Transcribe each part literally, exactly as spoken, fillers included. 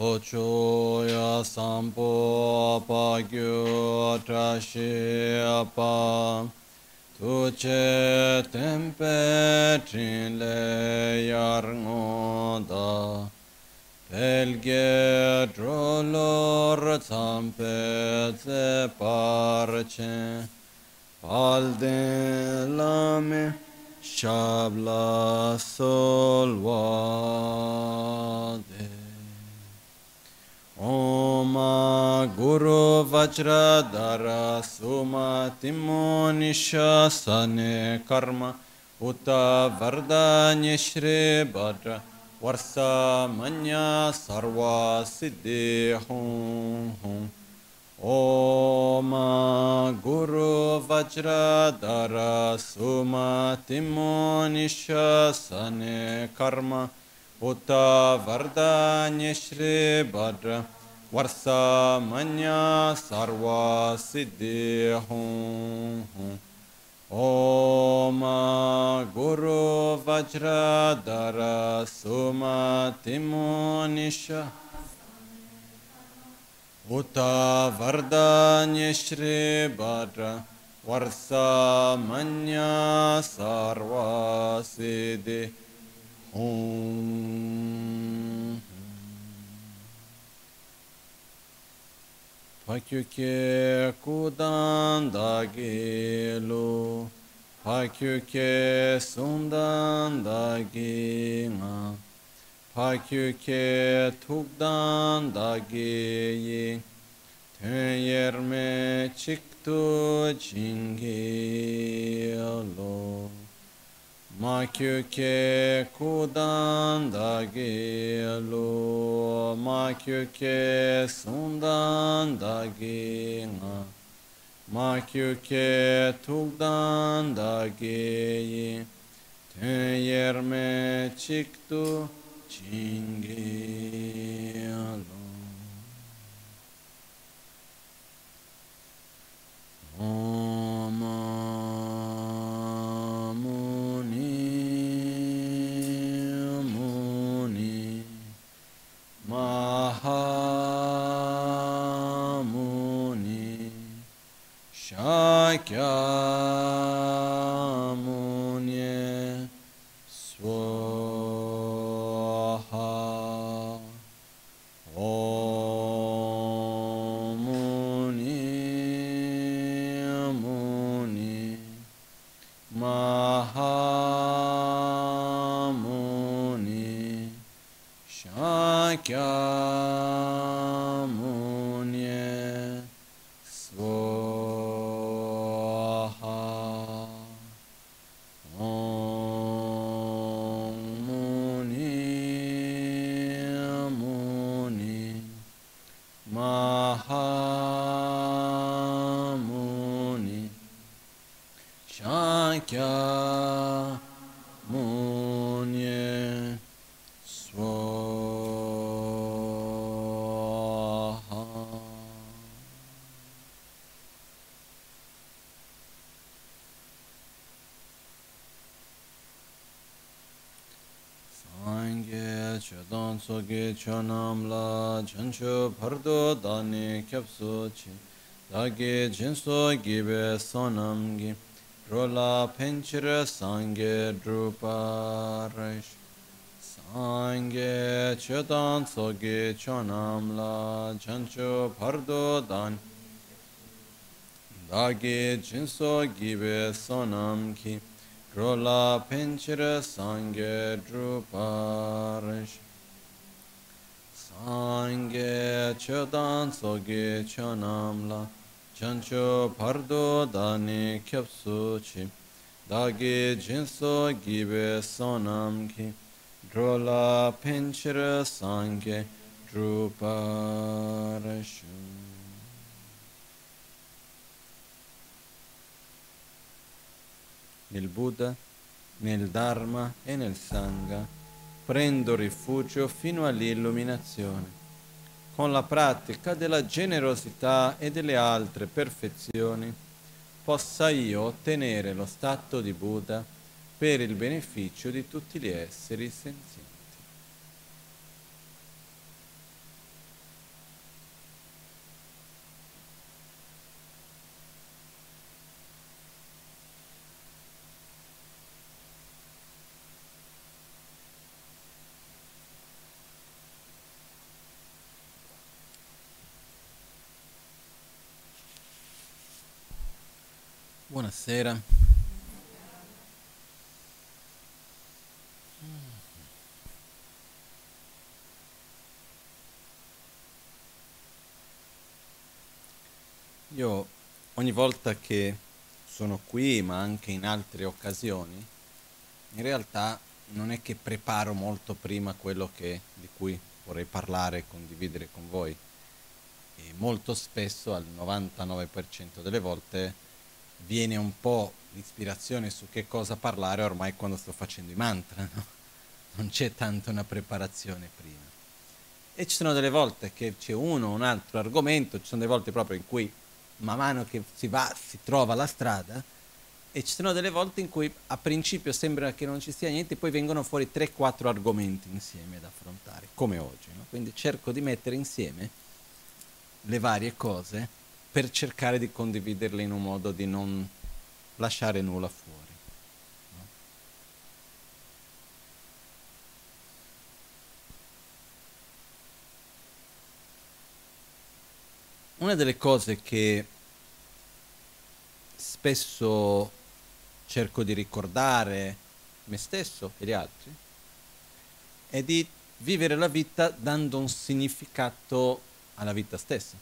Ochoya sampo pagyo trashi pa tuche tempe trinle yarngoda pelge drolor tampe te parche palde lame shabla solvade Oma Guru Vajradhara Suma Timonisha Sane Karma Uta Vardanya Shri Bhadra Varsa Manya Sarva Siddhi Hum Hum Oma Guru Vajradhara Suma Timonisha Sane Karma Uta Vardanya Shri Bhadra Varsa Manya Sarva Siddhi Hum Hum Om Guru Vajradhara Suma Timonisha Uta Vardanya Shri Bhadra Varsa Manya Sarva Siddhi Om Pakyuke kudan da gelu Pakyuke sundan da gina Pakyuke tukdan da giyi Töyerme çıktı cingelo Makyuke kudan da gelu Makyuke sundan da gina Makyuke tukdan da giyi Töyerme çıktı cingelo Om Mahamuni Shakyamuni Swaha Om Muni Muni Mahamuni Shakyamuni Swaha Om Muni Muni Mahamuni Shakyamuni Swaha Sangye Chedan Soge Chanamla Chancho Pardo Dani Kyapsuchi Dagi Jinso Gibe Sonamgi Rola Penchira Sangye Druparish Sangye Chedan Soge Chanamla Chancho Pardo Dani Dagi Jinso Gibe Sonamki Rola Penchira Sangye Druparish Sangye Chedan Soge Chanamla Chancho Pardo Dani Kyapsuchi Dagi Jinso Gibe Sonamki Drola Penchira Sangye Druparish Nel Buddha, nel Dharma e nel Sangha prendo rifugio fino all'illuminazione. Con la pratica della generosità e delle altre perfezioni possa io ottenere lo stato di Buddha per il beneficio di tutti gli esseri senzienti. Buonasera. Io ogni volta che sono qui, ma anche in altre occasioni, in realtà non è che preparo molto prima quello che, di cui vorrei parlare e condividere con voi. E molto spesso, al novantanove per cento delle volte, viene un po' l'ispirazione su che cosa parlare ormai quando sto facendo i mantra, no? Non c'è tanto una preparazione prima. E ci sono delle volte che c'è uno o un altro argomento, ci sono delle volte proprio in cui man mano che si va si trova la strada, e ci sono delle volte in cui a principio sembra che non ci sia niente, poi vengono fuori tre quattro argomenti insieme da affrontare, come oggi, no? Quindi cerco di mettere insieme le varie cose per cercare di condividerle in un modo di non lasciare nulla fuori, no? Una delle cose che spesso cerco di ricordare me stesso e gli altri è di vivere la vita dando un significato alla vita stessa,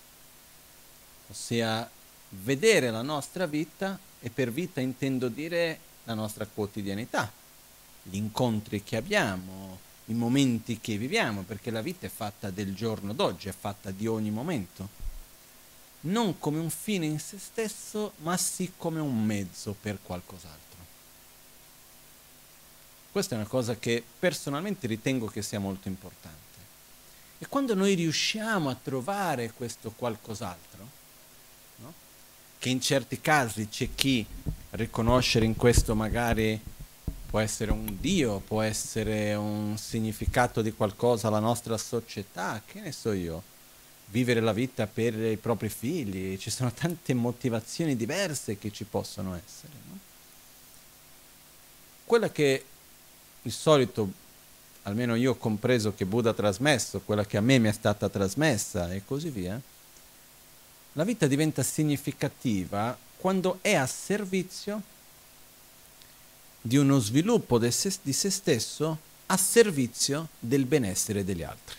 ossia vedere la nostra vita, e per vita intendo dire la nostra quotidianità, gli incontri che abbiamo, i momenti che viviamo, perché la vita è fatta del giorno d'oggi, è fatta di ogni momento, non come un fine in se stesso, ma sì come un mezzo per qualcos'altro. Questa è una cosa che personalmente ritengo che sia molto importante. E quando noi riusciamo a trovare questo qualcos'altro, no? Che in certi casi c'è chi riconoscere in questo magari può essere un Dio, può essere un significato di qualcosa alla nostra società, che ne so io, vivere la vita per i propri figli, ci sono tante motivazioni diverse che ci possono essere, no? Quella che di solito, almeno io ho compreso che Buddha ha trasmesso, quella che a me mi è stata trasmessa e così via, la vita diventa significativa quando è a servizio di uno sviluppo di se, di se stesso a servizio del benessere degli altri.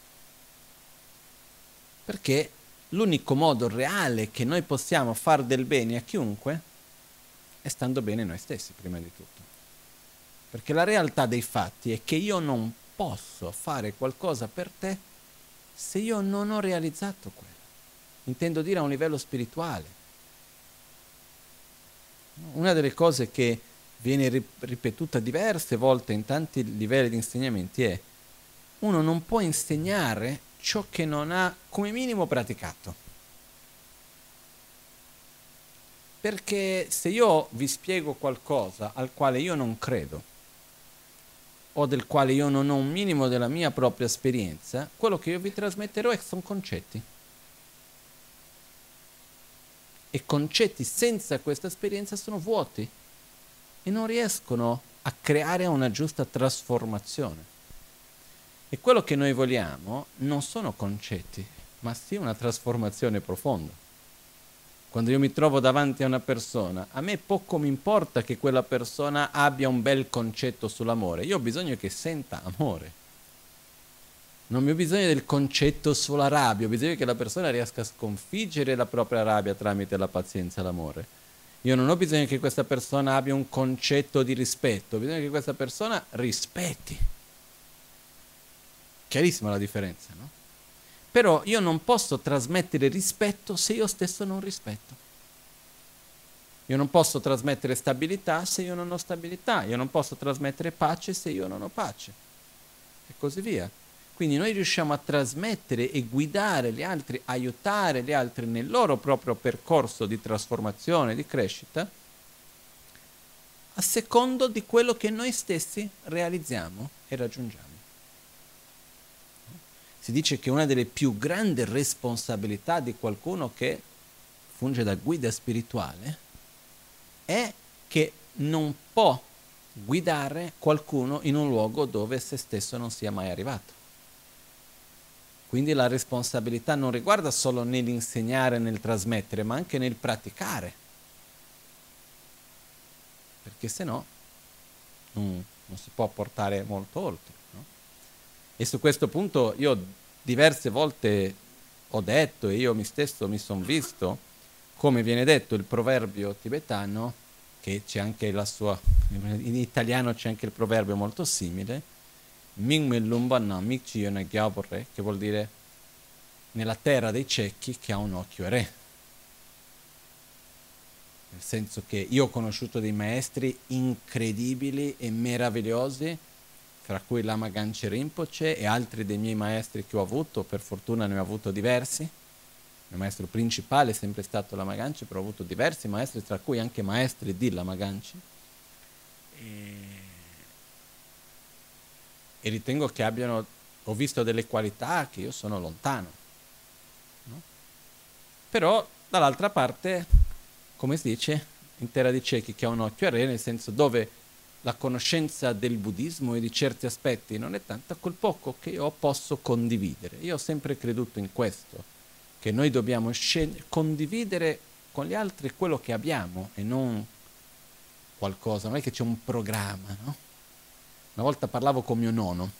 Perché l'unico modo reale che noi possiamo far del bene a chiunque è stando bene noi stessi, prima di tutto. Perché la realtà dei fatti è che io non posso fare qualcosa per te se io non ho realizzato quello. Intendo dire a un livello spirituale. Una delle cose che viene ripetuta diverse volte in tanti livelli di insegnamenti è: uno non può insegnare ciò che non ha come minimo praticato. Perché se io vi spiego qualcosa al quale io non credo, o del quale io non ho un minimo della mia propria esperienza, quello che io vi trasmetterò sono concetti. E concetti senza questa esperienza sono vuoti e non riescono a creare una giusta trasformazione. E quello che noi vogliamo non sono concetti, ma sì una trasformazione profonda. Quando io mi trovo davanti a una persona, a me poco mi importa che quella persona abbia un bel concetto sull'amore, io ho bisogno che senta amore. Non ho bisogno del concetto sulla rabbia, ho bisogno che la persona riesca a sconfiggere la propria rabbia tramite la pazienza e l'amore. Io non ho bisogno che questa persona abbia un concetto di rispetto, ho bisogno che questa persona rispetti. Chiarissima la differenza, no? Però io non posso trasmettere rispetto se io stesso non rispetto. Io non posso trasmettere stabilità se io non ho stabilità. Io non posso trasmettere pace se io non ho pace. E così via. Quindi noi riusciamo a trasmettere e guidare gli altri, aiutare gli altri nel loro proprio percorso di trasformazione, di crescita, a secondo di quello che noi stessi realizziamo e raggiungiamo. Si dice che una delle più grandi responsabilità di qualcuno che funge da guida spirituale è che non può guidare qualcuno in un luogo dove se stesso non sia mai arrivato. Quindi la responsabilità non riguarda solo nell'insegnare, nel trasmettere, ma anche nel praticare. perché se no non, non si può portare molto oltre, no? E su questo punto io diverse volte ho detto, e io mi stesso mi sono visto, come viene detto il proverbio tibetano, che c'è anche la sua, in italiano c'è anche il proverbio molto simile, Ming Lumba Namik Chiyona Gyaborre, che vuol dire nella terra dei ciechi che ha un occhio è re. Nel senso che io ho conosciuto dei maestri incredibili e meravigliosi, fra cui Lama Ganche Rinpoche e altri dei miei maestri che ho avuto, per fortuna ne ho avuto diversi. Il mio maestro principale è sempre stato Lama Ganche, però ho avuto diversi maestri, tra cui anche maestri di Lama Ganche. E... e ritengo che abbiano, ho visto delle qualità che io sono lontano, no? Però dall'altra parte, come si dice, in terra di ciechi che ha un occhio a re, nel senso dove la conoscenza del buddismo e di certi aspetti non è tanta, quel poco che io posso condividere. Io ho sempre creduto in questo, che noi dobbiamo scel- condividere con gli altri quello che abbiamo e non qualcosa, non è che c'è un programma, no? Una volta parlavo con mio nonno,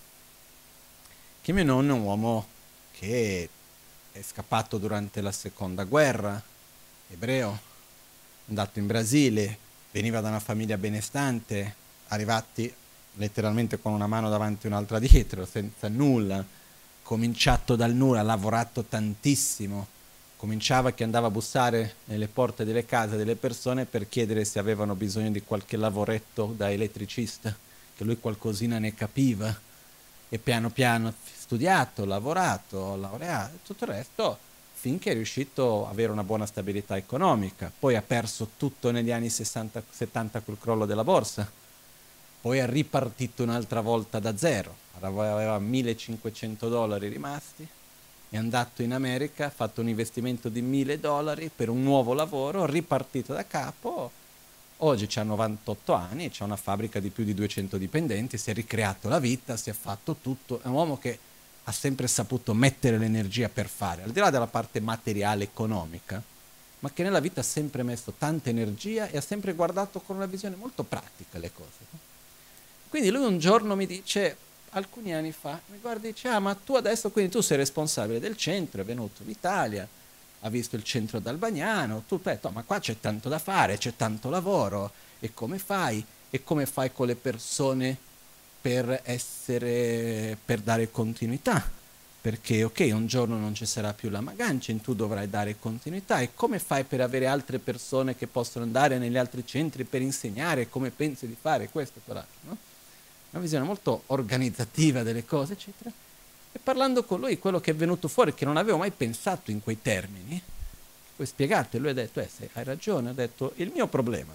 che mio nonno è un uomo che è scappato durante la seconda guerra, ebreo, è andato in Brasile, veniva da una famiglia benestante, arrivati letteralmente con una mano davanti e un'altra dietro, senza nulla, cominciato dal nulla, ha lavorato tantissimo, cominciava che andava a bussare nelle porte delle case delle persone per chiedere se avevano bisogno di qualche lavoretto da elettricista, che lui qualcosina ne capiva, e piano piano ha studiato, lavorato, laureato, tutto il resto, finché è riuscito ad avere una buona stabilità economica. Poi ha perso tutto negli anni sessanta settanta col crollo della borsa, poi è ripartito un'altra volta da zero, aveva millecinquecento dollari rimasti, è andato in America, ha fatto un investimento di mille dollari per un nuovo lavoro, ripartito da capo, oggi ha novantotto anni, c'ha una fabbrica di più di duecento dipendenti, si è ricreato la vita, si è fatto tutto, è un uomo che ha sempre saputo mettere l'energia per fare, al di là della parte materiale economica, ma che nella vita ha sempre messo tanta energia e ha sempre guardato con una visione molto pratica le cose, no? Quindi lui un giorno mi dice, alcuni anni fa, mi guarda e dice, ah ma tu adesso quindi tu sei responsabile del centro, è venuto in Italia, ha visto il centro d'Albagnano, tu hai detto, ma qua c'è tanto da fare, c'è tanto lavoro, e come fai? E come fai con le persone per essere, per dare continuità? Perché ok, un giorno non ci sarà più la Magancin, tu dovrai dare continuità, e come fai per avere altre persone che possono andare negli altri centri per insegnare come pensi di fare questo e quell'altro, no? Una visione molto organizzativa delle cose, eccetera. E parlando con lui, quello che è venuto fuori, che non avevo mai pensato in quei termini, poi spiegato, e lui ha detto, eh, se hai ragione, ha detto, il mio problema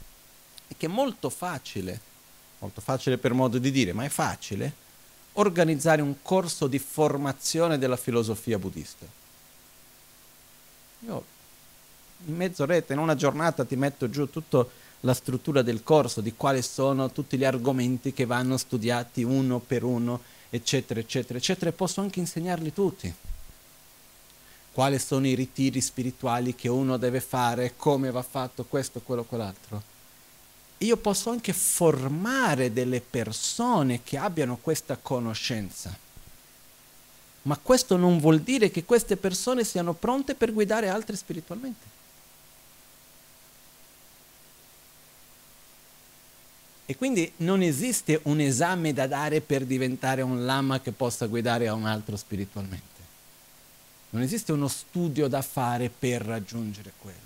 è che è molto facile, molto facile per modo di dire, ma è facile, organizzare un corso di formazione della filosofia buddista. Io in mezz'oretta, in una giornata ti metto giù tutta la struttura del corso, di quali sono tutti gli argomenti che vanno studiati uno per uno, eccetera, eccetera, eccetera, e posso anche insegnarli tutti. Quali sono i ritiri spirituali che uno deve fare, come va fatto questo, quello, quell'altro. Io posso anche formare delle persone che abbiano questa conoscenza, ma questo non vuol dire che queste persone siano pronte per guidare altri spiritualmente. E quindi non esiste un esame da dare per diventare un lama che possa guidare a un altro spiritualmente. Non esiste uno studio da fare per raggiungere quello.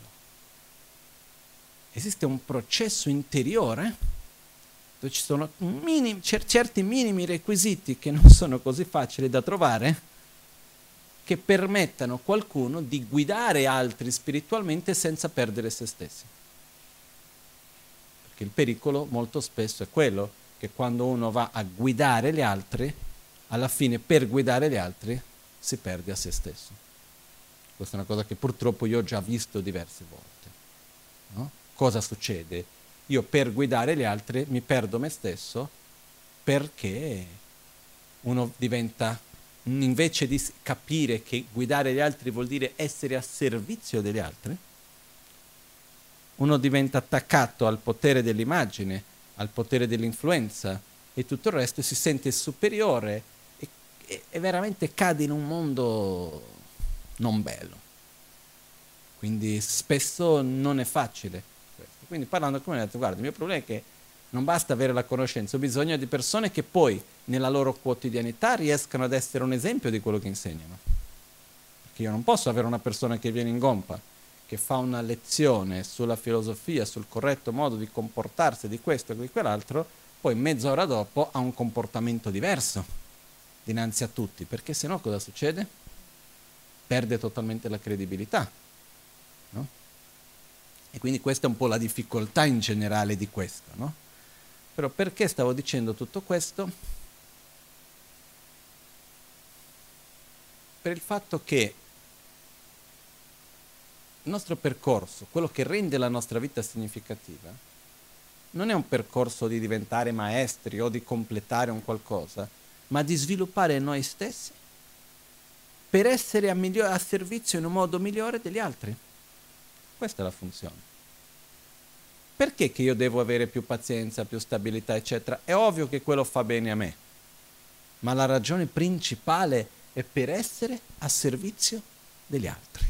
Esiste un processo interiore dove ci sono minimi, cer- certi minimi requisiti che non sono così facili da trovare, che permettano a qualcuno di guidare altri spiritualmente senza perdere se stessi. Perché il pericolo molto spesso è quello che quando uno va a guidare gli altri, alla fine per guidare gli altri si perde a se stesso. Questa è una cosa che purtroppo io ho già visto diverse volte, no? Cosa succede? Io per guidare gli altri mi perdo me stesso, perché uno diventa, invece di capire che guidare gli altri vuol dire essere a servizio degli altri, uno diventa attaccato al potere dell'immagine, al potere dell'influenza e tutto il resto, si sente superiore e, e, e veramente cade in un mondo non bello. Quindi spesso non è facile questo. Quindi parlando come ho detto, guarda, il mio problema è che non basta avere la conoscenza, ho bisogno di persone che poi nella loro quotidianità riescano ad essere un esempio di quello che insegnano. Perché io non posso avere una persona che viene in gompa, che fa una lezione sulla filosofia, sul corretto modo di comportarsi di questo e di quell'altro, poi mezz'ora dopo ha un comportamento diverso dinanzi a tutti, perché sennò cosa succede? Perde totalmente la credibilità, no? E quindi questa è un po' la difficoltà in generale di questo, no? Però perché stavo dicendo tutto questo? Per il fatto che il nostro percorso, quello che rende la nostra vita significativa, non è un percorso di diventare maestri o di completare un qualcosa, ma di sviluppare noi stessi per essere a, miglior- a servizio in un modo migliore degli altri. Questa è la funzione. Perché che io devo avere più pazienza, più stabilità, eccetera? È ovvio che quello fa bene a me, ma la ragione principale è per essere a servizio degli altri.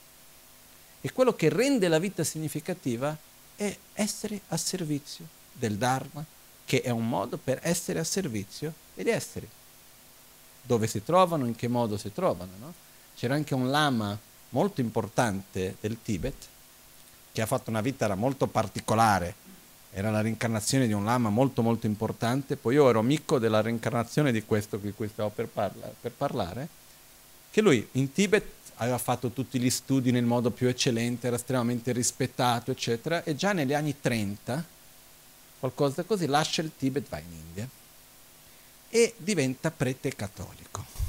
E quello che rende la vita significativa è essere a servizio del Dharma, che è un modo per essere a servizio degli esseri. Dove si trovano, in che modo si trovano, no? C'era anche un lama molto importante del Tibet, che ha fatto una vita molto particolare, era la reincarnazione di un lama molto molto importante, poi io ero amico della reincarnazione di questo di cui stavo per, parla- per parlare, che lui in Tibet aveva fatto tutti gli studi nel modo più eccellente, era estremamente rispettato, eccetera, e già negli anni trenta, qualcosa così, lascia il Tibet, va in India, e diventa prete cattolico.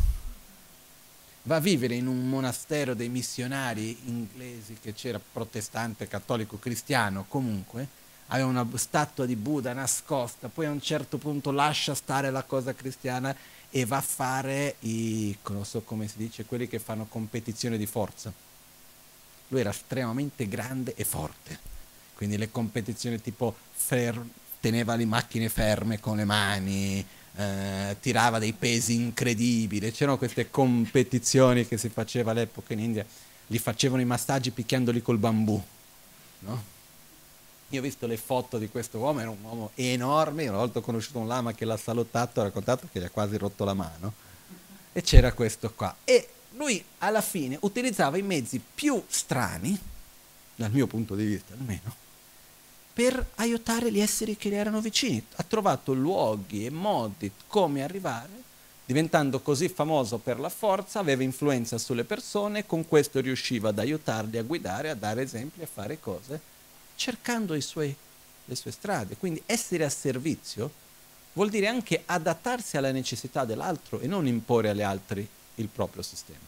Va a vivere in un monastero dei missionari inglesi, che c'era protestante, cattolico, cristiano, comunque, aveva una statua di Buddha nascosta, poi a un certo punto lascia stare la cosa cristiana e va a fare i, non so come si dice, quelli che fanno competizione di forza. Lui era estremamente grande e forte, quindi le competizioni tipo fer- teneva le macchine ferme con le mani, eh, tirava dei pesi incredibili, c'erano queste competizioni che si faceva all'epoca in India, li facevano i massaggi picchiandoli col bambù, no? Io ho visto le foto di questo uomo, era un uomo enorme, una volta ho conosciuto un lama che l'ha salutato, ha raccontato che gli ha quasi rotto la mano, e c'era questo qua. E lui alla fine utilizzava i mezzi più strani, dal mio punto di vista almeno, per aiutare gli esseri che gli erano vicini. Ha trovato luoghi e modi come arrivare, diventando così famoso per la forza, aveva influenza sulle persone, con questo riusciva ad aiutarli a guidare, a dare esempi, a fare cose, cercando i suoi, le sue strade. Quindi essere a servizio vuol dire anche adattarsi alla necessità dell'altro e non imporre agli altri il proprio sistema.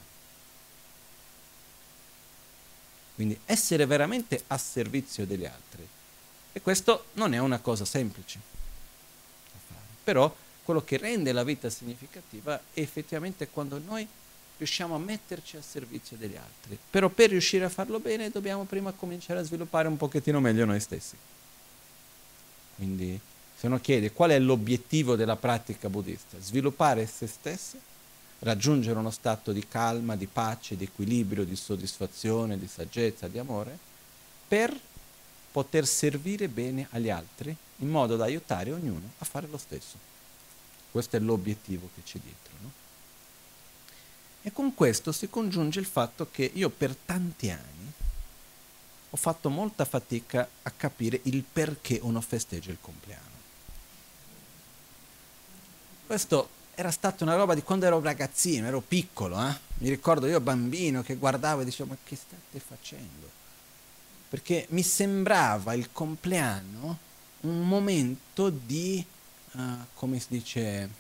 Quindi essere veramente a servizio degli altri. E questo non è una cosa semplice da fare. Però quello che rende la vita significativa è effettivamente quando noi riusciamo a metterci a servizio degli altri. Però per riuscire a farlo bene dobbiamo prima cominciare a sviluppare un pochettino meglio noi stessi. Quindi se uno chiede qual è l'obiettivo della pratica buddista, sviluppare se stessi, raggiungere uno stato di calma, di pace, di equilibrio, di soddisfazione, di saggezza, di amore, per poter servire bene agli altri in modo da aiutare ognuno a fare lo stesso. Questo è l'obiettivo che c'è dietro, no? E con questo si congiunge il fatto che io per tanti anni ho fatto molta fatica a capire il perché uno festeggia il compleanno. Questo era stata una roba di quando ero ragazzino, ero piccolo, eh? Mi ricordo io bambino che guardavo e dicevo: ma che state facendo? Perché mi sembrava il compleanno un momento di, uh, come si dice,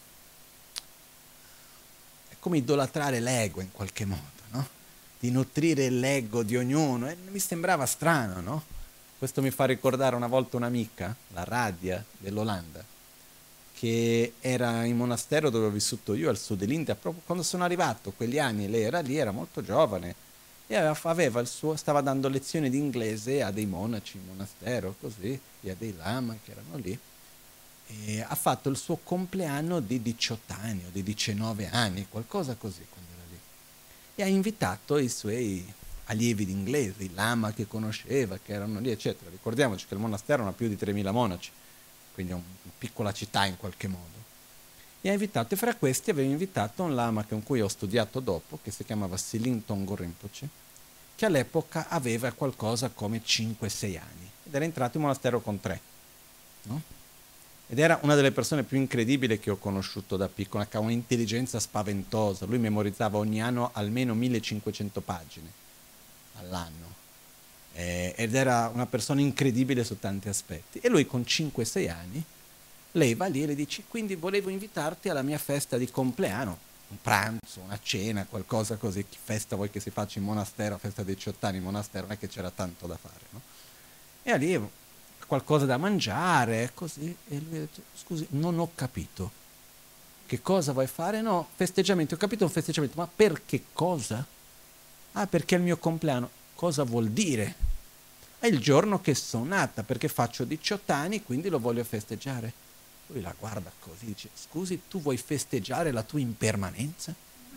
come idolatrare l'ego in qualche modo, no? Di nutrire l'ego di ognuno, e mi sembrava strano, no? Questo mi fa ricordare una volta un'amica, la Radia dell'Olanda, che era in monastero dove ho vissuto io al sud dell'India, proprio quando sono arrivato, quegli anni lei era lì, era molto giovane, e aveva, aveva il suo, stava dando lezioni di inglese a dei monaci in monastero, così, e a dei lama che erano lì. E ha fatto il suo compleanno di diciotto anni o di diciannove anni, qualcosa così quando era lì. E ha invitato i suoi allievi d'inglese, i lama che conosceva, che erano lì, eccetera. Ricordiamoci che il monastero ha più di tremila monaci, quindi è una piccola città in qualche modo. E ha invitato, e fra questi aveva invitato un lama con cui ho studiato dopo, che si chiamava Silin Tongo Rinpoche, che all'epoca aveva qualcosa come cinque sei anni, ed era entrato in monastero con tre, no? Ed era una delle persone più incredibili che ho conosciuto da piccola, che ha un'intelligenza spaventosa. Lui memorizzava ogni anno almeno millecinquecento pagine all'anno. Eh, ed era una persona incredibile su tanti aspetti. E lui con cinque sei anni, lei va lì e le dice: quindi volevo invitarti alla mia festa di compleanno, un pranzo, una cena, qualcosa così. Che festa vuoi che si faccia in monastero, festa dei diciotto anni in monastero, non è che c'era tanto da fare, no? E lì qualcosa da mangiare, così, e lui ha detto: scusi, non ho capito. Che cosa vuoi fare? No, festeggiamento, ho capito un festeggiamento, ma per che cosa? Ah, perché è il mio compleanno. Cosa vuol dire? È il giorno che sono nata, perché faccio diciotto anni, quindi lo voglio festeggiare. Lui la guarda così, dice: scusi, tu vuoi festeggiare la tua impermanenza?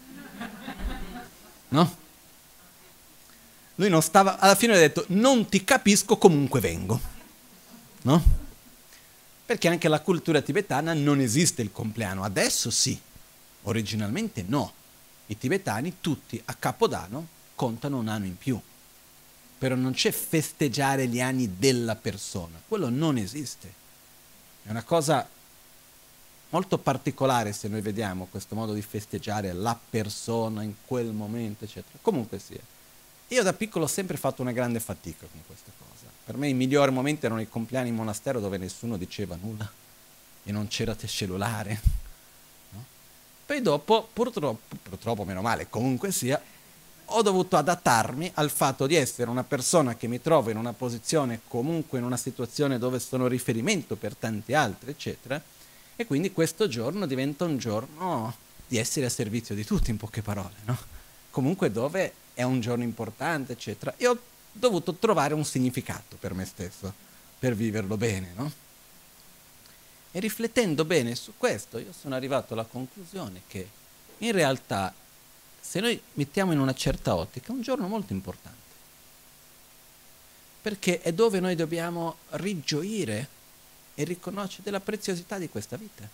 No? Lui non stava, alla fine ha detto: non ti capisco, comunque vengo. No? Perché anche la cultura tibetana non esiste il compleanno. Adesso sì, originalmente no. I tibetani tutti a Capodanno contano un anno in più. Però non c'è festeggiare gli anni della persona. Quello non esiste. È una cosa molto particolare se noi vediamo questo modo di festeggiare la persona in quel momento, eccetera. Comunque sia. Io da piccolo ho sempre fatto una grande fatica con questa cosa. Per me i migliori momenti erano i compleanni in monastero dove nessuno diceva nulla e non c'era cellulare. No? Poi dopo, purtroppo, purtroppo, meno male, comunque sia, ho dovuto adattarmi al fatto di essere una persona che mi trovo in una posizione, comunque in una situazione dove sono riferimento per tanti altri, eccetera, e quindi questo giorno diventa un giorno di essere a servizio di tutti, in poche parole, no? Comunque dove è un giorno importante, eccetera. E ho dovuto trovare un significato per me stesso, per viverlo bene, no? E riflettendo bene su questo, io sono arrivato alla conclusione che in realtà, se noi mettiamo in una certa ottica, è un giorno molto importante. Perché è dove noi dobbiamo rigioire e riconoscere la preziosità di questa vita.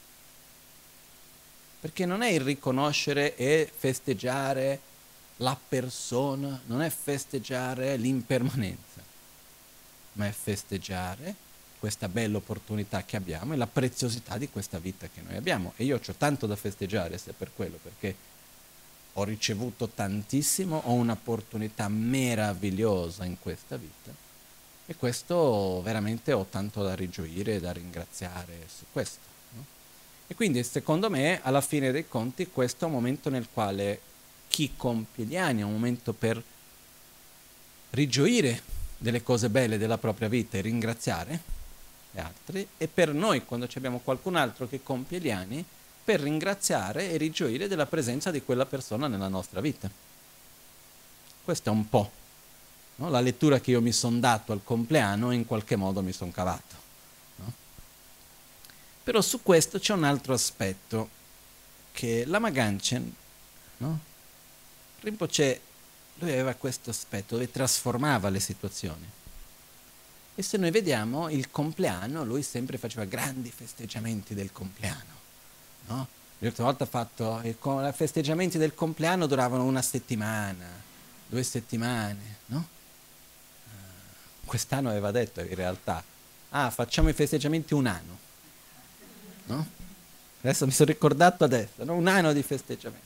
Perché non è il riconoscere e festeggiare la persona, non è festeggiare l'impermanenza, ma è festeggiare questa bella opportunità che abbiamo e la preziosità di questa vita che noi abbiamo. E io ho tanto da festeggiare, se per quello, perché ho ricevuto tantissimo, ho un'opportunità meravigliosa in questa vita e questo veramente ho tanto da rigioire e da ringraziare su questo. No? E quindi secondo me, alla fine dei conti, questo è un momento nel quale chi compie gli anni è un momento per rigioire delle cose belle della propria vita e ringraziare gli altri, e per noi, quando abbiamo qualcun altro che compie gli anni, per ringraziare e rigioire della presenza di quella persona nella nostra vita. Questa è un po', no? La lettura che io mi sono dato al compleanno e in qualche modo mi sono cavato. No? Però su questo c'è un altro aspetto, che Lama Ganchen, no? Rinpoche, lui aveva questo aspetto dove trasformava le situazioni. E se noi vediamo il compleanno, lui sempre faceva grandi festeggiamenti del compleanno. No? L'ultima volta ha fatto i festeggiamenti del compleanno duravano una settimana, due settimane, no? Uh, quest'anno aveva detto in realtà: ah, facciamo i festeggiamenti un anno, no? Adesso mi sono ricordato adesso, no? Un anno di festeggiamenti.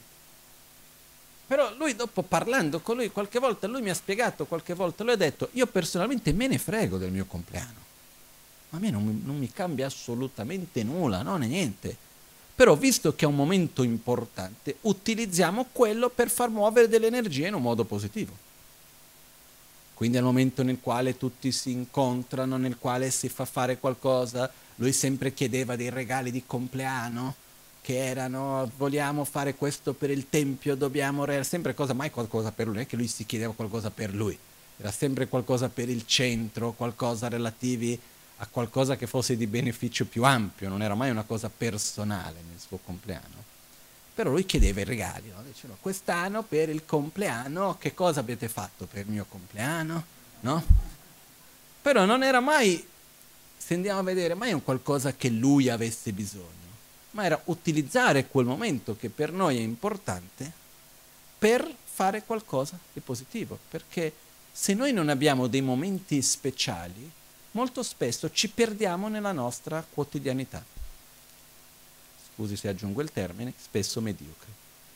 Però lui, dopo parlando con lui qualche volta, lui mi ha spiegato qualche volta, lui ha detto: io personalmente me ne frego del mio compleanno, a me non, non mi cambia assolutamente nulla, no, niente. Però visto che è un momento importante, utilizziamo quello per far muovere delle energie in un modo positivo. Quindi è il momento nel quale tutti si incontrano, nel quale si fa fare qualcosa. Lui sempre chiedeva dei regali di compleanno, che erano vogliamo fare questo per il tempio, dobbiamo re- sempre cosa, mai qualcosa per lui, non è che lui si chiedeva qualcosa per lui, era sempre qualcosa per il centro, qualcosa relativi a qualcosa che fosse di beneficio più ampio, non era mai una cosa personale nel suo compleanno. Però lui chiedeva i regali, no? Diceva, quest'anno per il compleanno che cosa avete fatto per il mio compleanno? No? Però non era mai, se andiamo a vedere, mai un qualcosa che lui avesse bisogno, ma era utilizzare quel momento che per noi è importante per fare qualcosa di positivo, perché se noi non abbiamo dei momenti speciali, molto spesso ci perdiamo nella nostra quotidianità. Scusi se aggiungo il termine, spesso mediocre.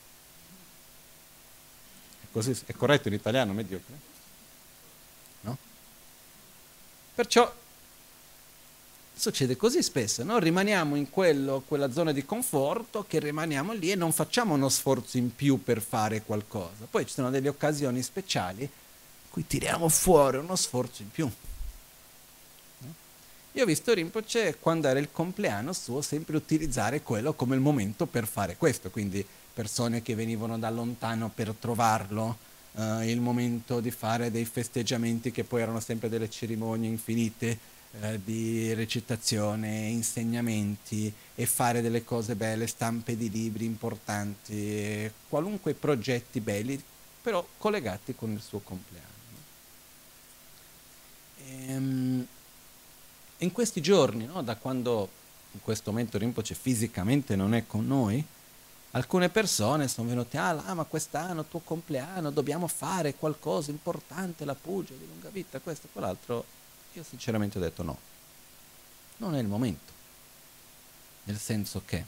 È, così, è corretto in italiano mediocre? No? Perciò succede così spesso, no? Rimaniamo in quello, quella zona di conforto, che rimaniamo lì e non facciamo uno sforzo in più per fare qualcosa. Poi ci sono delle occasioni speciali in cui tiriamo fuori uno sforzo in più. Io ho visto Rinpoche, quando era il compleanno suo, sempre utilizzare quello come il momento per fare questo, quindi persone che venivano da lontano per trovarlo, eh, il momento di fare dei festeggiamenti che poi erano sempre delle cerimonie infinite, eh, di recitazione, insegnamenti e fare delle cose belle, stampe di libri importanti, eh, qualunque progetti belli, però collegati con il suo compleanno. Ehm, In questi giorni, no, da quando in questo momento Rinpoche fisicamente non è con noi, alcune persone sono venute, ah, ma quest'anno, tuo compleanno, dobbiamo fare qualcosa importante, la puja di lunga vita, questo e quell'altro. Io sinceramente ho detto no, non è il momento, nel senso che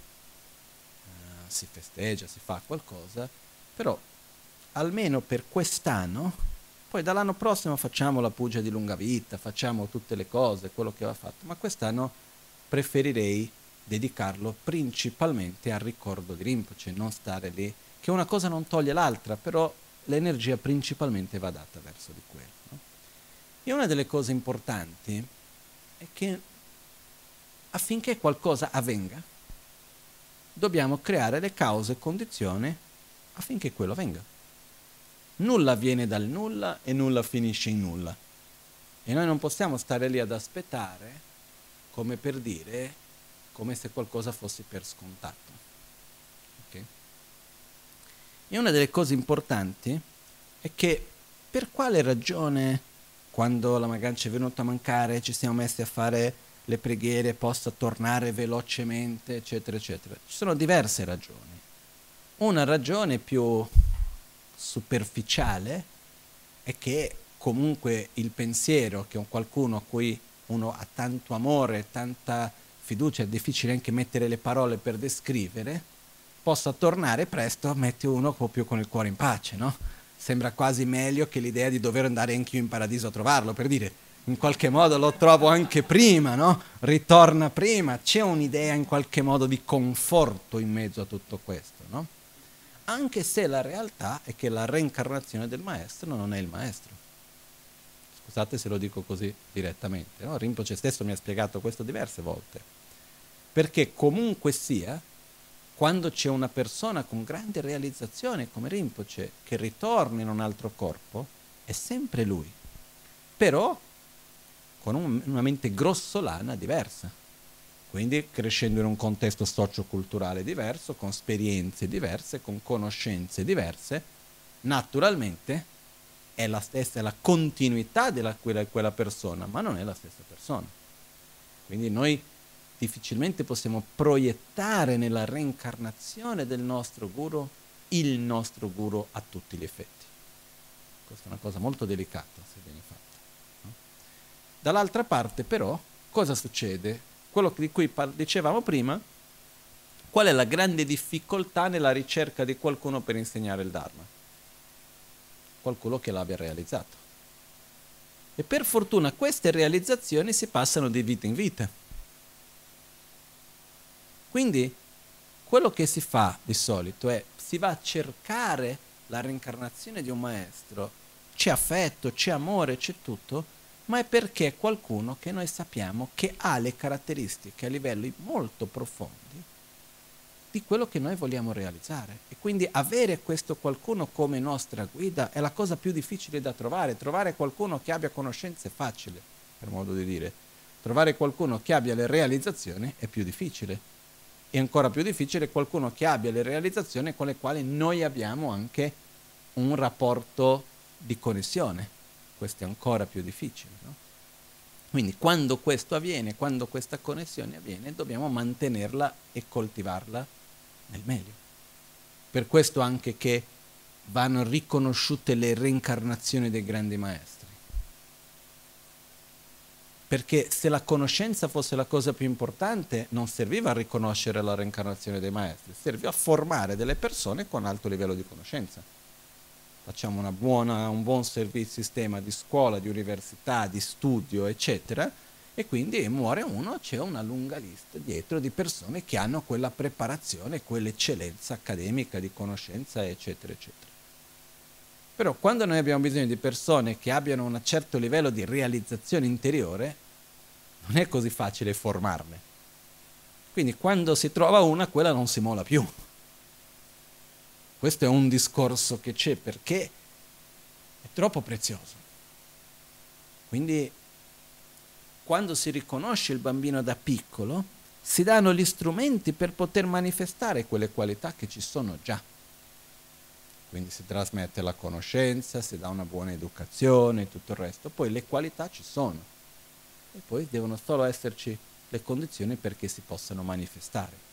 uh, si festeggia, si fa qualcosa, però almeno per quest'anno. Poi dall'anno prossimo facciamo la puja di lunga vita, facciamo tutte le cose, quello che va fatto, ma quest'anno preferirei dedicarlo principalmente al ricordo di Rinpoche, non stare lì, che una cosa non toglie l'altra, però l'energia principalmente va data verso di quello. No? E una delle cose importanti è che affinché qualcosa avvenga, dobbiamo creare le cause e condizioni affinché quello avvenga. Nulla viene dal nulla e nulla finisce in nulla. E noi non possiamo stare lì ad aspettare, come per dire, come se qualcosa fosse per scontato. Okay? E una delle cose importanti è che per quale ragione, quando la Magancia è venuta a mancare, ci siamo messi a fare le preghiere, possa tornare velocemente, eccetera, eccetera. Ci sono diverse ragioni. Una ragione più superficiale è che comunque il pensiero che un qualcuno a cui uno ha tanto amore, tanta fiducia, è difficile anche mettere le parole per descrivere, possa tornare presto, metti uno proprio con il cuore in pace, no? Sembra quasi meglio che l'idea di dover andare anch'io in paradiso a trovarlo, per dire, in qualche modo lo trovo anche prima, no? Ritorna prima, c'è un'idea in qualche modo di conforto in mezzo a tutto questo, no? Anche se la realtà è che la reincarnazione del maestro non è il maestro. Scusate se lo dico così direttamente, no? Rinpoche stesso mi ha spiegato questo diverse volte. Perché comunque sia, quando c'è una persona con grande realizzazione come Rinpoche che ritorna in un altro corpo, è sempre lui. Però con un, una mente grossolana diversa. Quindi crescendo in un contesto socio-culturale diverso, con esperienze diverse, con conoscenze diverse, naturalmente è la stessa, è la continuità di quella, quella persona, ma non è la stessa persona. Quindi noi difficilmente possiamo proiettare nella reincarnazione del nostro guru il nostro guru a tutti gli effetti. Questa è una cosa molto delicata se viene fatta. No? Dall'altra parte però, cosa succede? Quello di cui dicevamo prima, qual è la grande difficoltà nella ricerca di qualcuno per insegnare il Dharma? Qualcuno che l'abbia realizzato. E per fortuna queste realizzazioni si passano di vita in vita. Quindi quello che si fa di solito è si va a cercare la reincarnazione di un maestro, c'è affetto, c'è amore, c'è tutto, ma è perché è qualcuno che noi sappiamo che ha le caratteristiche a livelli molto profondi di quello che noi vogliamo realizzare. E quindi avere questo qualcuno come nostra guida è la cosa più difficile da trovare. Trovare qualcuno che abbia conoscenze è facile, per modo di dire. Trovare qualcuno che abbia le realizzazioni è più difficile. E ancora più difficile qualcuno che abbia le realizzazioni con le quali noi abbiamo anche un rapporto di connessione. Questo è ancora più difficile, no? Quindi quando questo avviene, quando questa connessione avviene, dobbiamo mantenerla e coltivarla nel meglio. Per questo anche che vanno riconosciute le reincarnazioni dei grandi maestri. Perché se la conoscenza fosse la cosa più importante, non serviva a riconoscere la reincarnazione dei maestri, serviva a formare delle persone con alto livello di conoscenza. Facciamo una buona, un buon servizio, sistema di scuola, di università, di studio, eccetera, e quindi muore uno, c'è una lunga lista dietro di persone che hanno quella preparazione, quell'eccellenza accademica di conoscenza, eccetera, eccetera. Però quando noi abbiamo bisogno di persone che abbiano un certo livello di realizzazione interiore, non è così facile formarle. Quindi quando si trova una, quella non si mola più. Questo è un discorso che c'è perché è troppo prezioso. Quindi quando si riconosce il bambino da piccolo, si danno gli strumenti per poter manifestare quelle qualità che ci sono già. Quindi si trasmette la conoscenza, si dà una buona educazione e tutto il resto, poi le qualità ci sono. E poi devono solo esserci le condizioni perché si possano manifestare.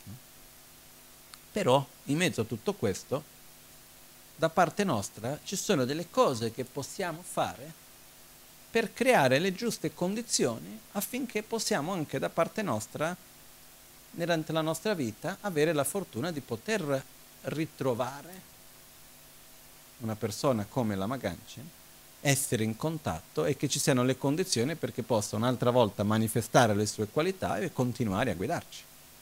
Però, in mezzo a tutto questo, da parte nostra ci sono delle cose che possiamo fare per creare le giuste condizioni affinché possiamo anche da parte nostra, durante la nostra vita, avere la fortuna di poter ritrovare una persona come la Maganchen, essere in contatto e che ci siano le condizioni perché possa un'altra volta manifestare le sue qualità e continuare a guidarci.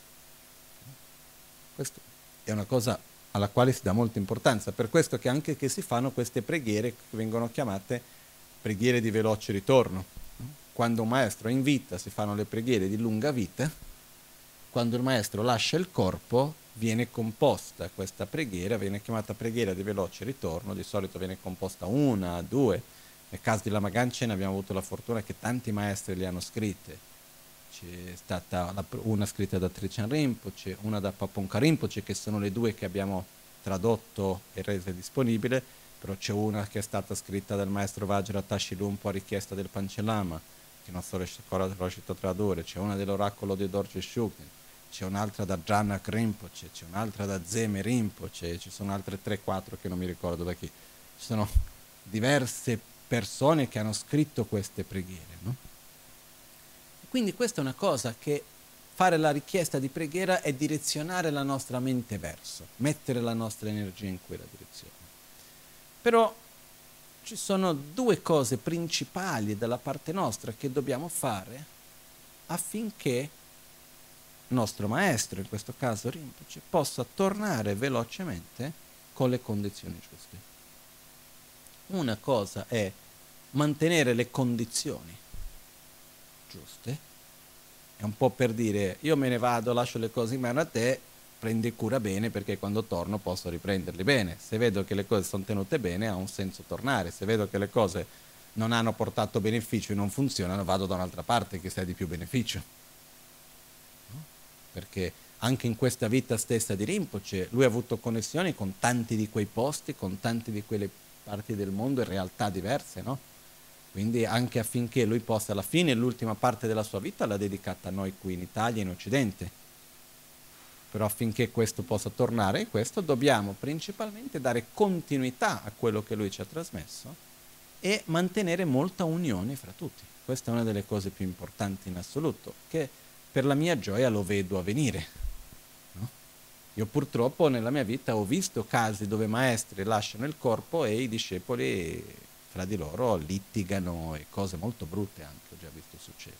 Questo è una cosa alla quale si dà molta importanza, per questo che anche che si fanno queste preghiere che vengono chiamate preghiere di veloce ritorno. Quando un maestro è in vita si fanno le preghiere di lunga vita, quando il maestro lascia il corpo viene composta questa preghiera, viene chiamata preghiera di veloce ritorno, di solito viene composta una, due, nel caso di Lama Ganchen abbiamo avuto la fortuna che tanti maestri le hanno scritte. C'è stata una scritta da Trichan Rinpoche, una da Paponka Rinpoche, che sono le due che abbiamo tradotto e rese disponibile, però c'è una che è stata scritta dal maestro Vajratashi Lumpo a richiesta del Panchelama, che non sono riuscito a tradurre, c'è una dell'oracolo di Dorje Shugden, c'è un'altra da Janak Rinpoche, c'è un'altra da Zeme Rinpoche, ci sono altre tre quattro che non mi ricordo da chi. Ci sono diverse persone che hanno scritto queste preghiere, no? Quindi questa è una cosa che fare la richiesta di preghiera è direzionare la nostra mente verso, mettere la nostra energia in quella direzione. Però ci sono due cose principali dalla parte nostra che dobbiamo fare affinché il nostro maestro, in questo caso Rinpoche, possa tornare velocemente con le condizioni giuste. Una cosa è mantenere le condizioni giuste, è un po' per dire io me ne vado, lascio le cose in mano a te, prendi cura bene perché quando torno posso riprenderli bene. Se vedo che le cose sono tenute bene ha un senso tornare, se vedo che le cose non hanno portato beneficio e non funzionano vado da un'altra parte che sia di più beneficio, no? Perché anche in questa vita stessa di Rinpoche lui ha avuto connessioni con tanti di quei posti, con tanti di quelle parti del mondo in realtà diverse, no? Quindi anche affinché lui possa, alla fine, l'ultima parte della sua vita l'ha dedicata a noi qui in Italia e in Occidente. Però affinché questo possa tornare in questo, dobbiamo principalmente dare continuità a quello che lui ci ha trasmesso e mantenere molta unione fra tutti. Questa è una delle cose più importanti in assoluto, che per la mia gioia lo vedo avvenire, no? Io purtroppo nella mia vita ho visto casi dove maestri lasciano il corpo e i discepoli tra di loro litigano e cose molto brutte anche ho già visto succedere.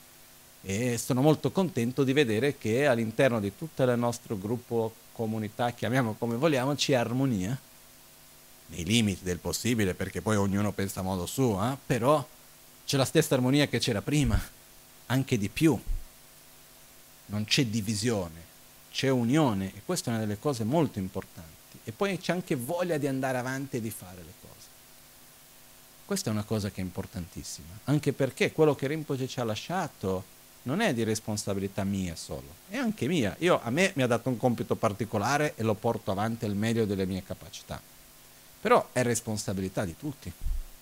E sono molto contento di vedere che all'interno di tutto il nostro gruppo, comunità, chiamiamo come vogliamo, c'è armonia, nei limiti del possibile, perché poi ognuno pensa a modo suo, eh? Però c'è la stessa armonia che c'era prima, anche di più. Non c'è divisione, c'è unione, e questa è una delle cose molto importanti, e poi c'è anche voglia di andare avanti e di fare le cose. Questa è una cosa che è importantissima, anche perché quello che Rinpoche ci ha lasciato non è di responsabilità mia solo, è anche mia. Io, a me mi ha dato un compito particolare e lo porto avanti al meglio delle mie capacità, però è responsabilità di tutti.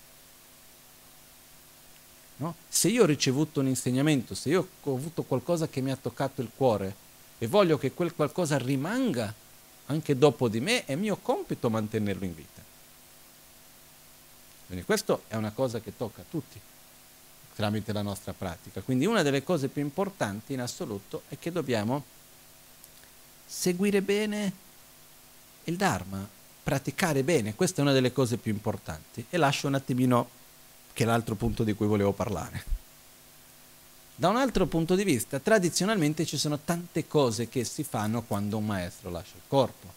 No? Se io ho ricevuto un insegnamento, se io ho avuto qualcosa che mi ha toccato il cuore e voglio che quel qualcosa rimanga anche dopo di me, è mio compito mantenerlo in vita. Quindi questo è una cosa che tocca a tutti tramite la nostra pratica. Quindi una delle cose più importanti in assoluto è che dobbiamo seguire bene il Dharma, praticare bene. Questa è una delle cose più importanti. E lascio un attimino che è l'altro punto di cui volevo parlare. Da un altro punto di vista, tradizionalmente ci sono tante cose che si fanno quando un maestro lascia il corpo.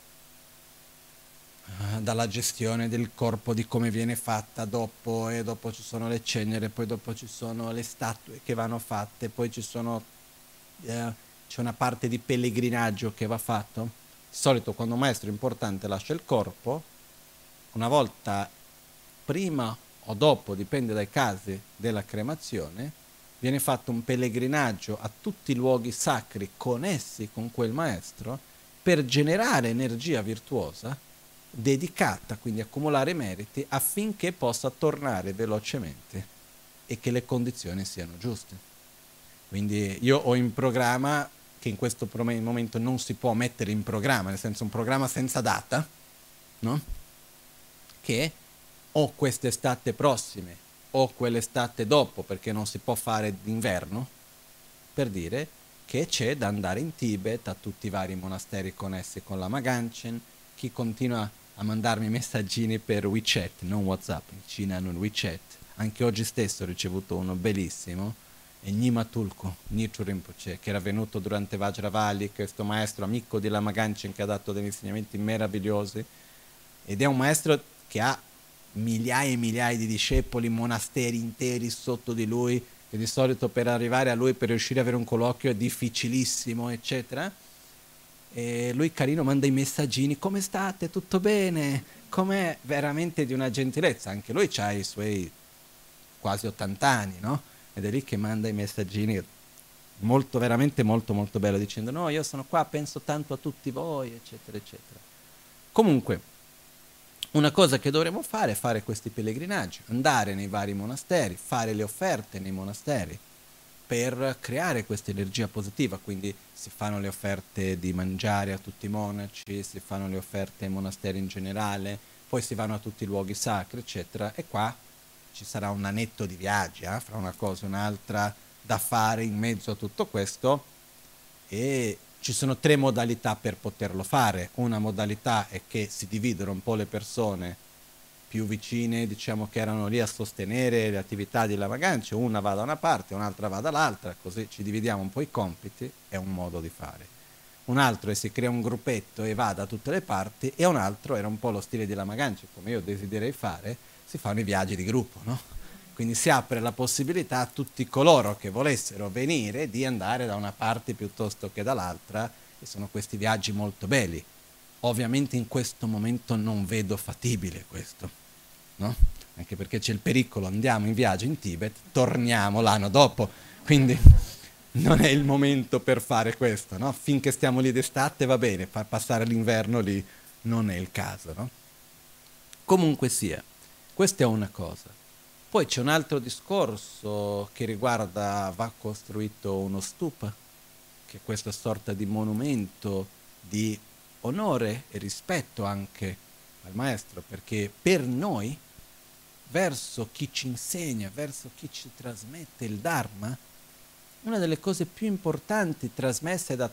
Dalla gestione del corpo, di come viene fatta dopo, e dopo ci sono le ceneri, poi dopo ci sono le statue che vanno fatte, poi ci sono eh, c'è una parte di pellegrinaggio che va fatto. Di solito quando un maestro importante lascia il corpo, una volta prima o dopo, dipende dai casi della cremazione, viene fatto un pellegrinaggio a tutti i luoghi sacri connessi con quel maestro per generare energia virtuosa dedicata, quindi accumulare meriti affinché possa tornare velocemente e che le condizioni siano giuste. Quindi io ho in programma, che in questo momento non si può mettere in programma, nel senso un programma senza data, no? Che o quest'estate prossime o quell'estate dopo, perché non si può fare d'inverno, per dire che c'è da andare in Tibet a tutti i vari monasteri connessi con Lama Ganchen. Chi continua a mandarmi messaggini per WeChat, non WhatsApp, in Cina hanno il WeChat. Anche oggi stesso ho ricevuto uno bellissimo, è Nyima Tulku, Nichiren Rinpoche, che era venuto durante Vajravali, questo maestro amico di Lama Ganchen che ha dato degli insegnamenti meravigliosi, ed è un maestro che ha migliaia e migliaia di discepoli, monasteri interi sotto di lui, che di solito per arrivare a lui, per riuscire ad avere un colloquio è difficilissimo, eccetera. E lui carino manda i messaggini: come state? Tutto bene? Com'è? Veramente di una gentilezza. Anche lui ha i suoi quasi ottanta anni, no? Ed è lì che manda i messaggini molto, veramente molto molto bello, dicendo: no, io sono qua, penso tanto a tutti voi, eccetera eccetera. Comunque una cosa che dovremmo fare è fare questi pellegrinaggi, andare nei vari monasteri, fare le offerte nei monasteri per creare questa energia positiva. Quindi si fanno le offerte di mangiare a tutti i monaci, si fanno le offerte ai monasteri in generale, poi si vanno a tutti i luoghi sacri, eccetera. E qua ci sarà un anetto di viaggi, eh, fra una cosa e un'altra da fare in mezzo a tutto questo, e ci sono tre modalità per poterlo fare. Una modalità è che si dividono un po' le persone più vicine, diciamo, che erano lì a sostenere le attività di Lama Ganchen, una va da una parte, un'altra va dall'altra, così ci dividiamo un po' i compiti, è un modo di fare. Un altro è si crea un gruppetto e va da tutte le parti, e un altro era un po' lo stile di Lama Ganchen, come io desiderei fare, si fanno i viaggi di gruppo, no? Quindi si apre la possibilità a tutti coloro che volessero venire di andare da una parte piuttosto che dall'altra, e sono questi viaggi molto belli. Ovviamente in questo momento non vedo fattibile questo, no? Anche perché c'è il pericolo, andiamo in viaggio in Tibet, torniamo l'anno dopo, quindi non è il momento per fare questo, no? Finché stiamo lì d'estate va bene, far passare l'inverno lì non è il caso, no? Comunque sia, questa è una cosa. Poi c'è un altro discorso che riguarda, va costruito uno stupa, che è questa sorta di monumento di onore e rispetto anche al maestro, perché per noi, verso chi ci insegna, verso chi ci trasmette il Dharma, una delle cose più importanti trasmesse da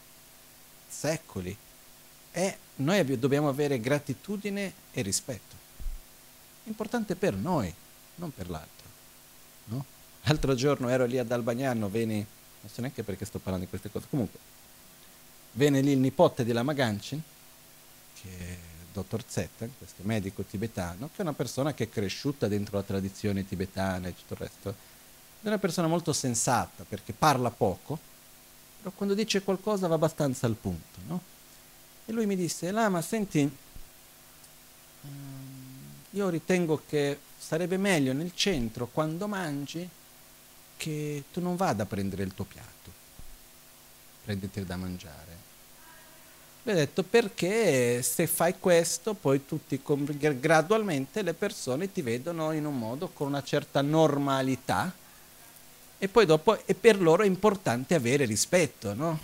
secoli è noi dobbiamo avere gratitudine e rispetto. Importante per noi, non per l'altro, no? L'altro giorno ero lì ad Albagnano, venne, non so neanche perché sto parlando di queste cose, comunque venne lì il nipote di Lama Ganchen, che è il dottor Zetten, questo medico tibetano, che è una persona che è cresciuta dentro la tradizione tibetana e tutto il resto. È una persona molto sensata, perché parla poco, però quando dice qualcosa va abbastanza al punto, no? E lui mi disse, Lama, senti, ehm, io ritengo che sarebbe meglio nel centro, quando mangi, che tu non vada a prendere il tuo piatto, prenditi da mangiare. Lui ha detto, perché se fai questo, poi tutti, gradualmente le persone ti vedono in un modo con una certa normalità, e poi dopo e per loro è importante avere rispetto, no?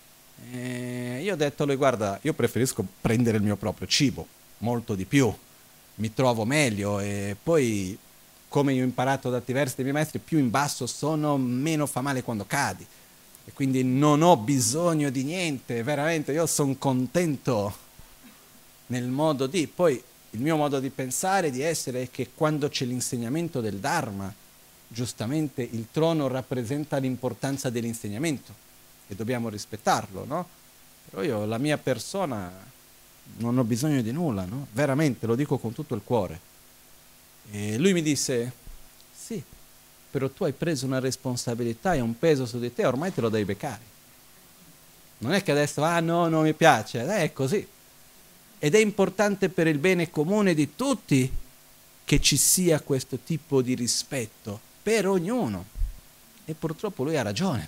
Eh, io ho detto a lui, guarda, io preferisco prendere il mio proprio cibo, molto di più, mi trovo meglio, e poi, come io ho imparato da diversi dei miei maestri, più in basso sono, meno fa male quando cadi, e quindi non ho bisogno di niente, veramente, io sono contento nel modo di, poi il mio modo di pensare, di essere, è che quando c'è l'insegnamento del Dharma, giustamente il trono rappresenta l'importanza dell'insegnamento e dobbiamo rispettarlo, no? Però io, la mia persona, non ho bisogno di nulla, no? Veramente, lo dico con tutto il cuore. E lui mi disse, sì, però tu hai preso una responsabilità e un peso su di te, ormai te lo devi beccare. Non è che adesso, ah no, non mi piace, eh, è così. Ed è importante per il bene comune di tutti che ci sia questo tipo di rispetto per ognuno. E purtroppo lui ha ragione.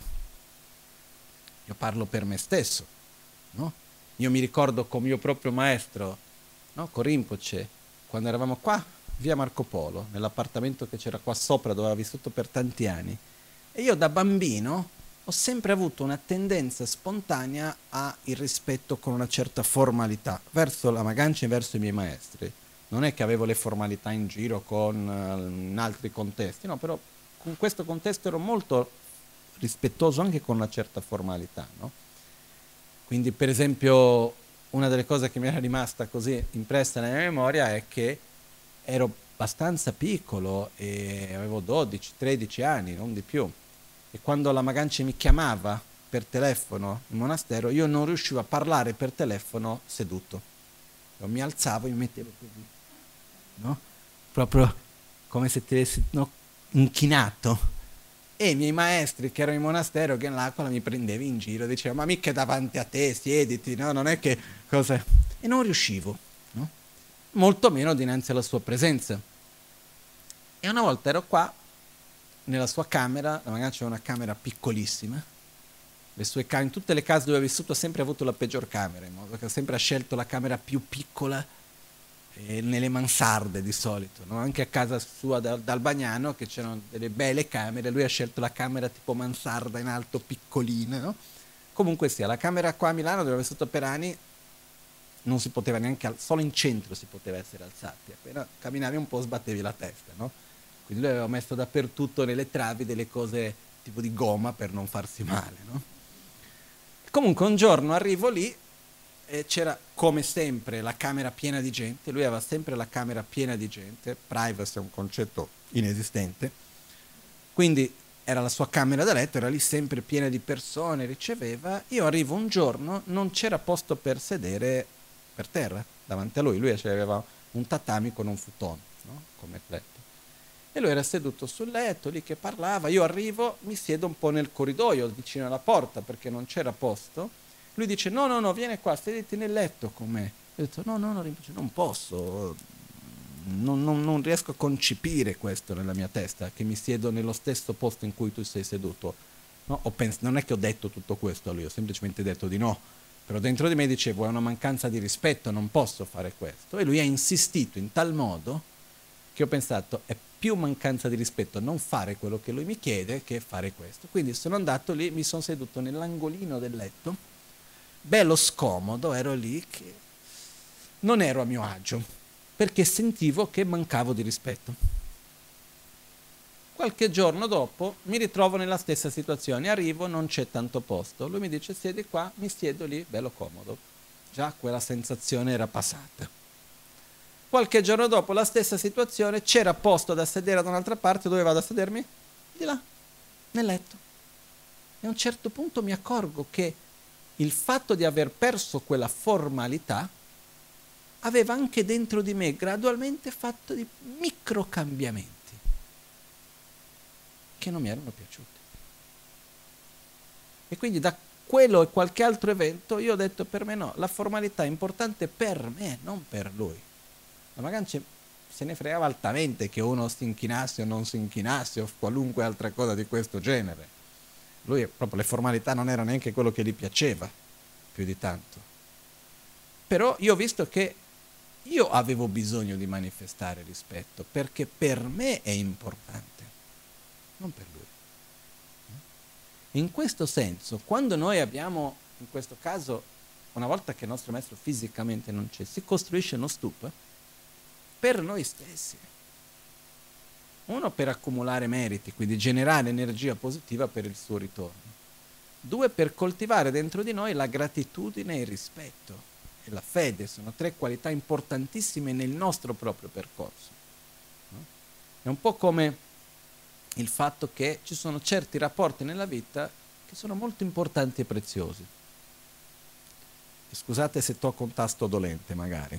Io parlo per me stesso, no? Io mi ricordo con mio proprio maestro, no? Con Rinpoche, quando eravamo qua, via Marco Polo, nell'appartamento che c'era qua sopra dove aveva vissuto per tanti anni. E io da bambino ho sempre avuto una tendenza spontanea al rispetto con una certa formalità, verso la Magancia e verso i miei maestri. Non è che avevo le formalità in giro con, uh, in altri contesti, no, però con questo contesto ero molto rispettoso anche con una certa formalità, no? Quindi, per esempio, una delle cose che mi era rimasta così impressa nella mia memoria è che ero abbastanza piccolo e avevo dodici tredici anni, non di più. E quando la Magancia mi chiamava per telefono in monastero, io non riuscivo a parlare per telefono seduto. Io mi alzavo e mi mettevo così, no? Proprio come se ti avessi, no, inchinato. E i miei maestri che erano in monastero, che in l'acqua mi prendevi in giro, dicevano, ma mica davanti a te, siediti, no? Non è che cosa... E non riuscivo, no? Molto meno dinanzi alla sua presenza. E una volta ero qua, nella sua camera, la Magancia c'era una camera piccolissima, le sue cam- in tutte le case dove ho vissuto ha sempre avuto la peggior camera, in modo che sempre ha scelto la camera più piccola, eh, nelle mansarde di solito, no? Anche a casa sua da, dal Bagnano, che c'erano delle belle camere, lui ha scelto la camera tipo mansarda in alto, piccolina, no? Comunque sia, la camera qua a Milano dove ho vissuto per anni non si poteva neanche, al- solo in centro si poteva essere alzati, appena camminavi un po' sbattevi la testa, no? Quindi lui aveva messo dappertutto nelle travi delle cose tipo di gomma per non farsi male, no? Comunque un giorno arrivo lì e c'era come sempre la camera piena di gente, lui aveva sempre la camera piena di gente, privacy è un concetto inesistente, quindi era la sua camera da letto, era lì sempre piena di persone, riceveva, io arrivo un giorno, non c'era posto per sedere per terra davanti a lui, lui aveva un tatami con un futon, no? Come letto. E lui era seduto sul letto, lì che parlava, io arrivo, mi siedo un po' nel corridoio, vicino alla porta, perché non c'era posto. Lui dice, no, no, no, vieni qua, sediti nel letto con me. Io ho detto, no, no, no, non posso, non, non, non riesco a concepire questo nella mia testa, che mi siedo nello stesso posto in cui tu sei seduto. No? Ho pens- non è che ho detto tutto questo a lui, ho semplicemente detto di no. Però dentro di me dicevo, è una mancanza di rispetto, non posso fare questo. E lui ha insistito in tal modo che ho pensato, è più mancanza di rispetto non fare quello che lui mi chiede che fare questo. Quindi sono andato lì, mi sono seduto nell'angolino del letto, bello scomodo, ero lì che non ero a mio agio, perché sentivo che mancavo di rispetto. Qualche giorno dopo mi ritrovo nella stessa situazione, arrivo, non c'è tanto posto, lui mi dice siedi qua, mi siedo lì, bello comodo. Già quella sensazione era passata. Qualche giorno dopo la stessa situazione, c'era posto da sedere da un'altra parte, dove vado a sedermi? Di là, nel letto. E a un certo punto mi accorgo che il fatto di aver perso quella formalità aveva anche dentro di me gradualmente fatto di micro cambiamenti che non mi erano piaciuti. E quindi da quello e qualche altro evento, io ho detto per me no, la formalità è importante per me, non per lui. La Magancia se ne fregava altamente che uno si inchinasse o non si inchinasse o qualunque altra cosa di questo genere. Lui proprio le formalità non era neanche quello che gli piaceva più di tanto. Però io ho visto che io avevo bisogno di manifestare rispetto perché per me è importante, non per lui. In questo senso, quando noi abbiamo, in questo caso, una volta che il nostro maestro fisicamente non c'è, si costruisce uno stupa per noi stessi. Uno, per accumulare meriti, quindi generare energia positiva per il suo ritorno. Due, per coltivare dentro di noi la gratitudine e il rispetto e la fede. Sono tre qualità importantissime nel nostro proprio percorso. No? È un po' come il fatto che ci sono certi rapporti nella vita che sono molto importanti e preziosi. E scusate se tocco un tasto dolente magari,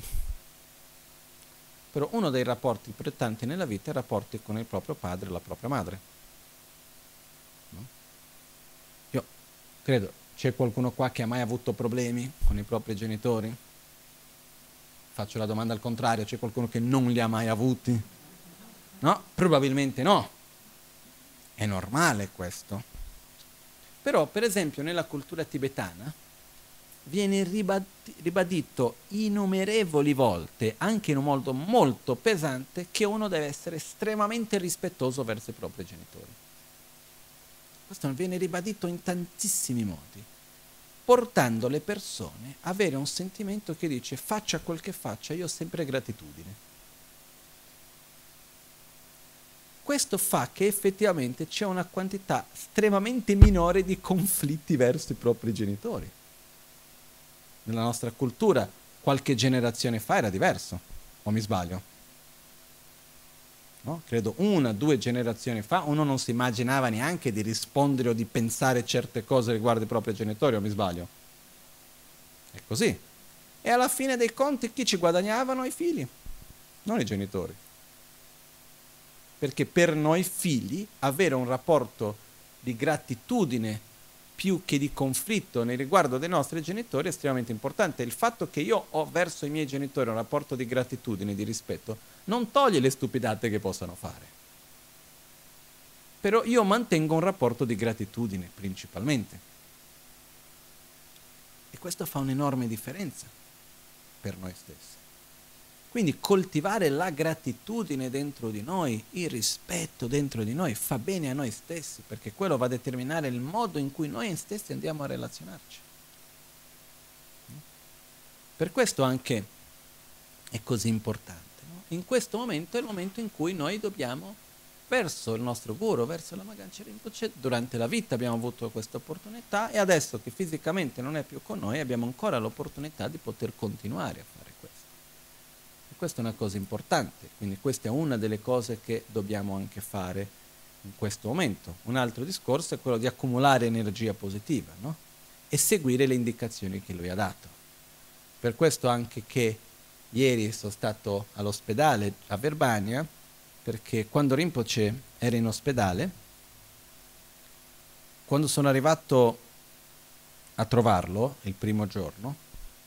però uno dei rapporti importanti nella vita è i rapporti con il proprio padre e la propria madre. No? Io credo, c'è qualcuno qua che ha mai avuto problemi con i propri genitori? Faccio la domanda al contrario, c'è qualcuno che non li ha mai avuti? No? Probabilmente no. È normale questo. Però, per esempio, nella cultura tibetana viene ribadito innumerevoli volte, anche in un modo molto pesante, che uno deve essere estremamente rispettoso verso i propri genitori. Questo viene ribadito in tantissimi modi, portando le persone a avere un sentimento che dice: faccia quel che faccia, io ho sempre gratitudine. Questo fa che effettivamente c'è una quantità estremamente minore di conflitti verso i propri genitori. Nella nostra cultura, qualche generazione fa era diverso, o mi sbaglio? No? Credo una, due generazioni fa uno non si immaginava neanche di rispondere o di pensare certe cose riguardo i propri genitori, o mi sbaglio? È così. E alla fine dei conti chi ci guadagnavano? I figli, non i genitori. Perché per noi figli avere un rapporto di gratitudine più che di conflitto nei riguardo dei nostri genitori è estremamente importante. Il fatto che io ho verso i miei genitori un rapporto di gratitudine, di rispetto, non toglie le stupidate che possano fare. Però io mantengo un rapporto di gratitudine principalmente. E questo fa un'enorme differenza per noi stessi. Quindi coltivare la gratitudine dentro di noi, il rispetto dentro di noi, fa bene a noi stessi, perché quello va a determinare il modo in cui noi stessi andiamo a relazionarci. Per questo anche è così importante. No? In questo momento è il momento in cui noi dobbiamo, verso il nostro guru, verso la Magancia Rinpoche, durante la vita abbiamo avuto questa opportunità e adesso che fisicamente non è più con noi abbiamo ancora l'opportunità di poter continuare a fare questo. Questa è una cosa importante, quindi questa è una delle cose che dobbiamo anche fare in questo momento. Un altro discorso è quello di accumulare energia positiva, no? E seguire le indicazioni che lui ha dato. Per questo anche che ieri sono stato all'ospedale a Verbania, perché quando Rinpoche era in ospedale, quando sono arrivato a trovarlo il primo giorno,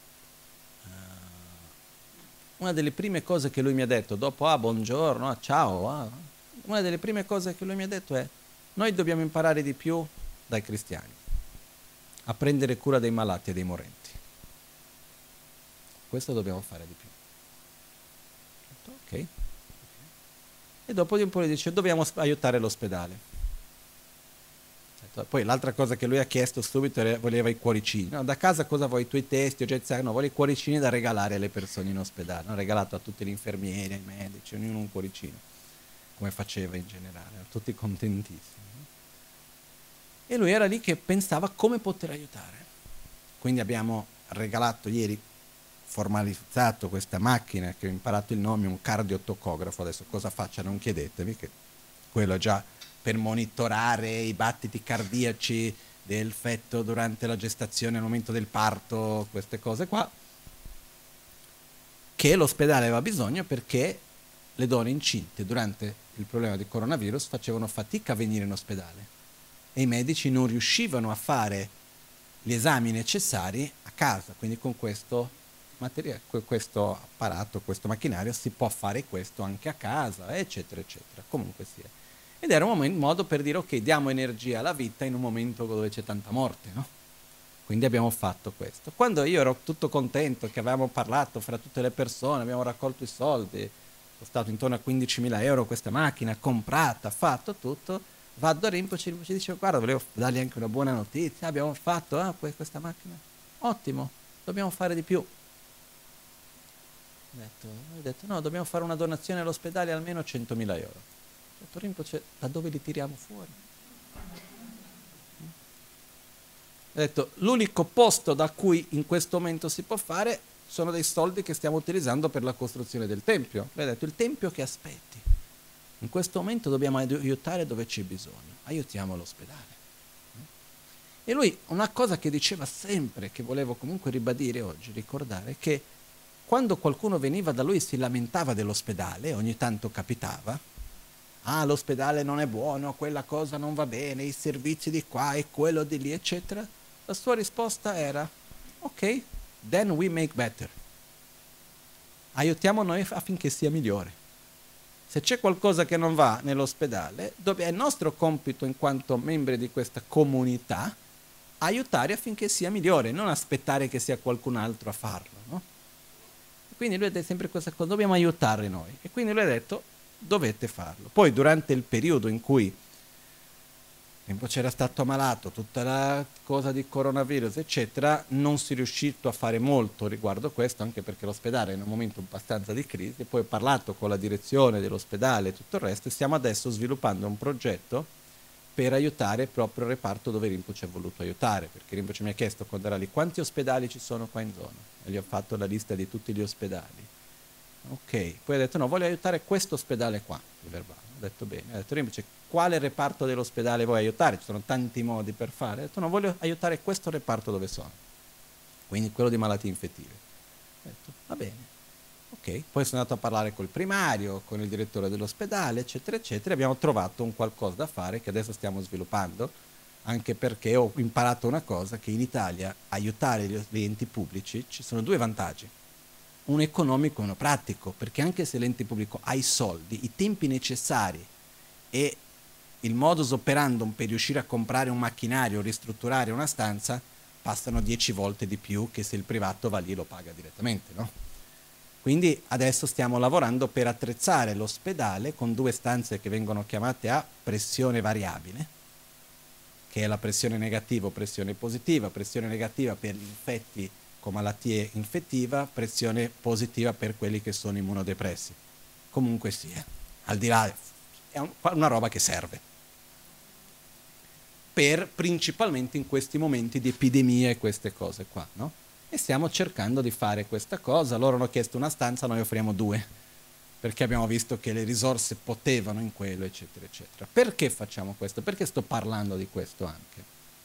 una delle prime cose che lui mi ha detto, dopo ah buongiorno, ah ciao, ah, una delle prime cose che lui mi ha detto è: noi dobbiamo imparare di più dai cristiani, a prendere cura dei malati e dei morenti. Questo dobbiamo fare di più. Ok. E dopo di un po' gli dice: dobbiamo aiutare l'ospedale. Poi l'altra cosa che lui ha chiesto subito era, voleva i cuoricini. No, da casa cosa vuoi? I tuoi testi, oggetti? No, vuole i cuoricini da regalare alle persone in ospedale. Ha regalato a tutti gli infermieri, ai medici, ognuno un cuoricino, come faceva in generale, erano tutti contentissimi. E lui era lì che pensava come poter aiutare. Quindi abbiamo regalato ieri, formalizzato questa macchina, che ho imparato il nome, un cardiotocografo. Adesso cosa faccia non chiedetevi, che quello è già per monitorare i battiti cardiaci del feto durante la gestazione, al momento del parto, queste cose qua, che l'ospedale aveva bisogno perché le donne incinte durante il problema del coronavirus facevano fatica a venire in ospedale e i medici non riuscivano a fare gli esami necessari a casa, quindi con questo materiale, questo apparato, questo macchinario si può fare questo anche a casa, eccetera, eccetera, comunque sia. Ed era un modo per dire ok, diamo energia alla vita in un momento dove c'è tanta morte, no? Quindi abbiamo fatto questo. Quando io ero tutto contento che avevamo parlato fra tutte le persone, abbiamo raccolto i soldi, è costato intorno a quindicimila euro questa macchina, comprata, fatto tutto, vado a Rinpoche, Rinpoche dice guarda, volevo dargli anche una buona notizia, abbiamo fatto ah, questa macchina, ottimo, dobbiamo fare di più. Ho detto, ho detto no, dobbiamo fare una donazione all'ospedale almeno centomila euro. Ho detto Rinpoche, da dove li tiriamo fuori? Ho detto, l'unico posto da cui in questo momento si può fare sono dei soldi che stiamo utilizzando per la costruzione del tempio. Lui ha detto, il tempio che aspetti. In questo momento dobbiamo aiutare dove c'è bisogno. Aiutiamo l'ospedale. E lui, una cosa che diceva sempre, che volevo comunque ribadire oggi, ricordare, che quando qualcuno veniva da lui e si lamentava dell'ospedale, ogni tanto capitava, ah, l'ospedale non è buono, quella cosa non va bene, i servizi di qua e quello di lì, eccetera, la sua risposta era, ok, then we make better. Aiutiamo noi affinché sia migliore. Se c'è qualcosa che non va nell'ospedale, è il nostro compito in quanto membri di questa comunità aiutare affinché sia migliore, non aspettare che sia qualcun altro a farlo, no? Quindi lui ha detto sempre questa cosa, dobbiamo aiutare noi. E quindi lui ha detto, dovete farlo. Poi durante il periodo in cui Rinpoche era stato ammalato, tutta la cosa di coronavirus, eccetera, non si è riuscito a fare molto riguardo questo, anche perché l'ospedale è in un momento abbastanza di crisi. Poi ho parlato con la direzione dell'ospedale e tutto il resto, e stiamo adesso sviluppando un progetto per aiutare proprio il reparto dove Rinpoche ha voluto aiutare, perché Rinpoche mi ha chiesto quando era lì quanti ospedali ci sono qua in zona, e gli ho fatto la lista di tutti gli ospedali. Ok, poi ha detto no, voglio aiutare questo ospedale qua, il verbale. Ho detto bene, ha detto Rinpoche, quale reparto dell'ospedale vuoi aiutare? Ci sono tanti modi per fare. Ho detto no, voglio aiutare questo reparto dove sono, quindi quello di malattie infettive. Ho detto va bene, ok. Poi sono andato a parlare col primario, con il direttore dell'ospedale, eccetera, eccetera. Abbiamo trovato un qualcosa da fare che adesso stiamo sviluppando, anche perché ho imparato una cosa, che in Italia aiutare gli enti pubblici ci sono due vantaggi. Uno economico e uno pratico, perché anche se l'ente pubblico ha i soldi, i tempi necessari e il modus operandum per riuscire a comprare un macchinario o ristrutturare una stanza passano dieci volte di più che se il privato va lì e lo paga direttamente, no? Quindi adesso stiamo lavorando per attrezzare l'ospedale con due stanze che vengono chiamate a pressione variabile, che è la pressione negativa o pressione positiva, pressione negativa per gli infetti con malattie infettive, pressione positiva per quelli che sono immunodepressi. Comunque sia, al di là, è un, una roba che serve per principalmente in questi momenti di epidemia e queste cose qua, no? E stiamo cercando di fare questa cosa. Loro hanno chiesto una stanza, noi offriamo due, perché abbiamo visto che le risorse potevano in quello, eccetera, eccetera. Perché facciamo questo? Perché sto parlando di questo anche?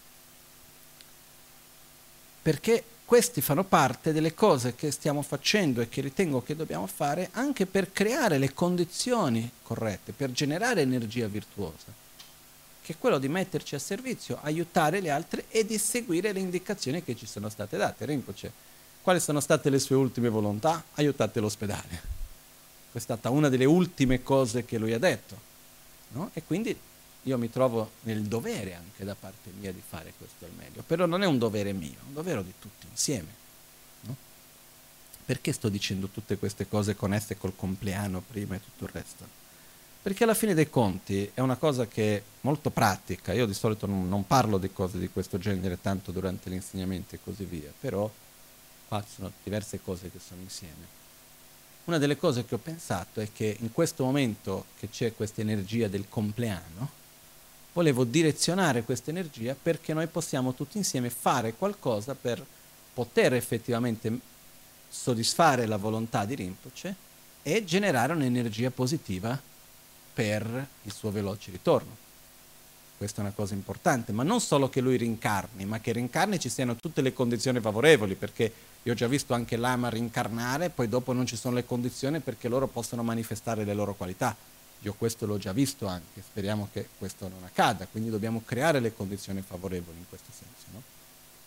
Perché questi fanno parte delle cose che stiamo facendo e che ritengo che dobbiamo fare anche per creare le condizioni corrette, per generare energia virtuosa, che è quello di metterci a servizio, aiutare le altre e di seguire le indicazioni che ci sono state date. Rinpoche, quali sono state le sue ultime volontà? Aiutate l'ospedale. Questa è stata una delle ultime cose che lui ha detto, no? E quindi io mi trovo nel dovere anche da parte mia di fare questo al meglio, però non è un dovere mio, è un dovere di tutti insieme, no? Perché sto dicendo tutte queste cose connesse col compleanno prima e tutto il resto? Perché alla fine dei conti è una cosa che è molto pratica. Io di solito non, non parlo di cose di questo genere tanto durante gli insegnamenti e così via, però qua ci sono diverse cose che sono insieme. Una delle cose che ho pensato è che in questo momento che c'è questa energia del compleanno, volevo direzionare questa energia perché noi possiamo tutti insieme fare qualcosa per poter effettivamente soddisfare la volontà di Rinpoche e generare un'energia positiva per il suo veloce ritorno. Questa è una cosa importante, ma non solo che lui rincarni, ma che rincarni ci siano tutte le condizioni favorevoli, perché io ho già visto anche l'ama rincarnare, poi dopo non ci sono le condizioni perché loro possono manifestare le loro qualità. Io questo l'ho già visto anche, speriamo che questo non accada, quindi dobbiamo creare le condizioni favorevoli in questo senso, no?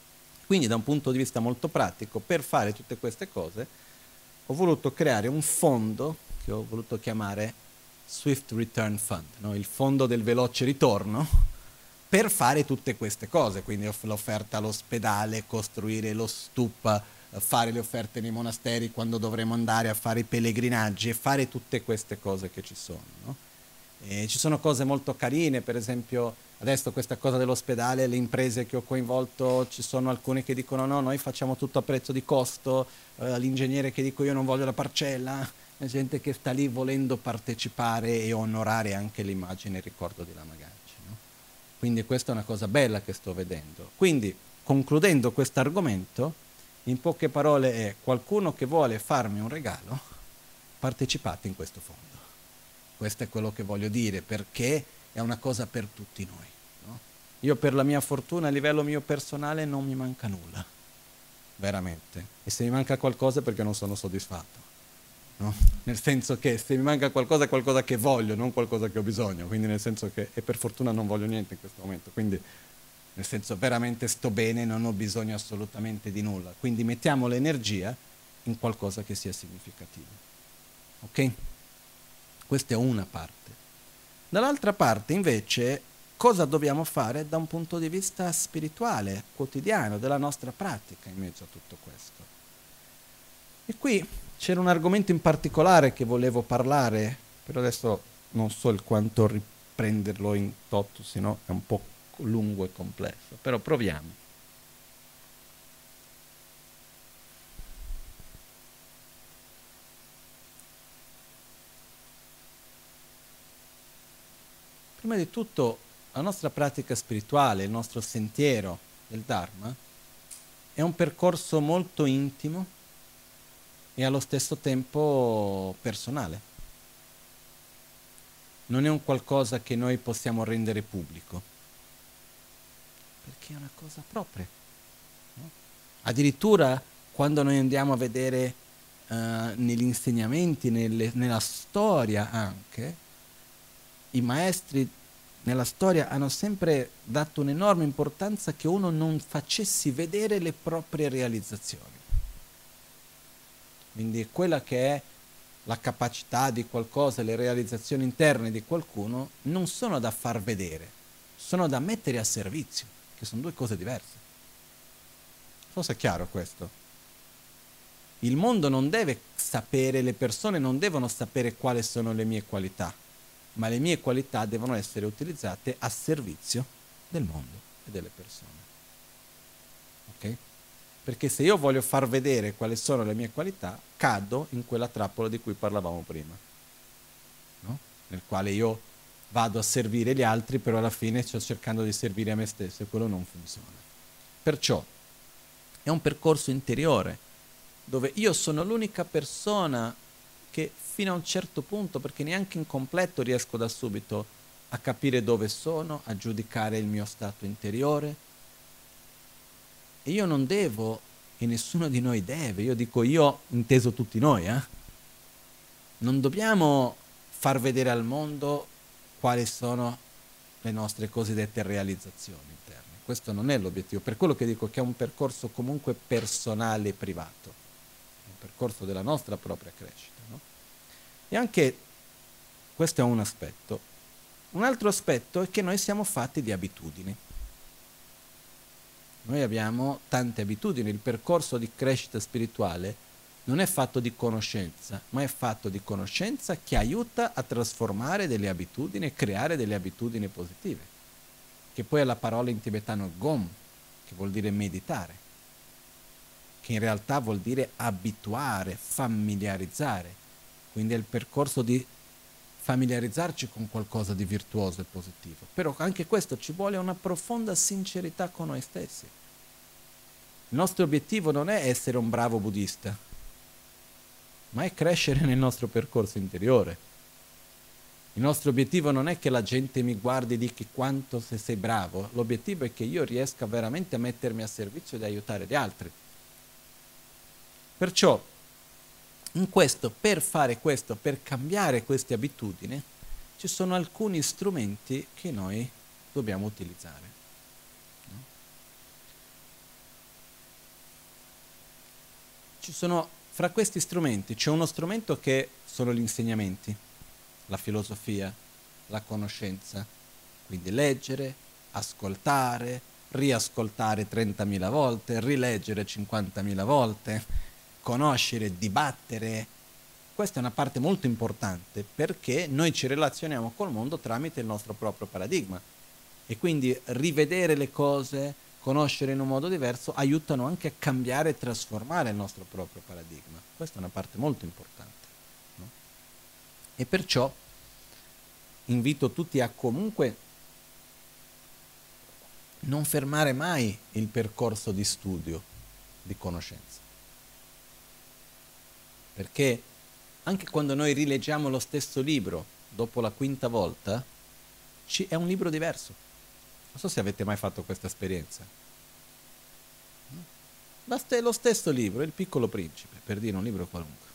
Quindi da un punto di vista molto pratico, per fare tutte queste cose, ho voluto creare un fondo che ho voluto chiamare Swift Return Fund, no? Il fondo del veloce ritorno, per fare tutte queste cose, quindi l'offerta all'ospedale, costruire lo stupa, fare le offerte nei monasteri quando dovremo andare a fare i pellegrinaggi e fare tutte queste cose che ci sono, no? E ci sono cose molto carine, per esempio adesso questa cosa dell'ospedale, le imprese che ho coinvolto, ci sono alcune che dicono no, noi facciamo tutto a prezzo di costo, eh, l'ingegnere che dico io non voglio la parcella, la gente che sta lì volendo partecipare e onorare anche l'immagine e il ricordo di Lama Ganci, no? Quindi questa è una cosa bella che sto vedendo. Quindi, concludendo questo argomento, in poche parole è: qualcuno che vuole farmi un regalo, partecipate in questo fondo. Questo è quello che voglio dire, perché è una cosa per tutti noi, no? Io per la mia fortuna a livello mio personale non mi manca nulla, veramente. E se mi manca qualcosa è perché non sono soddisfatto, no? Nel senso che se mi manca qualcosa è qualcosa che voglio, non qualcosa che ho bisogno, quindi nel senso che, e per fortuna non voglio niente in questo momento, quindi nel senso veramente sto bene, non ho bisogno assolutamente di nulla, quindi mettiamo l'energia in qualcosa che sia significativo, ok? Questa è una parte. Dall'altra parte invece cosa dobbiamo fare da un punto di vista spirituale, quotidiano, della nostra pratica in mezzo a tutto questo? E qui c'era un argomento in particolare che volevo parlare, però adesso non so il quanto riprenderlo in toto, sennò è un po' lungo e complesso, però proviamo. Prima di tutto, la nostra pratica spirituale, il nostro sentiero del Dharma, è un percorso molto intimo e allo stesso tempo personale. Non è un qualcosa che noi possiamo rendere pubblico, perché è una cosa propria, no? Addirittura quando noi andiamo a vedere uh, negli insegnamenti, nelle, nella storia anche, i maestri nella storia hanno sempre dato un'enorme importanza che uno non facessi vedere le proprie realizzazioni. Quindi quella che è la capacità di qualcosa, le realizzazioni interne di qualcuno, non sono da far vedere, sono da mettere a servizio, che sono due cose diverse. Forse è chiaro questo? Il mondo non deve sapere, le persone non devono sapere quali sono le mie qualità, ma le mie qualità devono essere utilizzate a servizio del mondo e delle persone. Ok? Perché se io voglio far vedere quali sono le mie qualità, cado in quella trappola di cui parlavamo prima, no? Nel quale io vado a servire gli altri, però alla fine sto cercando di servire a me stesso e quello non funziona. Perciò è un percorso interiore, dove io sono l'unica persona che fino a un certo punto, perché neanche in completo riesco da subito a capire dove sono, a giudicare il mio stato interiore. E io non devo, e nessuno di noi deve, io dico io, inteso tutti noi, eh? Non dobbiamo far vedere al mondo quali sono le nostre cosiddette realizzazioni interne. Questo non è l'obiettivo, per quello che dico che è un percorso comunque personale e privato, un percorso della nostra propria crescita, no? E anche questo è un aspetto. Un altro aspetto è che noi siamo fatti di abitudini. Noi abbiamo tante abitudini, il percorso di crescita spirituale non è fatto di conoscenza, ma è fatto di conoscenza che aiuta a trasformare delle abitudini e creare delle abitudini positive, che poi è la parola in tibetano gom, che vuol dire meditare, che in realtà vuol dire abituare, familiarizzare. Quindi è il percorso di familiarizzarci con qualcosa di virtuoso e positivo. Però anche questo ci vuole una profonda sincerità con noi stessi. Il nostro obiettivo non è essere un bravo buddista, ma è crescere nel nostro percorso interiore. Il nostro obiettivo non è che la gente mi guardi e dica quanto se sei bravo, l'obiettivo è che io riesca veramente a mettermi a servizio ed aiutare gli altri. Perciò, in questo, per fare questo, per cambiare queste abitudini, ci sono alcuni strumenti che noi dobbiamo utilizzare. No? ci sono, fra questi strumenti, c'è uno strumento che sono gli insegnamenti, la filosofia, la conoscenza, quindi leggere, ascoltare, riascoltare trentamila volte, rileggere cinquantamila volte, conoscere, dibattere. Questa è una parte molto importante perché noi ci relazioniamo col mondo tramite il nostro proprio paradigma e quindi rivedere le cose, conoscere in un modo diverso, aiutano anche a cambiare e trasformare il nostro proprio paradigma. Questa è una parte molto importante, no? E perciò invito tutti a comunque non fermare mai il percorso di studio, di conoscenza. Perché anche quando noi rileggiamo lo stesso libro dopo la quinta volta, ci, è un libro diverso. Non so se avete mai fatto questa esperienza. St- lo stesso libro, Il Piccolo Principe, per dire un libro qualunque.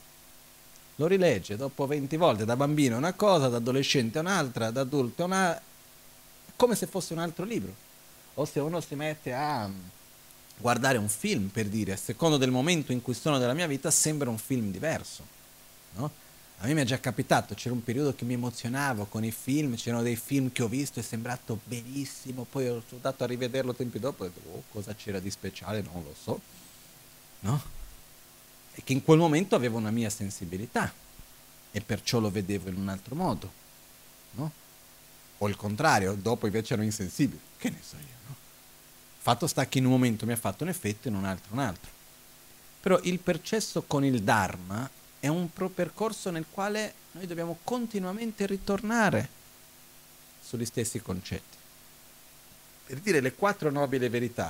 Lo rilegge dopo venti volte, da bambino una cosa, da adolescente un'altra, da adulto una... come se fosse un altro libro. O se uno si mette a guardare un film, per dire, a secondo del momento in cui sono della mia vita, sembra un film diverso, no? A me mi è già capitato, c'era un periodo che mi emozionavo con i film, c'erano dei film che ho visto e è sembrato bellissimo, poi ho dato a rivederlo tempi dopo e ho detto, oh, cosa c'era di speciale, non lo so, no? E che in quel momento avevo una mia sensibilità e perciò lo vedevo in un altro modo, no? O il contrario, dopo invece ero insensibile, che ne so io, no? Fatto sta che in un momento mi ha fatto un effetto, in un altro un altro. Però il processo con il Dharma è un pro percorso nel quale noi dobbiamo continuamente ritornare sugli stessi concetti. Per dire, le quattro nobili verità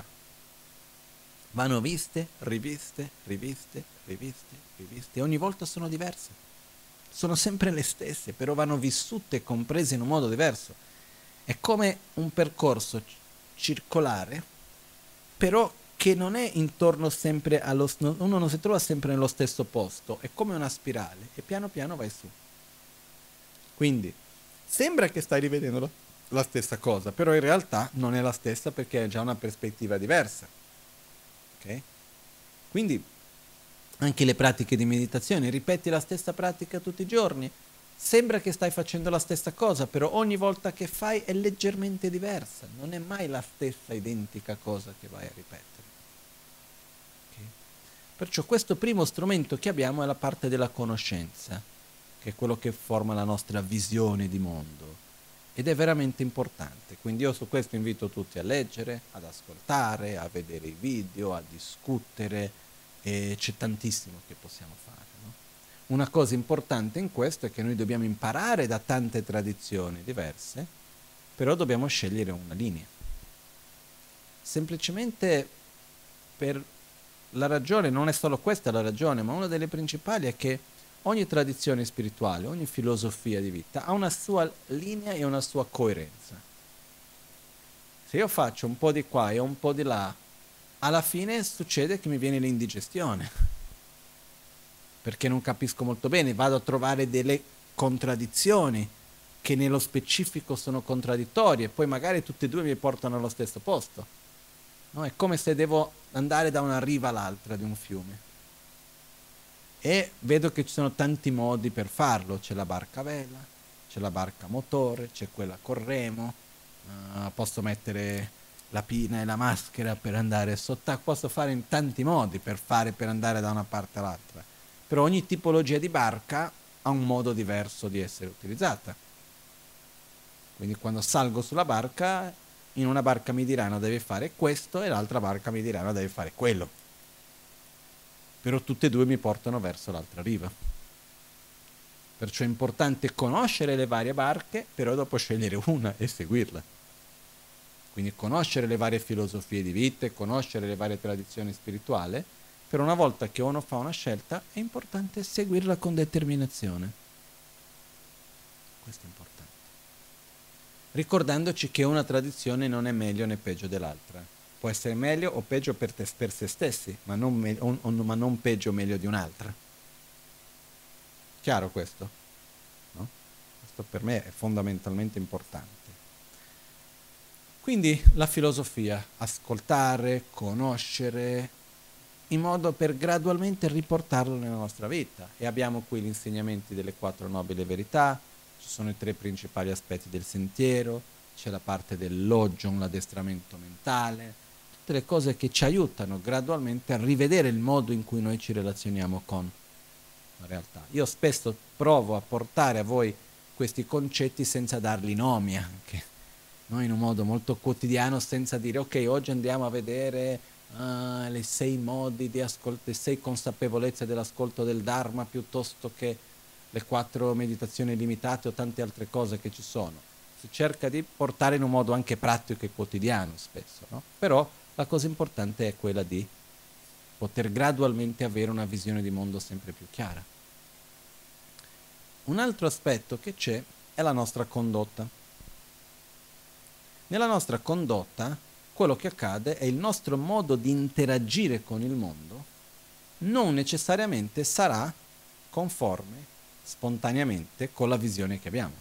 vanno viste, riviste, riviste, riviste, riviste, e ogni volta sono diverse. Sono sempre le stesse, però vanno vissute e comprese in un modo diverso. È come un percorso circolare, però che non è intorno sempre allo... uno non si trova sempre nello stesso posto, è come una spirale e piano piano vai su. Quindi sembra che stai rivedendo la stessa cosa, però in realtà non è la stessa perché è già una prospettiva diversa. Ok? Quindi anche le pratiche di meditazione, ripeti la stessa pratica tutti i giorni, sembra che stai facendo la stessa cosa, però ogni volta che fai è leggermente diversa, non è mai la stessa identica cosa che vai a ripetere. Okay? Perciò questo primo strumento che abbiamo è la parte della conoscenza, che è quello che forma la nostra visione di mondo, ed è veramente importante. Quindi io su questo invito tutti a leggere, ad ascoltare, a vedere i video, a discutere, e c'è tantissimo che possiamo fare, no? Una cosa importante in questo è che noi dobbiamo imparare da tante tradizioni diverse, però dobbiamo scegliere una linea. Semplicemente per la ragione, non è solo questa la ragione, ma una delle principali è che ogni tradizione spirituale, ogni filosofia di vita ha una sua linea e una sua coerenza. Se io faccio un po' di qua e un po' di là, alla fine succede che mi viene l'indigestione, perché non capisco molto bene, vado a trovare delle contraddizioni che nello specifico sono contraddittorie, poi magari tutte e due mi portano allo stesso posto. No? È come se devo andare da una riva all'altra di un fiume. E vedo che ci sono tanti modi per farlo, c'è la barca a vela, c'è la barca a motore, c'è quella col remo, uh, posso mettere la pinna e la maschera per andare sott'acqua, posso fare in tanti modi per fare per andare da una parte all'altra, però ogni tipologia di barca ha un modo diverso di essere utilizzata. Quindi quando salgo sulla barca, in una barca mi diranno devi fare questo e l'altra barca mi diranno devi fare quello, però tutte e due mi portano verso l'altra riva. Perciò è importante conoscere le varie barche, però dopo scegliere una e seguirla. Quindi conoscere le varie filosofie di vita, conoscere le varie tradizioni spirituali, per una volta che uno fa una scelta è importante seguirla con determinazione. Questo è importante. Ricordandoci che una tradizione non è meglio né peggio dell'altra. Può essere meglio o peggio per, te, per se stessi, ma non, me, o, o, ma non peggio o meglio di un'altra. Chiaro questo? No? Questo per me è fondamentalmente importante. Quindi la filosofia, ascoltare, conoscere, in modo per gradualmente riportarlo nella nostra vita. E abbiamo qui gli insegnamenti delle quattro nobili verità, ci sono i tre principali aspetti del sentiero, c'è la parte del loggion, l'addestramento mentale, tutte le cose che ci aiutano gradualmente a rivedere il modo in cui noi ci relazioniamo con la realtà. Io spesso provo a portare a voi questi concetti senza dargli nomi anche, no? In un modo molto quotidiano, senza dire ok, oggi andiamo a vedere uh, le sei modi di ascolto, le sei consapevolezze dell'ascolto del Dharma, piuttosto che le quattro meditazioni limitate o tante altre cose che ci sono. Si cerca di portare in un modo anche pratico e quotidiano spesso, no? Però la cosa importante è quella di poter gradualmente avere una visione di mondo sempre più chiara. Un altro aspetto che c'è è la nostra condotta. Nella nostra condotta, quello che accade è il nostro modo di interagire con il mondo non necessariamente sarà conforme spontaneamente con la visione che abbiamo.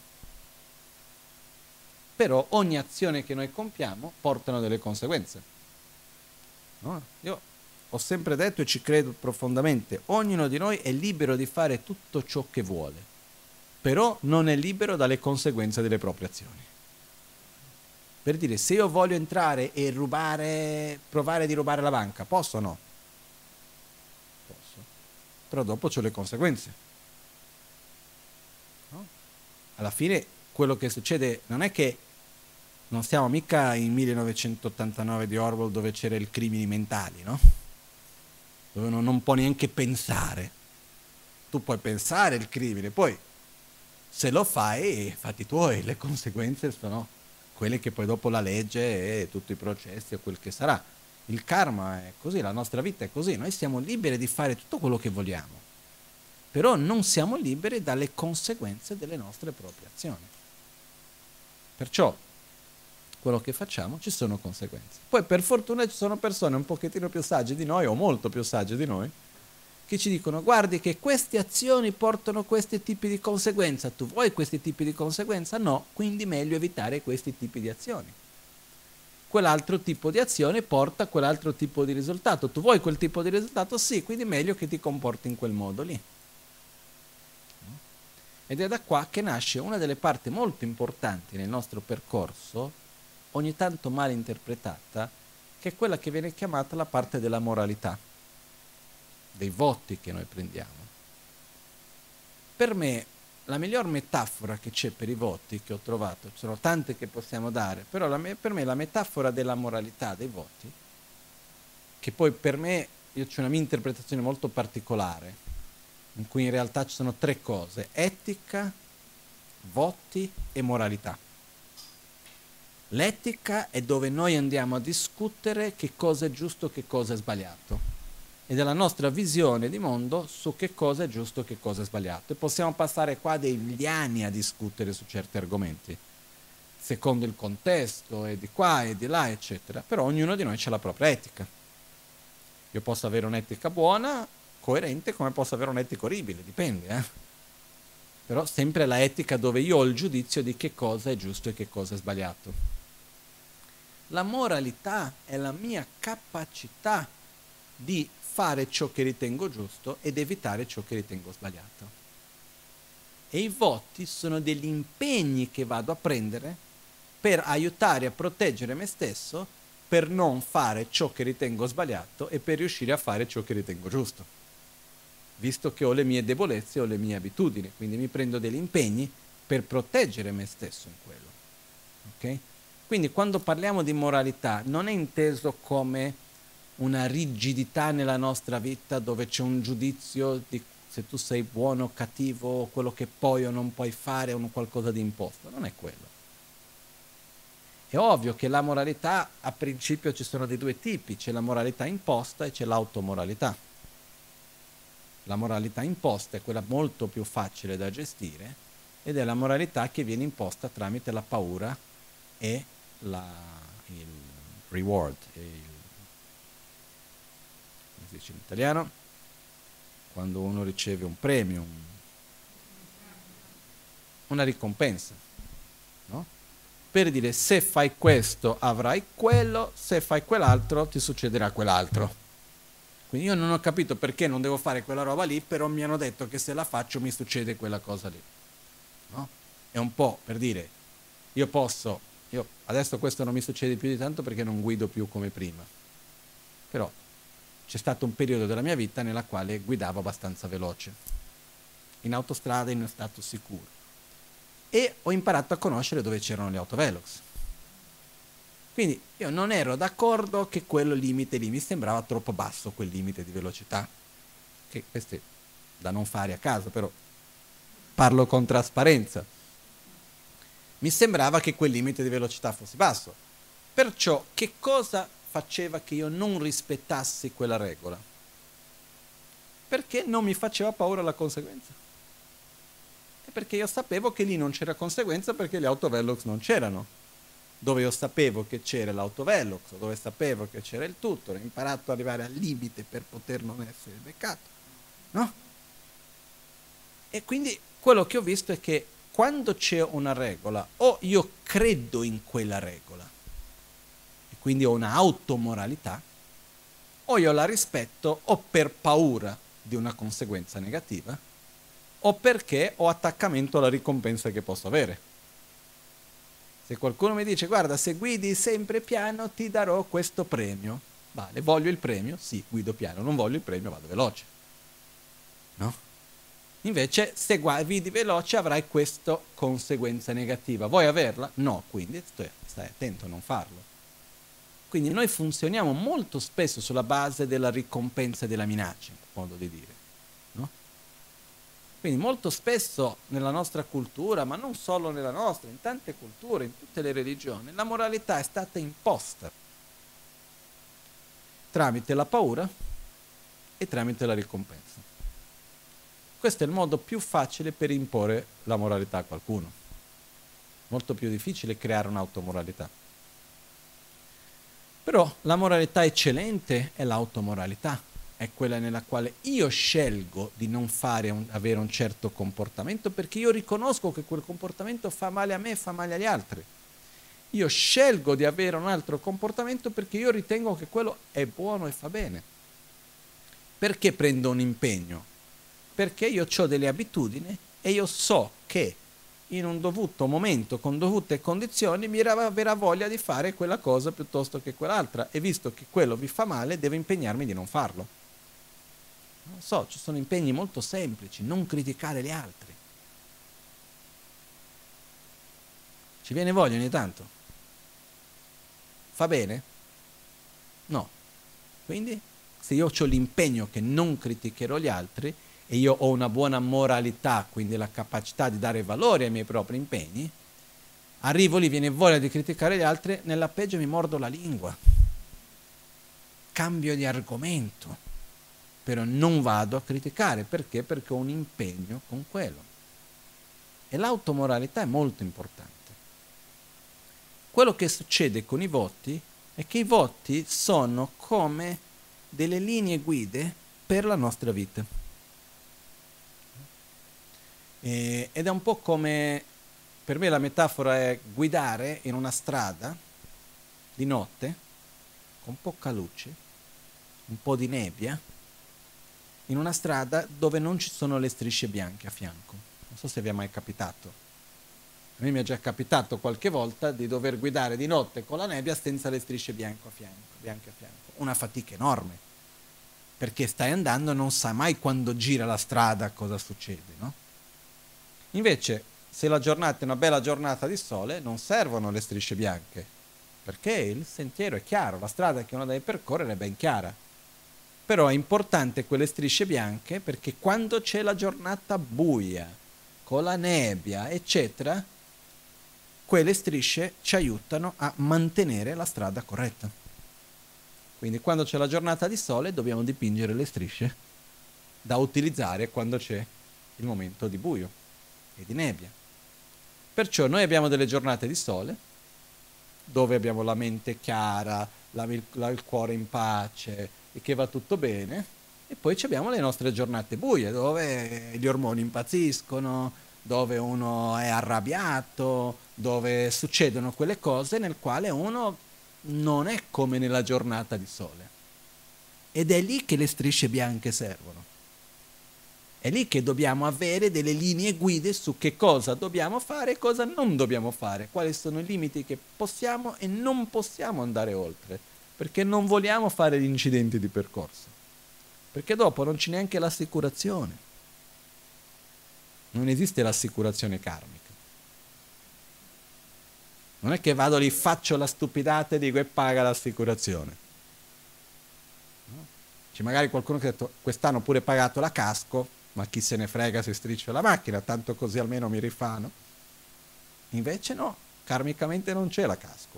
Però ogni azione che noi compiamo portano delle conseguenze. No? Io ho sempre detto e ci credo profondamente, ognuno di noi è libero di fare tutto ciò che vuole, però non è libero dalle conseguenze delle proprie azioni. Per dire, se io voglio entrare e rubare, provare di rubare la banca, posso o no? Posso. Però dopo c'ho le conseguenze. No? Alla fine quello che succede non è che non siamo mica in millenovecentottantanove di Orwell dove c'era il crimini mentali, no? Dove non, non può neanche pensare. Tu puoi pensare il crimine, poi se lo fai, fatti tuoi, le conseguenze sono quelle che poi dopo la legge e tutti i processi o quel che sarà. Il karma è così, la nostra vita è così, noi siamo liberi di fare tutto quello che vogliamo, però non siamo liberi dalle conseguenze delle nostre proprie azioni. Perciò quello che facciamo ci sono conseguenze. Poi per fortuna ci sono persone un pochettino più sagge di noi o molto più sagge di noi che ci dicono guardi che queste azioni portano questi tipi di conseguenza, tu vuoi questi tipi di conseguenza? No, quindi meglio evitare questi tipi di azioni. Quell'altro tipo di azione porta a quell'altro tipo di risultato, tu vuoi quel tipo di risultato? Sì, quindi meglio che ti comporti in quel modo lì. Ed è da qua che nasce una delle parti molto importanti nel nostro percorso, ogni tanto mal interpretata, che è quella che viene chiamata la parte della moralità, dei voti che noi prendiamo. Per me la miglior metafora che c'è per i voti che ho trovato, ci sono tante che possiamo dare, però la me, per me la metafora della moralità dei voti, che poi per me, io c'ho una mia interpretazione molto particolare, in cui in realtà ci sono tre cose: etica, voti e moralità. L'etica è dove noi andiamo a discutere che cosa è giusto, che cosa è sbagliato, ed è la nostra visione di mondo su che cosa è giusto, che cosa è sbagliato. E possiamo passare qua degli anni a discutere su certi argomenti, secondo il contesto, e di qua e di là, eccetera. Però ognuno di noi ha la propria etica. Io posso avere un'etica buona, coerente, come posso avere un'etica orribile, dipende, eh? Però sempre la etica dove io ho il giudizio di che cosa è giusto e che cosa è sbagliato. La moralità è la mia capacità di fare ciò che ritengo giusto ed evitare ciò che ritengo sbagliato. E i voti sono degli impegni che vado a prendere per aiutare a proteggere me stesso, per non fare ciò che ritengo sbagliato e per riuscire a fare ciò che ritengo giusto, visto che ho le mie debolezze o le mie abitudini, quindi mi prendo degli impegni per proteggere me stesso in quello. Ok? Quindi quando parliamo di moralità non è inteso come una rigidità nella nostra vita dove c'è un giudizio di se tu sei buono o cattivo, o quello che puoi o non puoi fare, o qualcosa di imposto. Non è quello. È ovvio che la moralità, a principio ci sono dei due tipi, c'è la moralità imposta e c'è l'automoralità. La moralità imposta è quella molto più facile da gestire ed è la moralità che viene imposta tramite la paura e la, il reward, il, come si dice in italiano? Quando uno riceve un premio, un, una ricompensa, no? Per dire se fai questo avrai quello, se fai quell'altro ti succederà quell'altro. Quindi io non ho capito perché non devo fare quella roba lì, però mi hanno detto che se la faccio mi succede quella cosa lì. No? È un po' per dire, io posso, io adesso questo non mi succede più di tanto perché non guido più come prima, però c'è stato un periodo della mia vita nella quale guidavo abbastanza veloce, in autostrada in stato sicuro, e ho imparato a conoscere dove c'erano le autovelox. Quindi io non ero d'accordo che quello limite lì mi sembrava troppo basso, quel limite di velocità, che questo è da non fare a caso, però parlo con trasparenza. Mi sembrava che quel limite di velocità fosse basso. Perciò che cosa faceva che io non rispettassi quella regola? Perché non mi faceva paura la conseguenza. E perché io sapevo che lì non c'era conseguenza perché le autovelox non c'erano. Dove io sapevo che c'era l'autovelox, dove sapevo che c'era il tutor, ho imparato ad arrivare al limite per poter non essere beccato, no? E quindi quello che ho visto è che quando c'è una regola, o io credo in quella regola, e quindi ho una automoralità, o io la rispetto o per paura di una conseguenza negativa, o perché ho attaccamento alla ricompensa che posso avere. Se qualcuno mi dice, guarda, se guidi sempre piano ti darò questo premio. Vale, voglio il premio? Sì, guido piano. Non voglio il premio, vado veloce. No? Invece, se guidi veloce avrai questa conseguenza negativa. Vuoi averla? No, quindi stai, stai attento a non farlo. Quindi noi funzioniamo molto spesso sulla base della ricompensa e della minaccia, modo di dire. No? Quindi molto spesso nella nostra cultura, ma non solo nella nostra, in tante culture, in tutte le religioni, la moralità è stata imposta tramite la paura e tramite la ricompensa. Questo è il modo più facile per imporre la moralità a qualcuno. Molto più difficile creare un'automoralità. Però la moralità eccellente è l'automoralità. È quella nella quale io scelgo di non fare un, avere un certo comportamento perché io riconosco che quel comportamento fa male a me e fa male agli altri. Io scelgo di avere un altro comportamento perché io ritengo che quello è buono e fa bene. Perché prendo un impegno? Perché io ho delle abitudini e io so che in un dovuto momento, con dovute condizioni, mi verrà voglia di fare quella cosa piuttosto che quell'altra, e visto che quello vi fa male, devo impegnarmi di non farlo. Non so, ci sono impegni molto semplici, non criticare gli altri. Ci viene voglia ogni tanto? Fa bene? No. Quindi, se io ho l'impegno che non criticherò gli altri, e io ho una buona moralità, quindi la capacità di dare valore ai miei propri impegni, arrivo lì, viene voglia di criticare gli altri, nella peggio mi mordo la lingua. Cambio di argomento. Però non vado a criticare. Perché? Perché ho un impegno con quello. E l'automoralità è molto importante. Quello che succede con i voti è che i voti sono come delle linee guide per la nostra vita. E, ed è un po' come, per me la metafora è guidare in una strada di notte, con poca luce, un po' di nebbia, in una strada dove non ci sono le strisce bianche a fianco. Non so se vi è mai capitato. A me mi è già capitato qualche volta di dover guidare di notte con la nebbia senza le strisce bianche a fianco, bianche a fianco. Una fatica enorme, perché stai andando e non sai mai quando gira la strada cosa succede, no? Invece, se la giornata è una bella giornata di sole, non servono le strisce bianche, perché il sentiero è chiaro, la strada che uno deve percorrere è ben chiara. Però è importante quelle strisce bianche perché quando c'è la giornata buia, con la nebbia, eccetera, quelle strisce ci aiutano a mantenere la strada corretta. Quindi quando c'è la giornata di sole dobbiamo dipingere le strisce da utilizzare quando c'è il momento di buio e di nebbia. Perciò noi abbiamo delle giornate di sole dove abbiamo la mente chiara, la, la, il cuore in pace e che va tutto bene, e poi abbiamo le nostre giornate buie dove gli ormoni impazziscono, dove uno è arrabbiato, dove succedono quelle cose nel quale uno non è come nella giornata di sole. Ed è lì che le strisce bianche servono. È lì che dobbiamo avere delle linee guide su che cosa dobbiamo fare e cosa non dobbiamo fare, quali sono i limiti che possiamo e non possiamo andare oltre, perché non vogliamo fare gli incidenti di percorso, perché dopo non c'è neanche l'assicurazione. Non esiste l'assicurazione karmica. Non è che vado lì, faccio la stupidata e dico e paga l'assicurazione. No? C'è magari qualcuno che ha detto quest'anno ho pure pagato la casco, ma chi se ne frega se striscio la macchina, tanto così almeno mi rifano. Invece no, karmicamente non c'è la casco.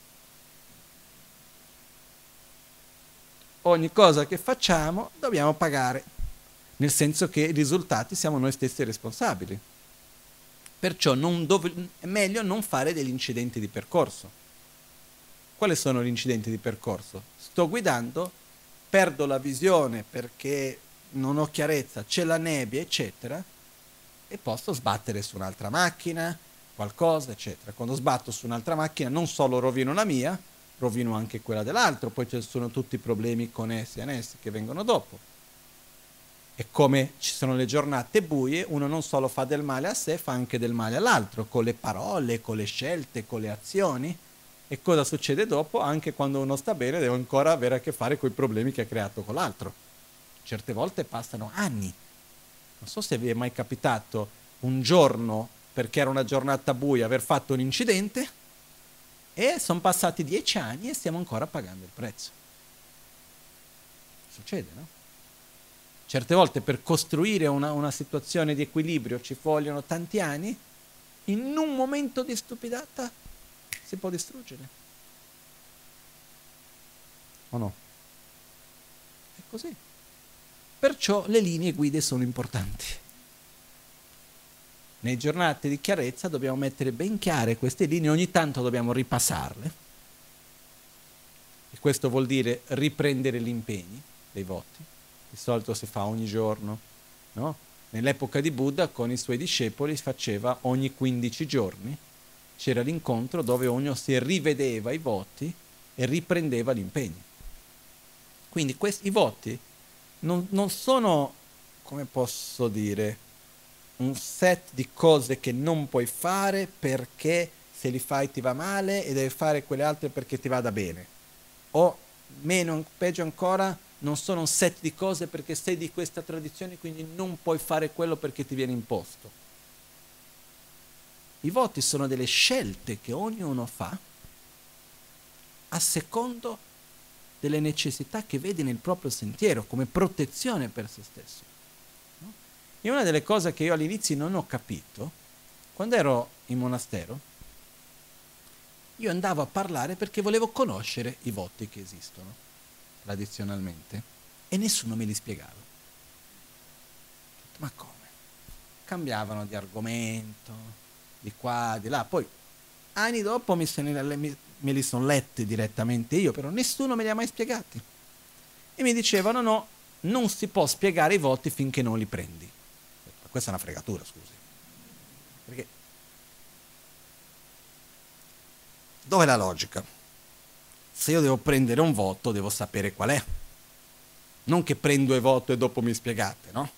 Ogni cosa che facciamo dobbiamo pagare, nel senso che i risultati siamo noi stessi responsabili. Perciò non dov- è meglio non fare degli incidenti di percorso. Quali sono gli incidenti di percorso? Sto guidando, perdo la visione perché non ho chiarezza, c'è la nebbia, eccetera, e posso sbattere su un'altra macchina, qualcosa, eccetera. Quando sbatto su un'altra macchina non solo rovino la mia, rovino anche quella dell'altro, poi ci sono tutti i problemi connessi e annessi che vengono dopo. E come ci sono le giornate buie, uno non solo fa del male a sé, fa anche del male all'altro, con le parole, con le scelte, con le azioni. E cosa succede dopo? Anche quando uno sta bene deve ancora avere a che fare con i problemi che ha creato con l'altro. Certe volte passano anni. Non so se vi è mai capitato un giorno, perché era una giornata buia, aver fatto un incidente e sono passati dieci anni e stiamo ancora pagando il prezzo. Succede, no? Certe volte per costruire una, una situazione di equilibrio ci vogliono tanti anni, in un momento di stupidata si può distruggere. O no? È così. Perciò le linee guide sono importanti. Nei giornate di chiarezza dobbiamo mettere ben chiare queste linee, ogni tanto dobbiamo ripassarle. E questo vuol dire riprendere gli impegni dei voti. Di solito si fa ogni giorno, no? Nell'epoca di Buddha con i suoi discepoli si faceva ogni quindici giorni. C'era l'incontro dove ognuno si rivedeva i voti e riprendeva gli impegni. Quindi questi, i voti Non, non sono, come posso dire, un set di cose che non puoi fare perché se li fai ti va male e devi fare quelle altre perché ti vada bene. O, meno, peggio ancora, non sono un set di cose perché sei di questa tradizione quindi non puoi fare quello perché ti viene imposto. I voti sono delle scelte che ognuno fa a secondo delle necessità che vede nel proprio sentiero, come protezione per se stesso. No? E una delle cose che io all'inizio non ho capito, quando ero in monastero, io andavo a parlare perché volevo conoscere i voti che esistono, tradizionalmente, e nessuno me li spiegava. Ma come? Cambiavano di argomento, di qua, di là, poi anni dopo mi se ne, mi, me li sono letti direttamente io, però nessuno me li ha mai spiegati. E mi dicevano no, non si può spiegare i voti finché non li prendi. Ma questa è una fregatura, scusi. Perché dov'è la logica? Se io devo prendere un voto, devo sapere qual è. Non che prendo il voto e dopo mi spiegate, no?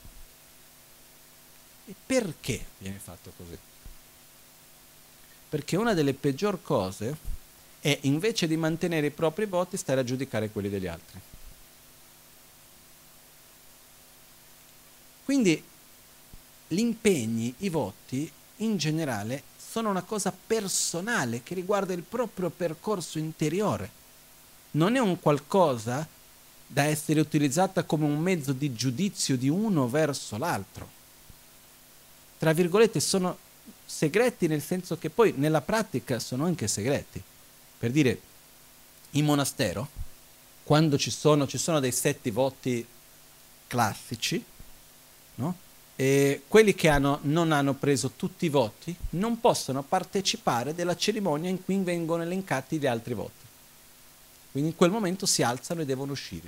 E perché viene fatto così? Perché una delle peggior cose è, invece di mantenere i propri voti, stare a giudicare quelli degli altri. Quindi gli impegni, i voti, in generale, sono una cosa personale che riguarda il proprio percorso interiore. Non è un qualcosa da essere utilizzata come un mezzo di giudizio di uno verso l'altro. Tra virgolette, sono segreti nel senso che poi nella pratica sono anche segreti. Per dire, in monastero, quando ci sono, ci sono dei sette voti classici, no? E quelli che hanno, non hanno preso tutti i voti non possono partecipare della cerimonia in cui vengono elencati gli altri voti. Quindi in quel momento si alzano e devono uscire.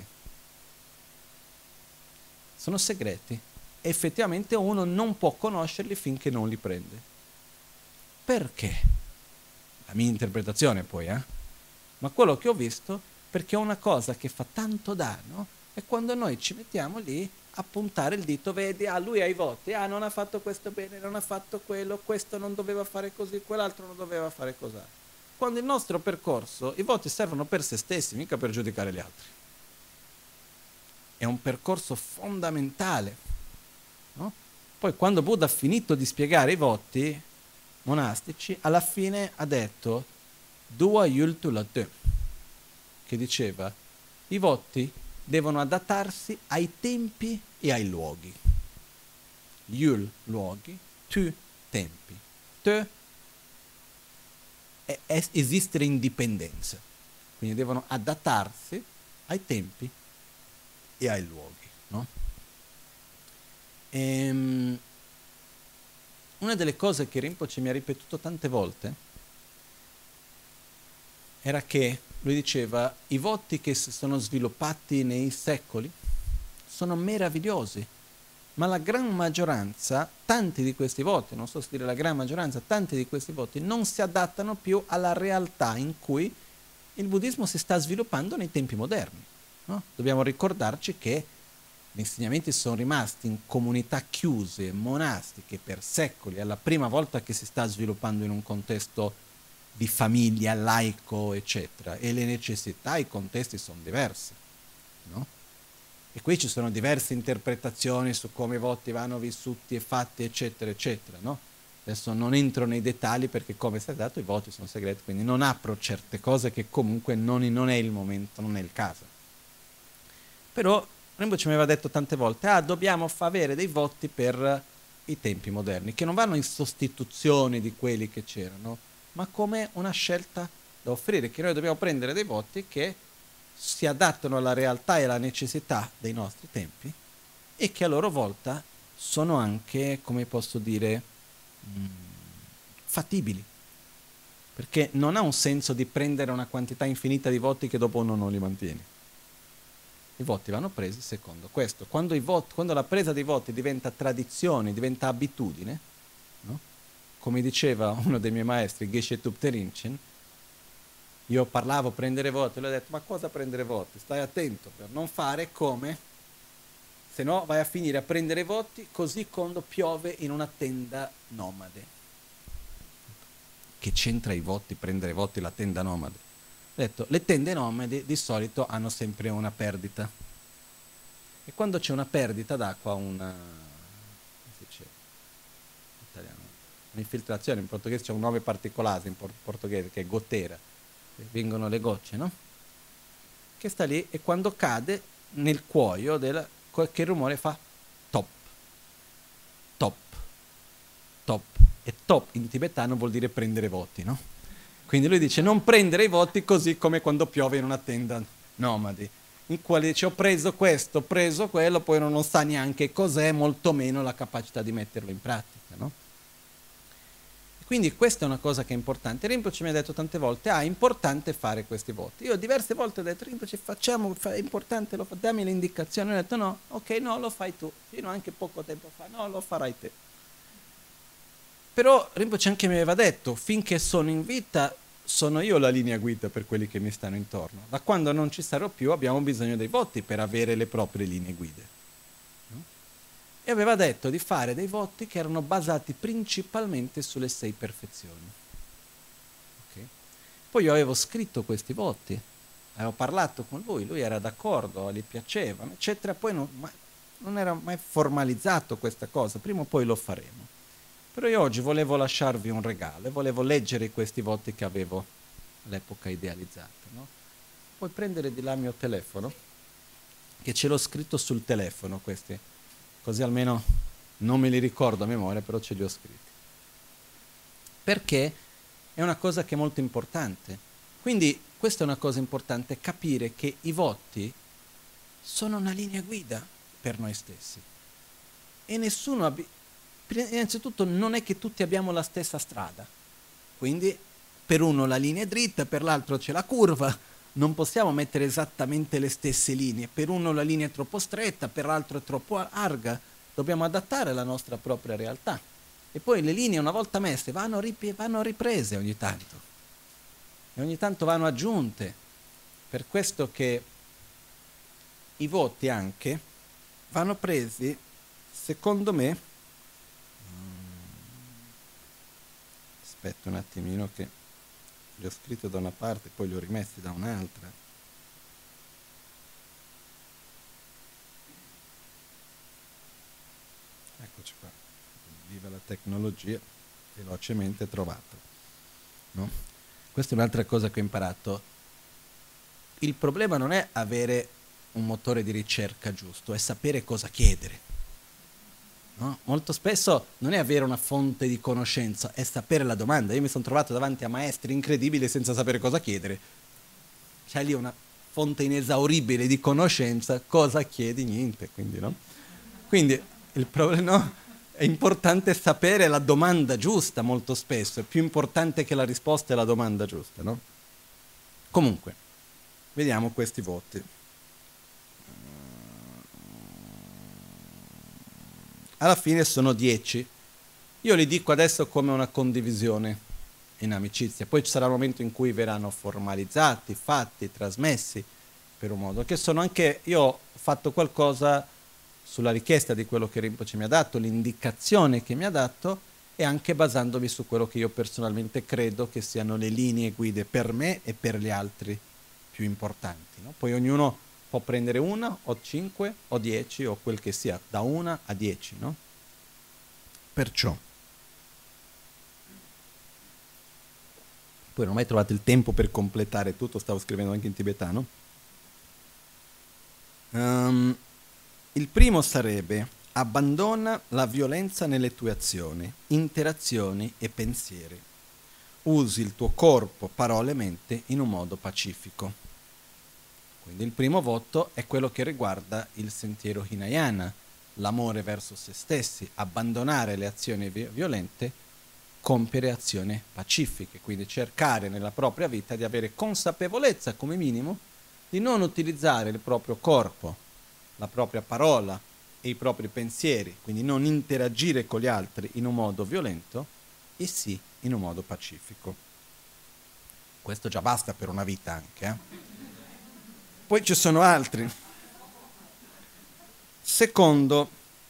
Sono segreti. Effettivamente uno non può conoscerli finché non li prende. Perché? La mia interpretazione poi, eh? Ma quello che ho visto, perché è una cosa che fa tanto danno E quando noi ci mettiamo lì a puntare il dito, vedi, ah, lui ha i voti, ah, non ha fatto questo bene, non ha fatto quello, questo non doveva fare così, quell'altro non doveva fare così. Quando il nostro percorso, i voti servono per se stessi, mica per giudicare gli altri. È un percorso fondamentale, no? Poi quando Buddha ha finito di spiegare i voti monastici, alla fine ha detto Dua Yultulate, che diceva i voti devono adattarsi ai tempi e ai luoghi. Yul, luoghi, tu, tempi. Te è, è esistere in dipendenza. Quindi devono adattarsi ai tempi e ai luoghi, no? Ehm, una delle cose che Rinpoche mi ha ripetuto tante volte era che lui diceva i voti che si sono sviluppati nei secoli sono meravigliosi, ma la gran maggioranza, tanti di questi voti, non so se dire la gran maggioranza, tanti di questi voti non si adattano più alla realtà in cui il buddismo si sta sviluppando nei tempi moderni, no? Dobbiamo ricordarci che gli insegnamenti sono rimasti in comunità chiuse, monastiche per secoli, è la prima volta che si sta sviluppando in un contesto di famiglia, laico, eccetera, e le necessità, i contesti sono diversi, no? E qui ci sono diverse interpretazioni su come i voti vanno vissuti e fatti, eccetera, eccetera, no? Adesso non entro nei dettagli perché, come si è dato, i voti sono segreti, quindi non apro certe cose che comunque non, non è il momento, non è il caso. Però Rinpoche mi aveva detto tante volte, ah, dobbiamo avere dei voti per i tempi moderni, che non vanno in sostituzione di quelli che c'erano, ma come una scelta da offrire, che noi dobbiamo prendere dei voti che si adattano alla realtà e alla necessità dei nostri tempi e che a loro volta sono anche, come posso dire, mh, fattibili. Perché non ha un senso di prendere una quantità infinita di voti che dopo uno non li mantiene. I voti vanno presi secondo questo. Quando, i voti, quando la presa dei voti diventa tradizione, diventa abitudine, no? Come diceva uno dei miei maestri, Geshe Thupten Rinchen, io parlavo prendere voti, e lui ha detto, ma cosa prendere voti? Stai attento per non fare come, se no vai a finire a prendere voti così quando piove in una tenda nomade. Che c'entra i voti, prendere voti, la tenda nomade? Ho detto, le tende nomadi di solito hanno sempre una perdita. E quando c'è una perdita d'acqua, una... come si dice? In italiano? Un'infiltrazione, in portoghese c'è un nome particolare in por- portoghese che è gottera. Vengono le gocce, no? Che sta lì e quando cade nel cuoio del, che rumore fa? Top, top, top. E top in tibetano vuol dire prendere voti, no? Quindi lui dice non prendere i voti così come quando piove in una tenda nomadi, in quale dice ho preso questo, ho preso quello, poi non sa neanche cos'è, molto meno la capacità di metterlo in pratica, no? Quindi questa è una cosa che è importante. Rinpoche mi ha detto tante volte, ah, è importante fare questi voti. Io diverse volte ho detto, Rinpoche, facciamo, fa, è importante, lo fa, dammi le indicazioni. Ho detto, no, ok, no, lo fai tu. Fino anche poco tempo fa, no, lo farai te. Però Rinpoche anche mi aveva detto, finché sono in vita, sono io la linea guida per quelli che mi stanno intorno. Da quando non ci sarò più, abbiamo bisogno dei voti per avere le proprie linee guida. E aveva detto di fare dei voti che erano basati principalmente sulle sei perfezioni. Okay. Poi io avevo scritto questi voti, avevo parlato con lui, lui era d'accordo, gli piacevano, eccetera, poi non, ma, non era mai formalizzato questa cosa, prima o poi lo faremo. Però io oggi volevo lasciarvi un regalo e volevo leggere questi voti che avevo all'epoca idealizzata, no? Puoi prendere di là il mio telefono, che ce l'ho scritto sul telefono questi, così almeno non me li ricordo a memoria, però ce li ho scritti. Perché è una cosa che è molto importante. Quindi questa è una cosa importante, capire che i voti sono una linea guida per noi stessi. E nessuno, abbi- innanzitutto non è che tutti abbiamo la stessa strada. Quindi per uno la linea è dritta, per l'altro c'è la curva. Non possiamo mettere esattamente le stesse linee, per uno la linea è troppo stretta, per l'altro è troppo larga, dobbiamo adattare la nostra propria realtà. E poi le linee una volta messe vanno, rip- vanno riprese ogni tanto, e ogni tanto vanno aggiunte. Per questo che i voti anche vanno presi, secondo me, aspetta un attimino che li ho scritti da una parte, poi li ho rimessi da un'altra. Eccoci qua, viva la tecnologia, velocemente trovato. No? Questa è un'altra cosa che ho imparato. Il problema non è avere un motore di ricerca giusto, è sapere cosa chiedere. No? Molto spesso non è avere una fonte di conoscenza, è sapere la domanda. Io mi sono trovato davanti a maestri incredibili senza sapere cosa chiedere. C'è lì una fonte inesauribile di conoscenza, cosa chiedi? Niente, quindi no? Quindi il problema, no? È importante sapere la domanda giusta molto spesso, è più importante che la risposta è la domanda giusta, no? Comunque, vediamo questi voti. Alla fine sono dieci. Io li dico adesso come una condivisione in amicizia, poi ci sarà un momento in cui verranno formalizzati, fatti, trasmessi per un modo che sono anche, io ho fatto qualcosa sulla richiesta di quello che Rinpoche mi ha dato, l'indicazione che mi ha dato, e anche basandomi su quello che io personalmente credo che siano le linee guida per me e per gli altri più importanti, no? Poi ognuno può prendere una o cinque o dieci o quel che sia, da una a dieci, no? Perciò poi non ho mai trovato il tempo per completare tutto, stavo scrivendo anche in tibetano. Um, il primo sarebbe: abbandona la violenza nelle tue azioni, interazioni e pensieri. Usi il tuo corpo, parole e mente in un modo pacifico. Quindi il primo voto è quello che riguarda il sentiero Hinayana, l'amore verso se stessi, abbandonare le azioni violente, compiere azioni pacifiche, quindi cercare nella propria vita di avere consapevolezza come minimo di non utilizzare il proprio corpo, la propria parola e i propri pensieri, quindi non interagire con gli altri in un modo violento e sì in un modo pacifico. Questo già basta per una vita anche, eh? Poi ci sono altri. Secondo,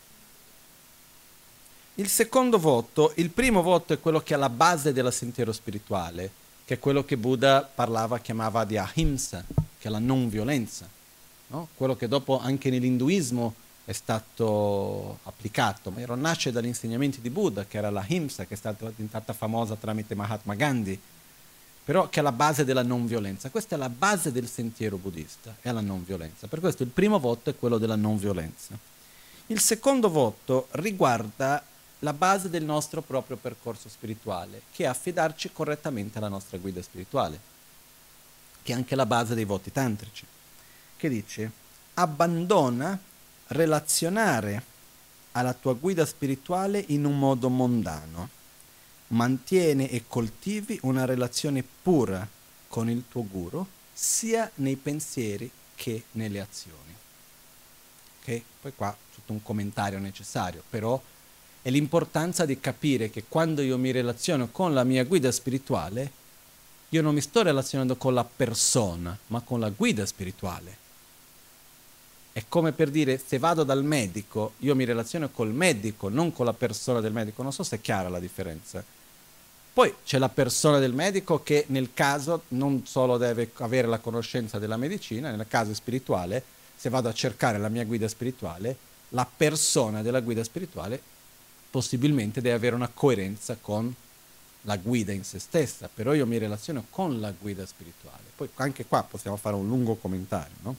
il secondo voto, il primo voto è quello che è alla base del sentiero spirituale, che è quello che Buddha parlava, chiamava di ahimsa, che è la non violenza, no? Quello che dopo anche nell'induismo è stato applicato, ma nasce dagli insegnamenti di Buddha, che era l'ahimsa, che è stata diventata famosa tramite Mahatma Gandhi, però che è la base della non violenza. Questa è la base del sentiero buddista, è la non violenza. Per questo il primo voto è quello della non violenza. Il secondo voto riguarda la base del nostro proprio percorso spirituale, che è affidarci correttamente alla nostra guida spirituale, che è anche la base dei voti tantrici, che dice: abbandona relazionare alla tua guida spirituale in un modo mondano. Mantiene e coltivi una relazione pura con il tuo guru, sia nei pensieri che nelle azioni. Ok? Poi qua tutto un commentario necessario, però è l'importanza di capire che quando io mi relaziono con la mia guida spirituale, io non mi sto relazionando con la persona, ma con la guida spirituale. È come per dire, se vado dal medico, io mi relaziono col medico, non con la persona del medico. Non so se è chiara la differenza. Poi c'è la persona del medico che nel caso non solo deve avere la conoscenza della medicina, nel caso spirituale, se vado a cercare la mia guida spirituale, la persona della guida spirituale possibilmente deve avere una coerenza con la guida in se stessa, però io mi relaziono con la guida spirituale. Poi anche qua possiamo fare un lungo commentario, no?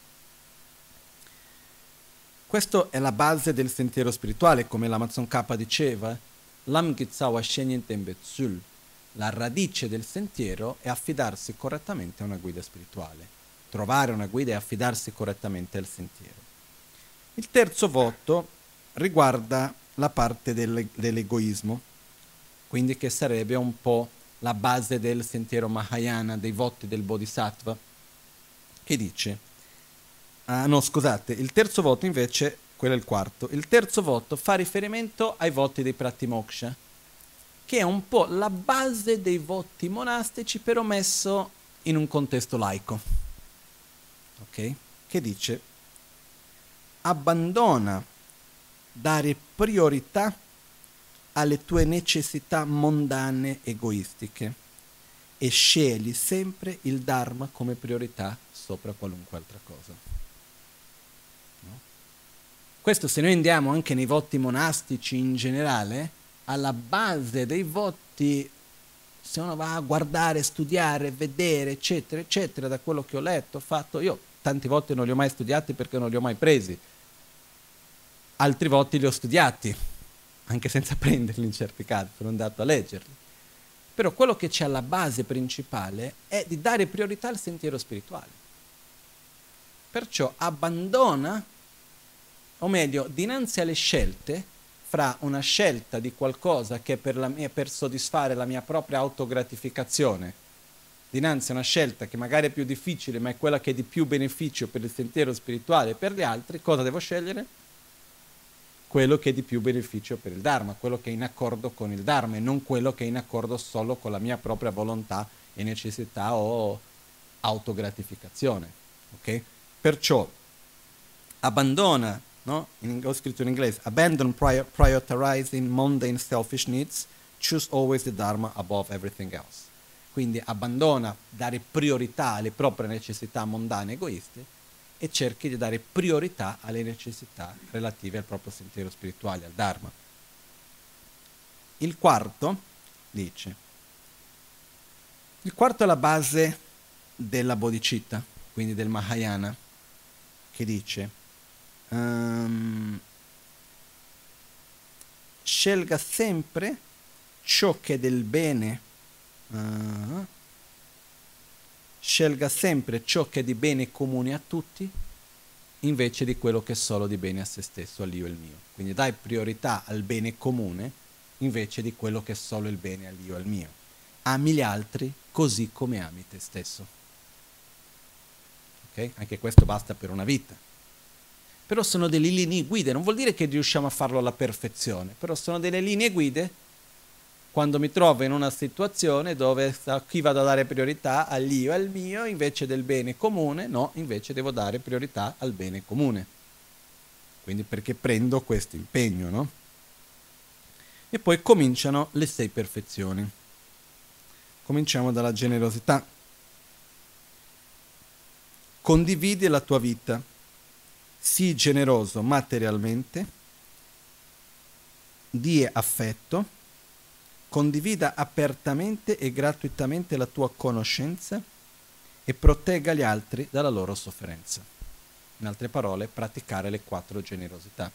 Questo è la base del sentiero spirituale, come l'Amazon K diceva, Lam Gitsawa Shenyen Tembetsul. La radice del sentiero è affidarsi correttamente a una guida spirituale. Trovare una guida e affidarsi correttamente al sentiero. Il terzo voto riguarda la parte del, dell'egoismo, quindi che sarebbe un po' la base del sentiero Mahayana, dei voti del Bodhisattva, che dice... Ah, no, scusate, il terzo voto invece, quello è il quarto, il terzo voto fa riferimento ai voti dei Pratimoksha, che è un po' la base dei voti monastici, però messo in un contesto laico. Ok? Che dice: abbandona dare priorità alle tue necessità mondane egoistiche e scegli sempre il Dharma come priorità sopra qualunque altra cosa. No? Questo, se noi andiamo anche nei voti monastici in generale, alla base dei voti, se uno va a guardare, studiare, vedere, eccetera, eccetera, da quello che ho letto, fatto, io tanti voti non li ho mai studiati perché non li ho mai presi, altri voti li ho studiati, anche senza prenderli in certi casi, sono andato a leggerli. Però quello che c'è alla base principale è di dare priorità al sentiero spirituale. Perciò abbandona, o meglio, dinanzi alle scelte, fra una scelta di qualcosa che è per, la mia, per soddisfare la mia propria autogratificazione, dinanzi a una scelta che magari è più difficile, ma è quella che è di più beneficio per il sentiero spirituale e per gli altri, cosa devo scegliere? Quello che è di più beneficio per il Dharma, quello che è in accordo con il Dharma e non quello che è in accordo solo con la mia propria volontà e necessità o autogratificazione. Okay? Perciò abbandona, no? In, ho scritto in inglese, abandon prior, prioritizing mundane selfish needs, choose always the Dharma above everything else. Quindi abbandona dare priorità alle proprie necessità mondane egoiste e cerchi di dare priorità alle necessità relative al proprio sentiero spirituale, al Dharma. Il quarto dice, il quarto è la base della bodhicitta, quindi del Mahayana, che dice, um, scelga sempre ciò che è del bene, uh, scelga sempre ciò che è di bene comune a tutti, invece di quello che è solo di bene a se stesso, all'io e al mio. Quindi dai priorità al bene comune, invece di quello che è solo il bene all'io e al mio. Ami gli altri così come ami te stesso. Okay? Anche questo basta per una vita. Però sono delle linee guida, non vuol dire che riusciamo a farlo alla perfezione, però sono delle linee guida quando mi trovo in una situazione dove a chi vado a dare priorità all'io e al mio invece del bene comune, no, invece devo dare priorità al bene comune. Quindi perché prendo questo impegno, no? E poi cominciano le sei perfezioni. Cominciamo dalla generosità. Condividi la tua vita, sii generoso materialmente, die affetto, condivida apertamente e gratuitamente la tua conoscenza e protegga gli altri dalla loro sofferenza. In altre parole, praticare le quattro generosità.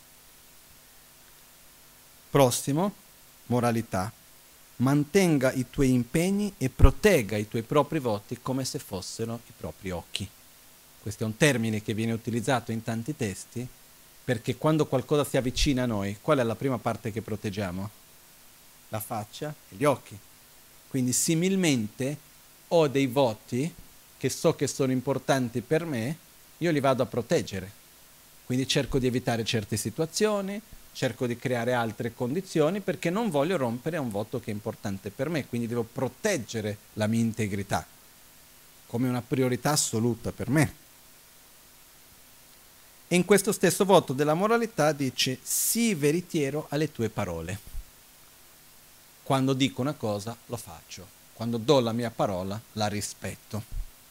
Prossimo, moralità. Mantenga i tuoi impegni e protegga i tuoi propri voti come se fossero i propri occhi. Questo è un termine che viene utilizzato in tanti testi perché quando qualcosa si avvicina a noi, qual è la prima parte che proteggiamo? La faccia e gli occhi. Quindi similmente ho dei voti che so che sono importanti per me, io li vado a proteggere. Quindi cerco di evitare certe situazioni, cerco di creare altre condizioni perché non voglio rompere un voto che è importante per me, quindi devo proteggere la mia integrità come una priorità assoluta per me. E in questo stesso voto della moralità dice: sii veritiero alle tue parole. Quando dico una cosa, lo faccio. Quando do la mia parola, la rispetto.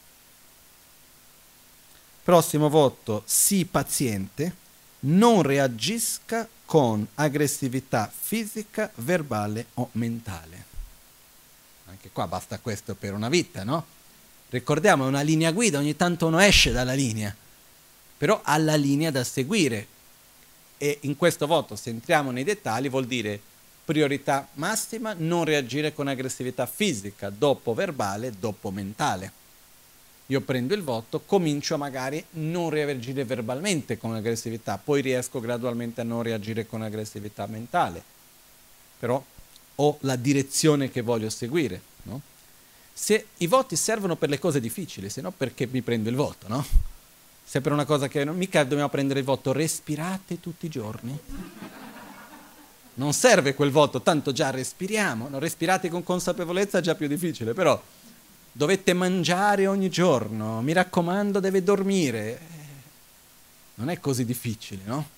Prossimo voto, sii paziente, non reagisca con aggressività fisica, verbale o mentale. Anche qua basta questo per una vita, no? Ricordiamo, è una linea guida, ogni tanto uno esce dalla linea, però ha la linea da seguire. E in questo voto, se entriamo nei dettagli, vuol dire priorità massima, non reagire con aggressività fisica, dopo verbale, dopo mentale. Io prendo il voto, comincio a magari non reagire verbalmente con aggressività, poi riesco gradualmente a non reagire con aggressività mentale. Però ho la direzione che voglio seguire, no? Se i voti servono per le cose difficili, se no perché mi prendo il voto, no? Se per una cosa che non mica dobbiamo prendere il voto, respirate tutti i giorni. Non serve quel voto, tanto già respiriamo, no? Respirate con consapevolezza è già più difficile, però dovete mangiare ogni giorno, mi raccomando, deve dormire. Non è così difficile, no?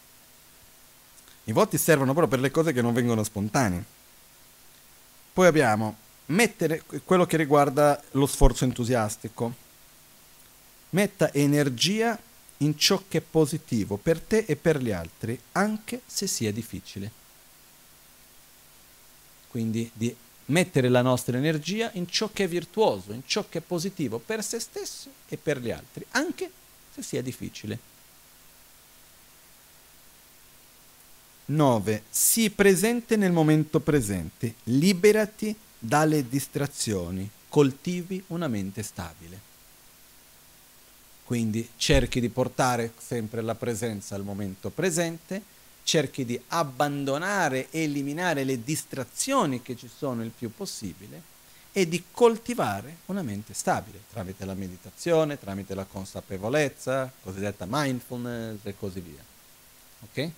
I voti servono proprio per le cose che non vengono spontanee. Poi abbiamo mettere quello che riguarda lo sforzo entusiastico. Metta energia in ciò che è positivo per te e per gli altri, anche se sia difficile. Quindi di mettere la nostra energia in ciò che è virtuoso, in ciò che è positivo per se stesso e per gli altri, anche se sia difficile. nove. Sii presente nel momento presente, liberati dalle distrazioni, coltivi una mente stabile. Quindi cerchi di portare sempre la presenza al momento presente, cerchi di abbandonare e eliminare le distrazioni che ci sono il più possibile e di coltivare una mente stabile tramite la meditazione, tramite la consapevolezza, cosiddetta mindfulness e così via. Ok?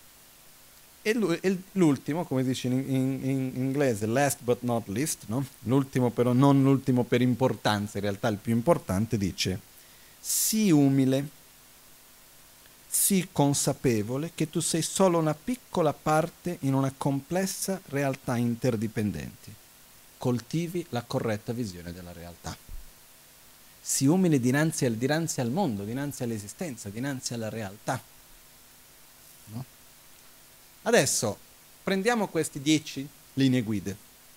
E l'ultimo, come dice in, in, in inglese, last but not least, no? L'ultimo però non l'ultimo per importanza, in realtà il più importante, dice: sii umile, sii consapevole che tu sei solo una piccola parte in una complessa realtà interdipendente. Coltivi la corretta visione della realtà. Sii umile dinanzi al, dinanzi al mondo, dinanzi all'esistenza, dinanzi alla realtà. No? Adesso prendiamo queste dieci linee guide.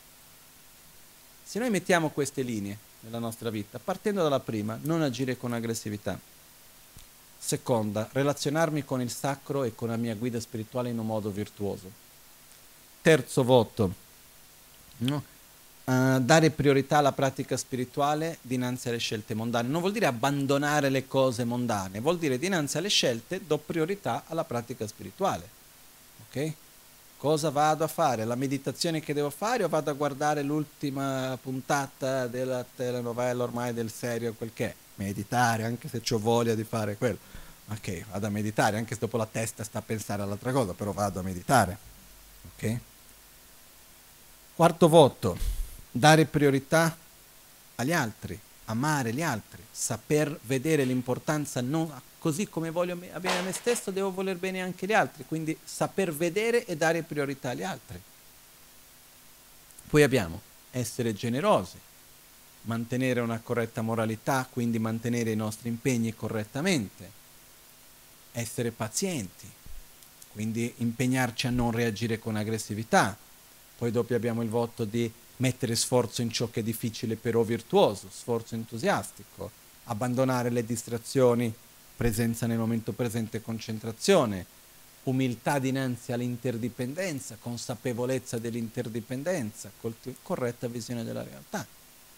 Se noi mettiamo queste linee nella nostra vita, partendo dalla prima, non agire con aggressività. Seconda, relazionarmi con il sacro e con la mia guida spirituale in un modo virtuoso. Terzo voto, no? uh, dare priorità alla pratica spirituale dinanzi alle scelte mondane. Non vuol dire abbandonare le cose mondane, vuol dire dinanzi alle scelte do priorità alla pratica spirituale. Ok? Cosa vado a fare? La meditazione che devo fare o vado a guardare l'ultima puntata della telenovela ormai del serio quel che è? Meditare, anche se ho voglia di fare quello. Ok, vado a meditare, anche se dopo la testa sta a pensare all'altra cosa, però vado a meditare. Ok? Quarto voto, dare priorità agli altri, amare gli altri, saper vedere l'importanza non così come voglio bene a me stesso, devo voler bene anche agli altri, quindi saper vedere e dare priorità agli altri. Poi abbiamo essere generosi, mantenere una corretta moralità, quindi mantenere i nostri impegni correttamente, essere pazienti, quindi impegnarci a non reagire con aggressività. Poi dopo abbiamo il voto di mettere sforzo in ciò che è difficile però virtuoso, sforzo entusiastico, abbandonare le distrazioni, presenza nel momento presente, concentrazione, umiltà dinanzi all'interdipendenza, consapevolezza dell'interdipendenza, corretta visione della realtà.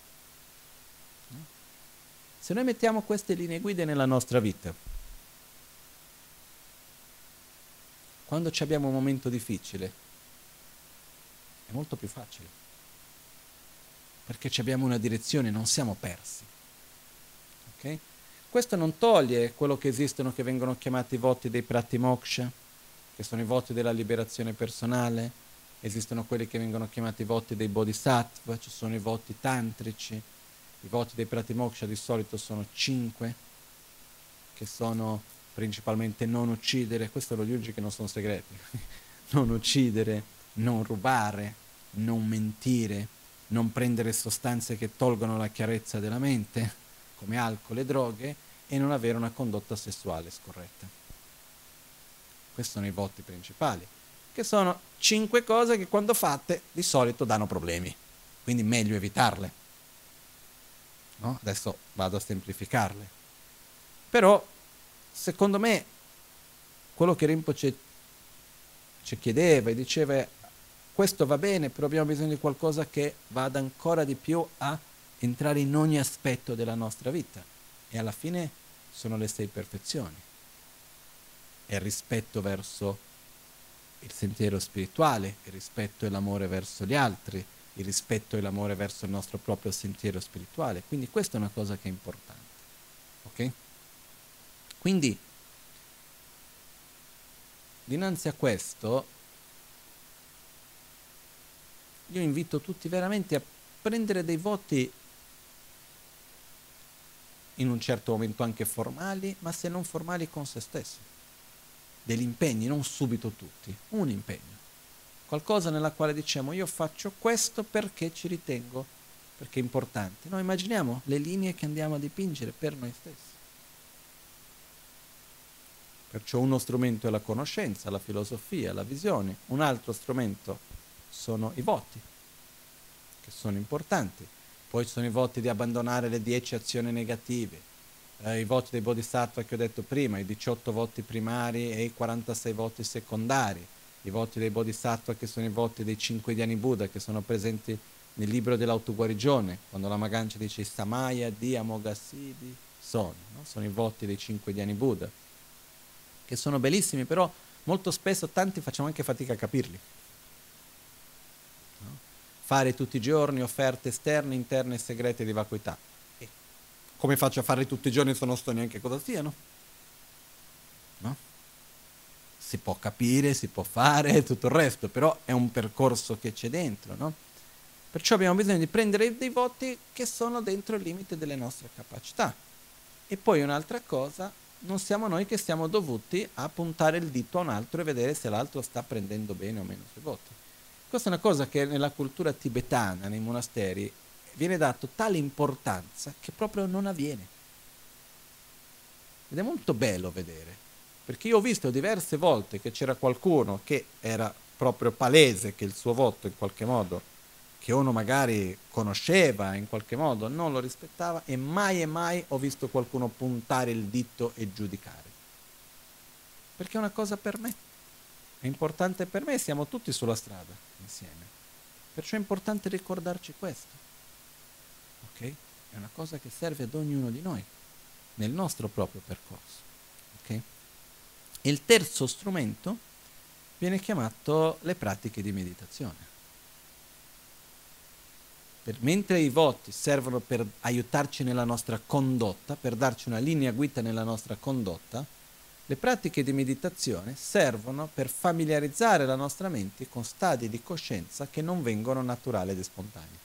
Se noi mettiamo queste linee guida nella nostra vita, quando ci abbiamo un momento difficile, è molto più facile, perché ci abbiamo una direzione, non siamo persi. Ok? Questo non toglie quello che esistono, che vengono chiamati i voti dei Pratimoksha, che sono i voti della liberazione personale, esistono quelli che vengono chiamati i voti dei Bodhisattva, ci sono i voti tantrici, i voti dei Pratimoksha di solito sono cinque, che sono principalmente non uccidere, questo lo dico che non sono segreti, non uccidere, non rubare, non mentire, non prendere sostanze che tolgono la chiarezza della mente, come alcol e droghe, e non avere una condotta sessuale scorretta. Questi sono i voti principali, che sono cinque cose che quando fatte di solito danno problemi, quindi meglio evitarle. No? Adesso vado a semplificarle. Però, secondo me, quello che Rinpoche ci chiedeva e diceva, questo va bene, però abbiamo bisogno di qualcosa che vada ancora di più a entrare in ogni aspetto della nostra vita, e alla fine sono le sei perfezioni. È il rispetto verso il sentiero spirituale, il rispetto e l'amore verso gli altri, il rispetto e l'amore verso il nostro proprio sentiero spirituale. Quindi questa è una cosa che è importante. Ok? Quindi, dinanzi a questo, io invito tutti veramente a prendere dei voti in un certo momento anche formali, ma se non formali con se stessi. Degli impegni, non subito tutti, un impegno. Qualcosa nella quale diciamo io faccio questo perché ci ritengo, perché è importante. Noi immaginiamo le linee che andiamo a dipingere per noi stessi. Perciò uno strumento è la conoscenza, la filosofia, la visione, un altro strumento sono i voti, che sono importanti. Poi ci sono i voti di abbandonare le dieci azioni negative, eh, i voti dei bodhisattva che ho detto prima, i diciotto voti primari e i quarantasei voti secondari, i voti dei bodhisattva che sono i voti dei cinque dhyani Buddha che sono presenti nel libro dell'autoguarigione, quando la Magancia dice Samaya di Amoghasiddhi sono, no? Sono i voti dei cinque dhyani Buddha, che sono bellissimi, però molto spesso tanti facciamo anche fatica a capirli. No? Fare tutti i giorni offerte esterne, interne e segrete di vacuità. E come faccio a farli tutti i giorni se non so neanche cosa siano? No? Si può capire, si può fare, tutto il resto, però è un percorso che c'è dentro, no? Perciò abbiamo bisogno di prendere dei voti che sono dentro il limite delle nostre capacità. E poi un'altra cosa, non siamo noi che siamo dovuti a puntare il dito a un altro e vedere se l'altro sta prendendo bene o meno i suoi voti. Questa è una cosa che nella cultura tibetana, nei monasteri, viene dato tale importanza che proprio non avviene. Ed è molto bello vedere, perché io ho visto diverse volte che c'era qualcuno che era proprio palese che il suo voto in qualche modo, che uno magari conosceva in qualche modo, non lo rispettava, e mai e mai ho visto qualcuno puntare il dito e giudicare. Perché è una cosa per me, è importante per me, siamo tutti sulla strada insieme. Perciò è importante ricordarci questo. Ok? È una cosa che serve ad ognuno di noi, nel nostro proprio percorso. Ok? Il terzo strumento viene chiamato le pratiche di meditazione. Per, mentre i voti servono per aiutarci nella nostra condotta, per darci una linea guida nella nostra condotta, le pratiche di meditazione servono per familiarizzare la nostra mente con stadi di coscienza che non vengono naturali ed spontanei.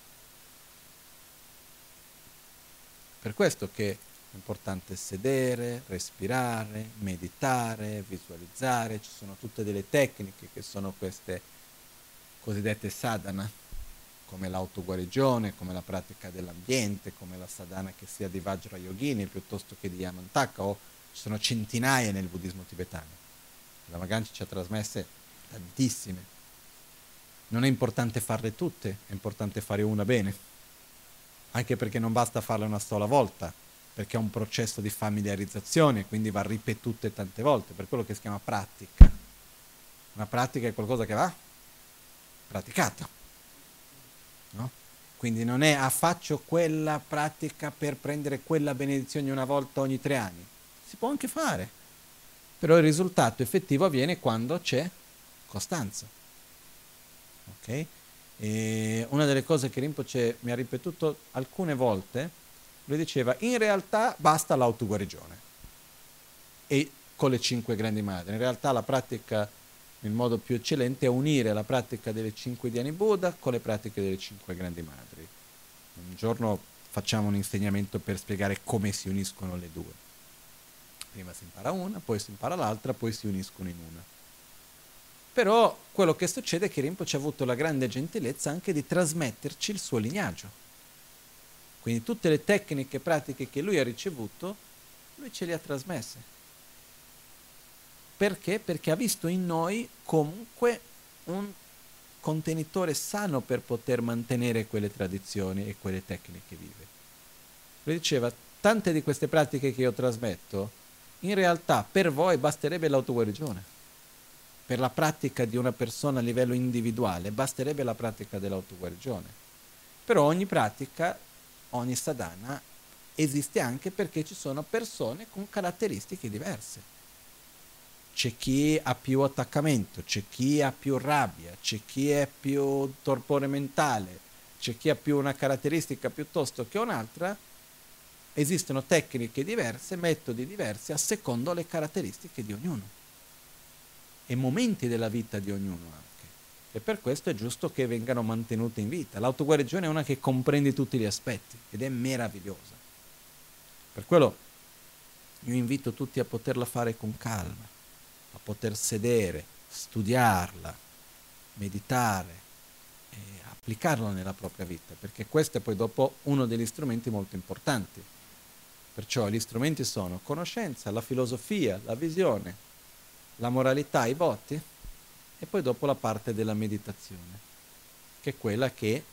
Per questo che è importante sedere, respirare, meditare, visualizzare, ci sono tutte delle tecniche che sono queste cosiddette sadhana, come l'autoguarigione, come la pratica dell'ambiente, come la sadhana che sia di Vajrayogini piuttosto che di Yamantaka, o ci sono centinaia nel buddismo tibetano. La Magancia ci ha trasmesse tantissime. Non è importante farle tutte, è importante fare una bene, anche perché non basta farla una sola volta, perché è un processo di familiarizzazione, quindi va ripetute tante volte, per quello che si chiama pratica. Una pratica è qualcosa che va praticata. No? Quindi non è ah, faccio quella pratica per prendere quella benedizione una volta ogni tre anni. Si può anche fare, però il risultato effettivo avviene quando c'è costanza. Ok? E una delle cose che Rinpoche mi ha ripetuto alcune volte, lui diceva in realtà basta l'autoguarigione e con le cinque grandi madri. In realtà la pratica, il modo più eccellente è unire la pratica delle cinque dhyani Buddha con le pratiche delle cinque grandi madri. Un giorno facciamo un insegnamento per spiegare come si uniscono le due. Prima si impara una, poi si impara l'altra, poi si uniscono in una. Però quello che succede è che Rinpoche ha avuto la grande gentilezza anche di trasmetterci il suo lignaggio. Quindi tutte le tecniche e pratiche che lui ha ricevuto, lui ce le ha trasmesse. Perché? Perché ha visto in noi comunque un contenitore sano per poter mantenere quelle tradizioni e quelle tecniche vive. Lui diceva, tante di queste pratiche che io trasmetto, in realtà per voi basterebbe l'autoguarigione. Per la pratica di una persona a livello individuale basterebbe la pratica dell'autoguarigione. Però ogni pratica, ogni sadhana, esiste anche perché ci sono persone con caratteristiche diverse. C'è chi ha più attaccamento, c'è chi ha più rabbia, c'è chi è più torpore mentale, c'è chi ha più una caratteristica piuttosto che un'altra. Esistono tecniche diverse, metodi diversi a secondo le caratteristiche di ognuno e momenti della vita di ognuno anche. E per questo è giusto che vengano mantenute in vita. L'autoguarigione è una che comprende tutti gli aspetti ed è meravigliosa. Per quello io invito tutti a poterla fare con calma, a poter sedere, studiarla, meditare e applicarla nella propria vita, perché questo è poi dopo uno degli strumenti molto importanti. Perciò gli strumenti sono conoscenza, la filosofia, la visione, la moralità, i voti, e poi dopo la parte della meditazione, che è quella che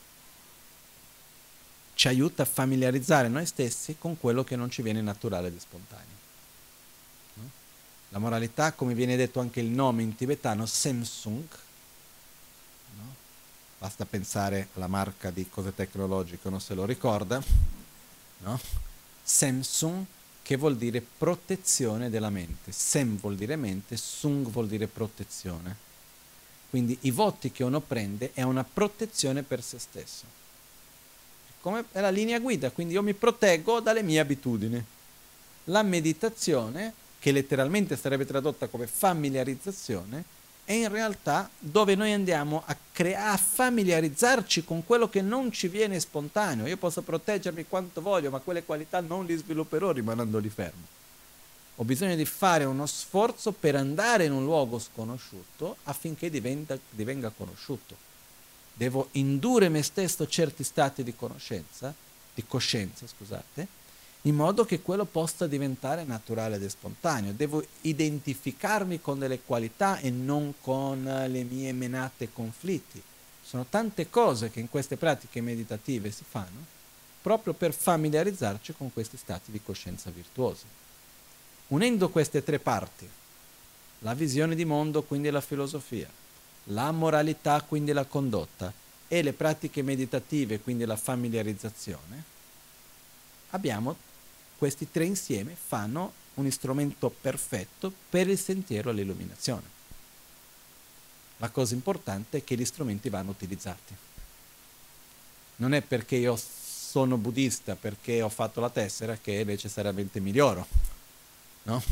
ci aiuta a familiarizzare noi stessi con quello che non ci viene naturale ed spontaneo. No? La moralità, come viene detto anche il nome in tibetano, Samsung, no? Basta pensare alla marca di cose tecnologiche, non se lo ricorda, no? Samsung, che vuol dire protezione della mente. Sem vuol dire mente, Sung vuol dire protezione. Quindi i voti che uno prende è una protezione per se stesso. Come è la linea guida, quindi io mi proteggo dalle mie abitudini. La meditazione, che letteralmente sarebbe tradotta come familiarizzazione, è in realtà dove noi andiamo a, crea- a familiarizzarci con quello che non ci viene spontaneo. Io posso proteggermi quanto voglio, ma quelle qualità non li svilupperò rimanendo lì fermo. Ho bisogno di fare uno sforzo per andare in un luogo sconosciuto affinché diventa, divenga conosciuto. Devo indurre me stesso a certi stati di conoscenza, di coscienza, scusate, in modo che quello possa diventare naturale ed spontaneo. Devo identificarmi con delle qualità e non con le mie menate conflitti. Sono tante cose che in queste pratiche meditative si fanno proprio per familiarizzarci con questi stati di coscienza virtuosi. Unendo queste tre parti, la visione di mondo, quindi la filosofia, la moralità, quindi la condotta, e le pratiche meditative, quindi la familiarizzazione, abbiamo questi tre insieme fanno un strumento perfetto per il sentiero all'illuminazione. La cosa importante è che gli strumenti vanno utilizzati. Non è perché io sono buddista, perché ho fatto la tessera, che necessariamente miglioro, no?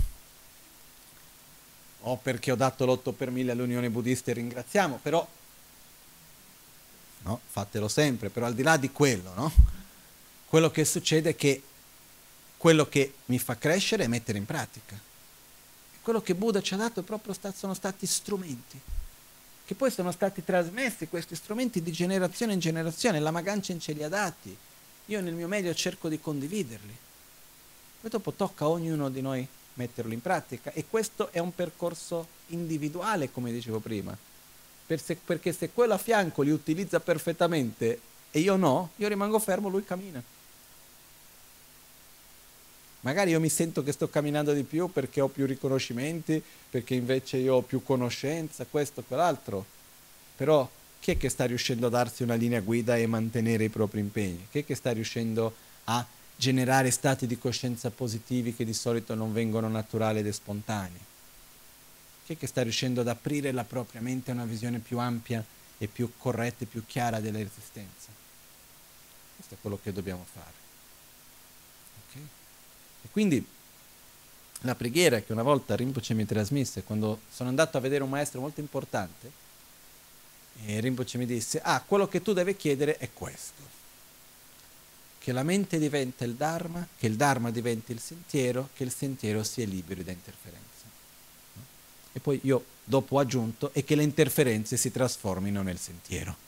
O perché ho dato l'otto per mille all'Unione Buddista e ringraziamo, però, no, fatelo sempre, però al di là di quello, no? Quello che succede è che quello che mi fa crescere è mettere in pratica. E quello che Buddha ci ha dato è proprio stato, sono stati strumenti, che poi sono stati trasmessi, questi strumenti, di generazione in generazione. La Maganchen ce li ha dati, io nel mio meglio cerco di condividerli. Poi dopo tocca a ognuno di noi metterlo in pratica, e questo è un percorso individuale, come dicevo prima, per se, perché se quello a fianco li utilizza perfettamente e io no, io rimango fermo, lui cammina. Magari io mi sento che sto camminando di più perché ho più riconoscimenti, perché invece io ho più conoscenza, questo, quell'altro. Però chi è che sta riuscendo a darsi una linea guida e mantenere i propri impegni? Chi è che sta riuscendo a generare stati di coscienza positivi che di solito non vengono naturali ed spontanei? Chi è che sta riuscendo ad aprire la propria mente a una visione più ampia e più corretta e più chiara dell'esistenza? Questo è quello che dobbiamo fare. Okay? E quindi la preghiera che una volta Rinpoche mi trasmise, quando sono andato a vedere un maestro molto importante, e Rinpoche mi disse: ah, quello che tu devi chiedere è questo, che la mente diventa il Dharma, che il Dharma diventi il sentiero, che il sentiero sia libero da interferenze. No? E poi io dopo ho aggiunto: e che le interferenze si trasformino nel sentiero.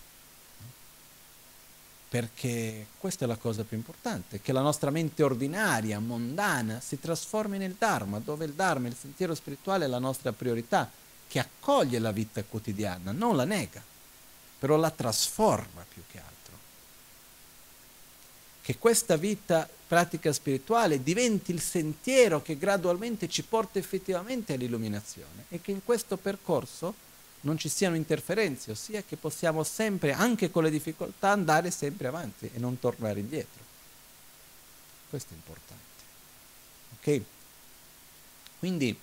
Perché questa è la cosa più importante, che la nostra mente ordinaria, mondana, si trasformi nel Dharma, dove il Dharma, il sentiero spirituale, è la nostra priorità, che accoglie la vita quotidiana, non la nega, però la trasforma più che altro. Che questa vita pratica spirituale diventi il sentiero che gradualmente ci porta effettivamente all'illuminazione, e che in questo percorso non ci siano interferenze, ossia che possiamo sempre, anche con le difficoltà, andare sempre avanti e non tornare indietro. Questo è importante. Ok? Quindi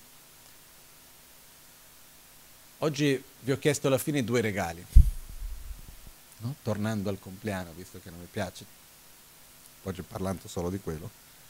oggi vi ho chiesto alla fine due regali, no? Tornando al compleanno, visto che non mi piace, oggi parlando solo di quello.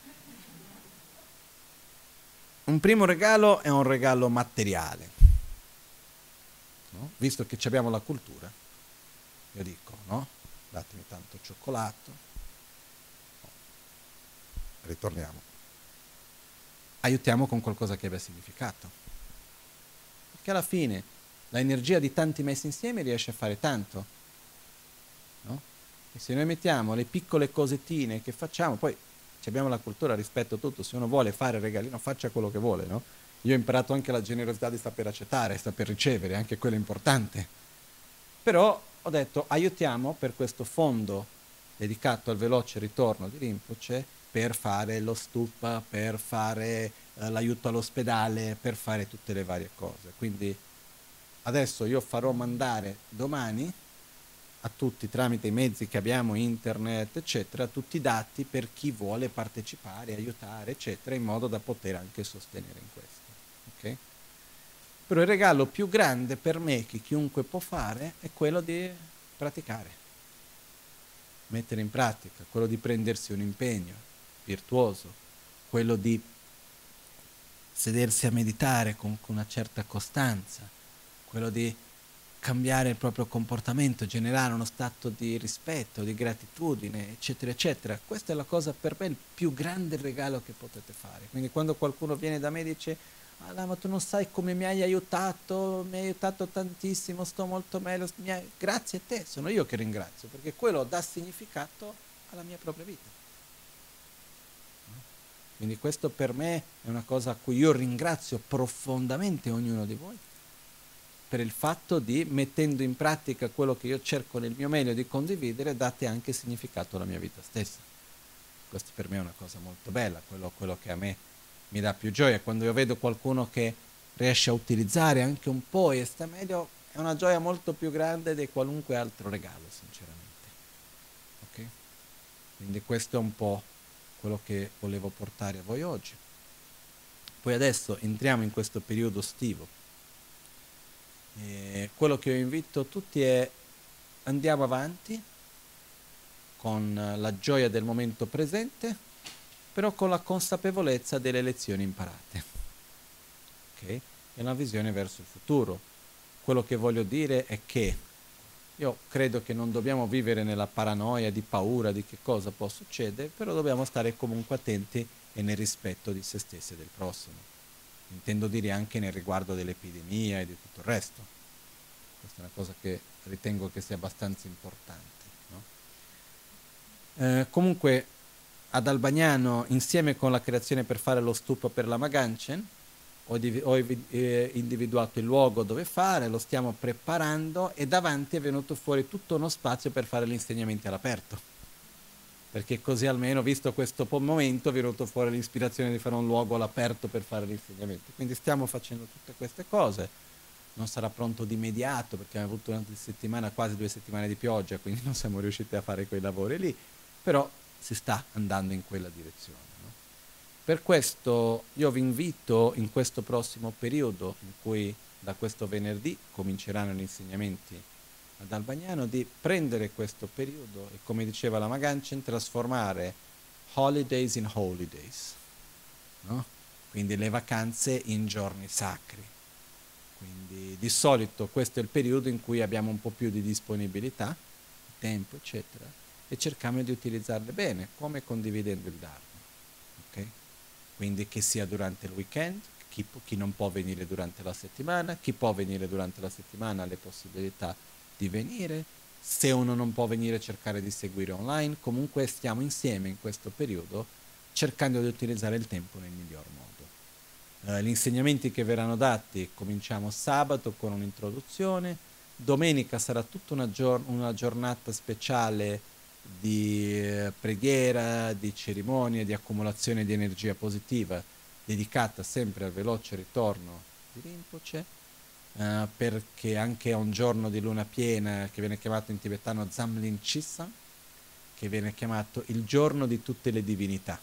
Un primo regalo è un regalo materiale. No? Visto che abbiamo la cultura, io dico, no? Datemi tanto cioccolato, ritorniamo, aiutiamo con qualcosa che abbia significato. Perché alla fine l'energia di tanti messi insieme riesce a fare tanto, no? E se noi mettiamo le piccole cosettine che facciamo, poi abbiamo la cultura rispetto a tutto, se uno vuole fare regalino faccia quello che vuole, no? Io ho imparato anche la generosità di saper accettare, saper ricevere, anche quello è importante. Però ho detto aiutiamo per questo fondo dedicato al veloce ritorno di Rinpoche per fare lo stupa, per fare eh, l'aiuto all'ospedale, per fare tutte le varie cose. Quindi adesso io farò mandare domani a tutti tramite i mezzi che abbiamo, internet, eccetera, tutti i dati per chi vuole partecipare, aiutare, eccetera, in modo da poter anche sostenere in questo. Okay? Però il regalo più grande per me che chiunque può fare è quello di praticare, mettere in pratica, quello di prendersi un impegno virtuoso, quello di sedersi a meditare con, con una certa costanza, quello di cambiare il proprio comportamento, generare uno stato di rispetto, di gratitudine, eccetera, eccetera. Questa è la cosa per me, il più grande regalo che potete fare. Quindi quando qualcuno viene da me e dice ah, ma tu non sai come mi hai aiutato, mi hai aiutato tantissimo, sto molto meglio, hai... grazie a te, sono io che ringrazio, perché quello dà significato alla mia propria vita. Quindi questo per me è una cosa a cui io ringrazio profondamente ognuno di voi, per il fatto di, mettendo in pratica quello che io cerco nel mio meglio di condividere, date anche significato alla mia vita stessa. Questo per me è una cosa molto bella, quello, quello che a me mi dà più gioia. Quando io vedo qualcuno che riesce a utilizzare anche un po' e sta meglio, è una gioia molto più grande di qualunque altro regalo, sinceramente. Ok? Quindi questo è un po' quello che volevo portare a voi oggi. Poi adesso entriamo in questo periodo estivo. E quello che io invito tutti è andiamo avanti con la gioia del momento presente, però con la consapevolezza delle lezioni imparate. Okay? È una visione verso il futuro. Quello che voglio dire è che io credo che non dobbiamo vivere nella paranoia di paura di che cosa può succedere, però dobbiamo stare comunque attenti e nel rispetto di se stessi e del prossimo. Intendo dire anche nel riguardo dell'epidemia e di tutto il resto. Questa è una cosa che ritengo che sia abbastanza importante. No? Eh, comunque, ad Albagnano, insieme con la creazione per fare lo stupo per la Maganchen, ho, div- ho eh, individuato il luogo dove fare, lo stiamo preparando e davanti è venuto fuori tutto uno spazio per fare gli insegnamenti all'aperto. Perché così almeno, visto questo momento, è venuto fuori l'ispirazione di fare un luogo all'aperto per fare gli insegnamenti. Quindi stiamo facendo tutte queste cose. Non sarà pronto di immediato perché abbiamo avuto una settimana, quasi due settimane di pioggia, quindi non siamo riusciti a fare quei lavori lì, però si sta andando in quella direzione. No? Per questo io vi invito in questo prossimo periodo, in cui da questo venerdì cominceranno gli insegnamenti ad Albagnano, di prendere questo periodo e, come diceva la Maganchen, trasformare holidays in holidays, no? Quindi le vacanze in giorni sacri. Quindi di solito questo è il periodo in cui abbiamo un po' più di disponibilità, tempo, eccetera, e cerchiamo di utilizzarle bene, come condividendo il Dharma. Okay? Quindi che sia durante il weekend, chi, chi non può venire durante la settimana, chi può venire durante la settimana ha le possibilità di venire, se uno non può venire cercare di seguire online, comunque stiamo insieme in questo periodo cercando di utilizzare il tempo nel miglior modo. Uh, gli insegnamenti che verranno dati, cominciamo sabato con un'introduzione, domenica sarà tutta una, gior- una giornata speciale di eh, preghiera, di cerimonie, di accumulazione di energia positiva, dedicata sempre al veloce ritorno di Rinpoche, Uh, perché anche a un giorno di luna piena che viene chiamato in tibetano Zamlin Chisan, che viene chiamato il giorno di tutte le divinità,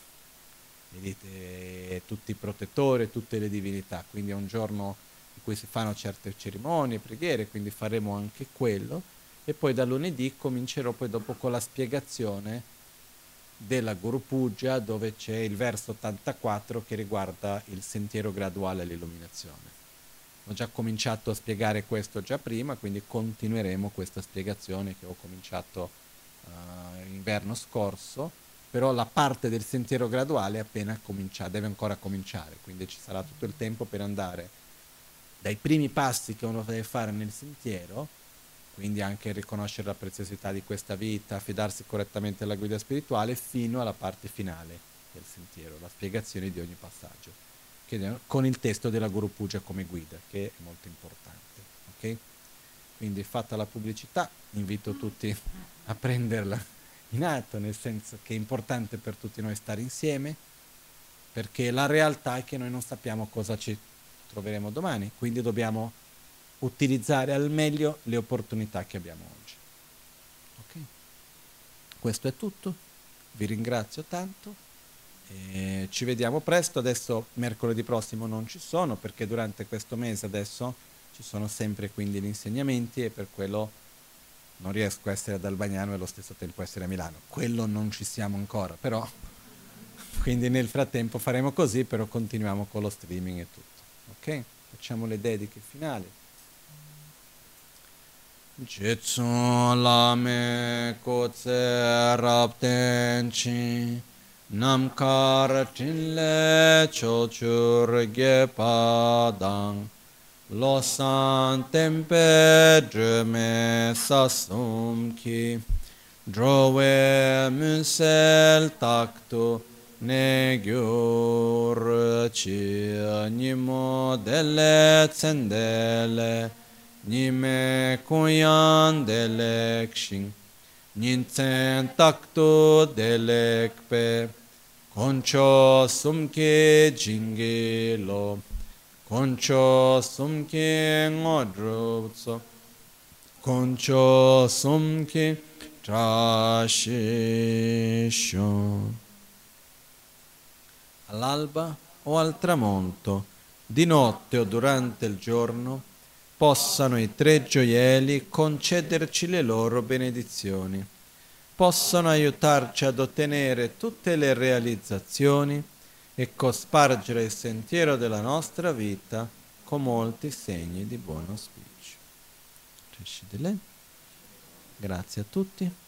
vedete, tutti i protettori, tutte le divinità, quindi è un giorno in cui si fanno certe cerimonie, preghiere, quindi faremo anche quello, e poi da lunedì comincerò poi dopo con la spiegazione della Guru Puja, dove c'è il verso ottantaquattro che riguarda il sentiero graduale all'illuminazione. Ho già cominciato a spiegare questo già prima, quindi continueremo questa spiegazione che ho cominciato uh, l'inverno scorso, però la parte del sentiero graduale è appena cominciata, deve ancora cominciare, quindi ci sarà tutto il tempo per andare dai primi passi che uno deve fare nel sentiero, quindi anche riconoscere la preziosità di questa vita, affidarsi correttamente alla guida spirituale, fino alla parte finale del sentiero, la spiegazione di ogni passaggio, che, con il testo della Guru Puja come guida, che è molto importante. Okay? Quindi fatta la pubblicità, invito tutti a prenderla in atto, nel senso che è importante per tutti noi stare insieme, perché la realtà è che noi non sappiamo cosa ci troveremo domani, quindi dobbiamo utilizzare al meglio le opportunità che abbiamo oggi. Okay? Questo è tutto, vi ringrazio tanto e ci vediamo presto. Adesso mercoledì prossimo non ci sono, perché durante questo mese adesso ci sono sempre quindi gli insegnamenti e per quello non riesco a essere ad Albagnano e allo stesso tempo essere a Milano. Quello non ci siamo ancora, però quindi nel frattempo faremo così, però continuiamo con lo streaming e tutto. Ok? Facciamo le dediche finali. Jitsu lame kotse raptenchi namkar tinle chochur ge padang losan tempe dreme sasum ki drove musel takto ne gyur chi nimo delle tsendele Nime kuyan delek shing, nintzen takto delek pe, koncho sumke jingelo, koncho sumke ngodrutso, koncho sumke trashisho. All'alba o al tramonto, di notte o durante il giorno, possano i tre gioielli concederci le loro benedizioni, possano aiutarci ad ottenere tutte le realizzazioni e cospargere il sentiero della nostra vita con molti segni di buon auspicio. Grazie a tutti.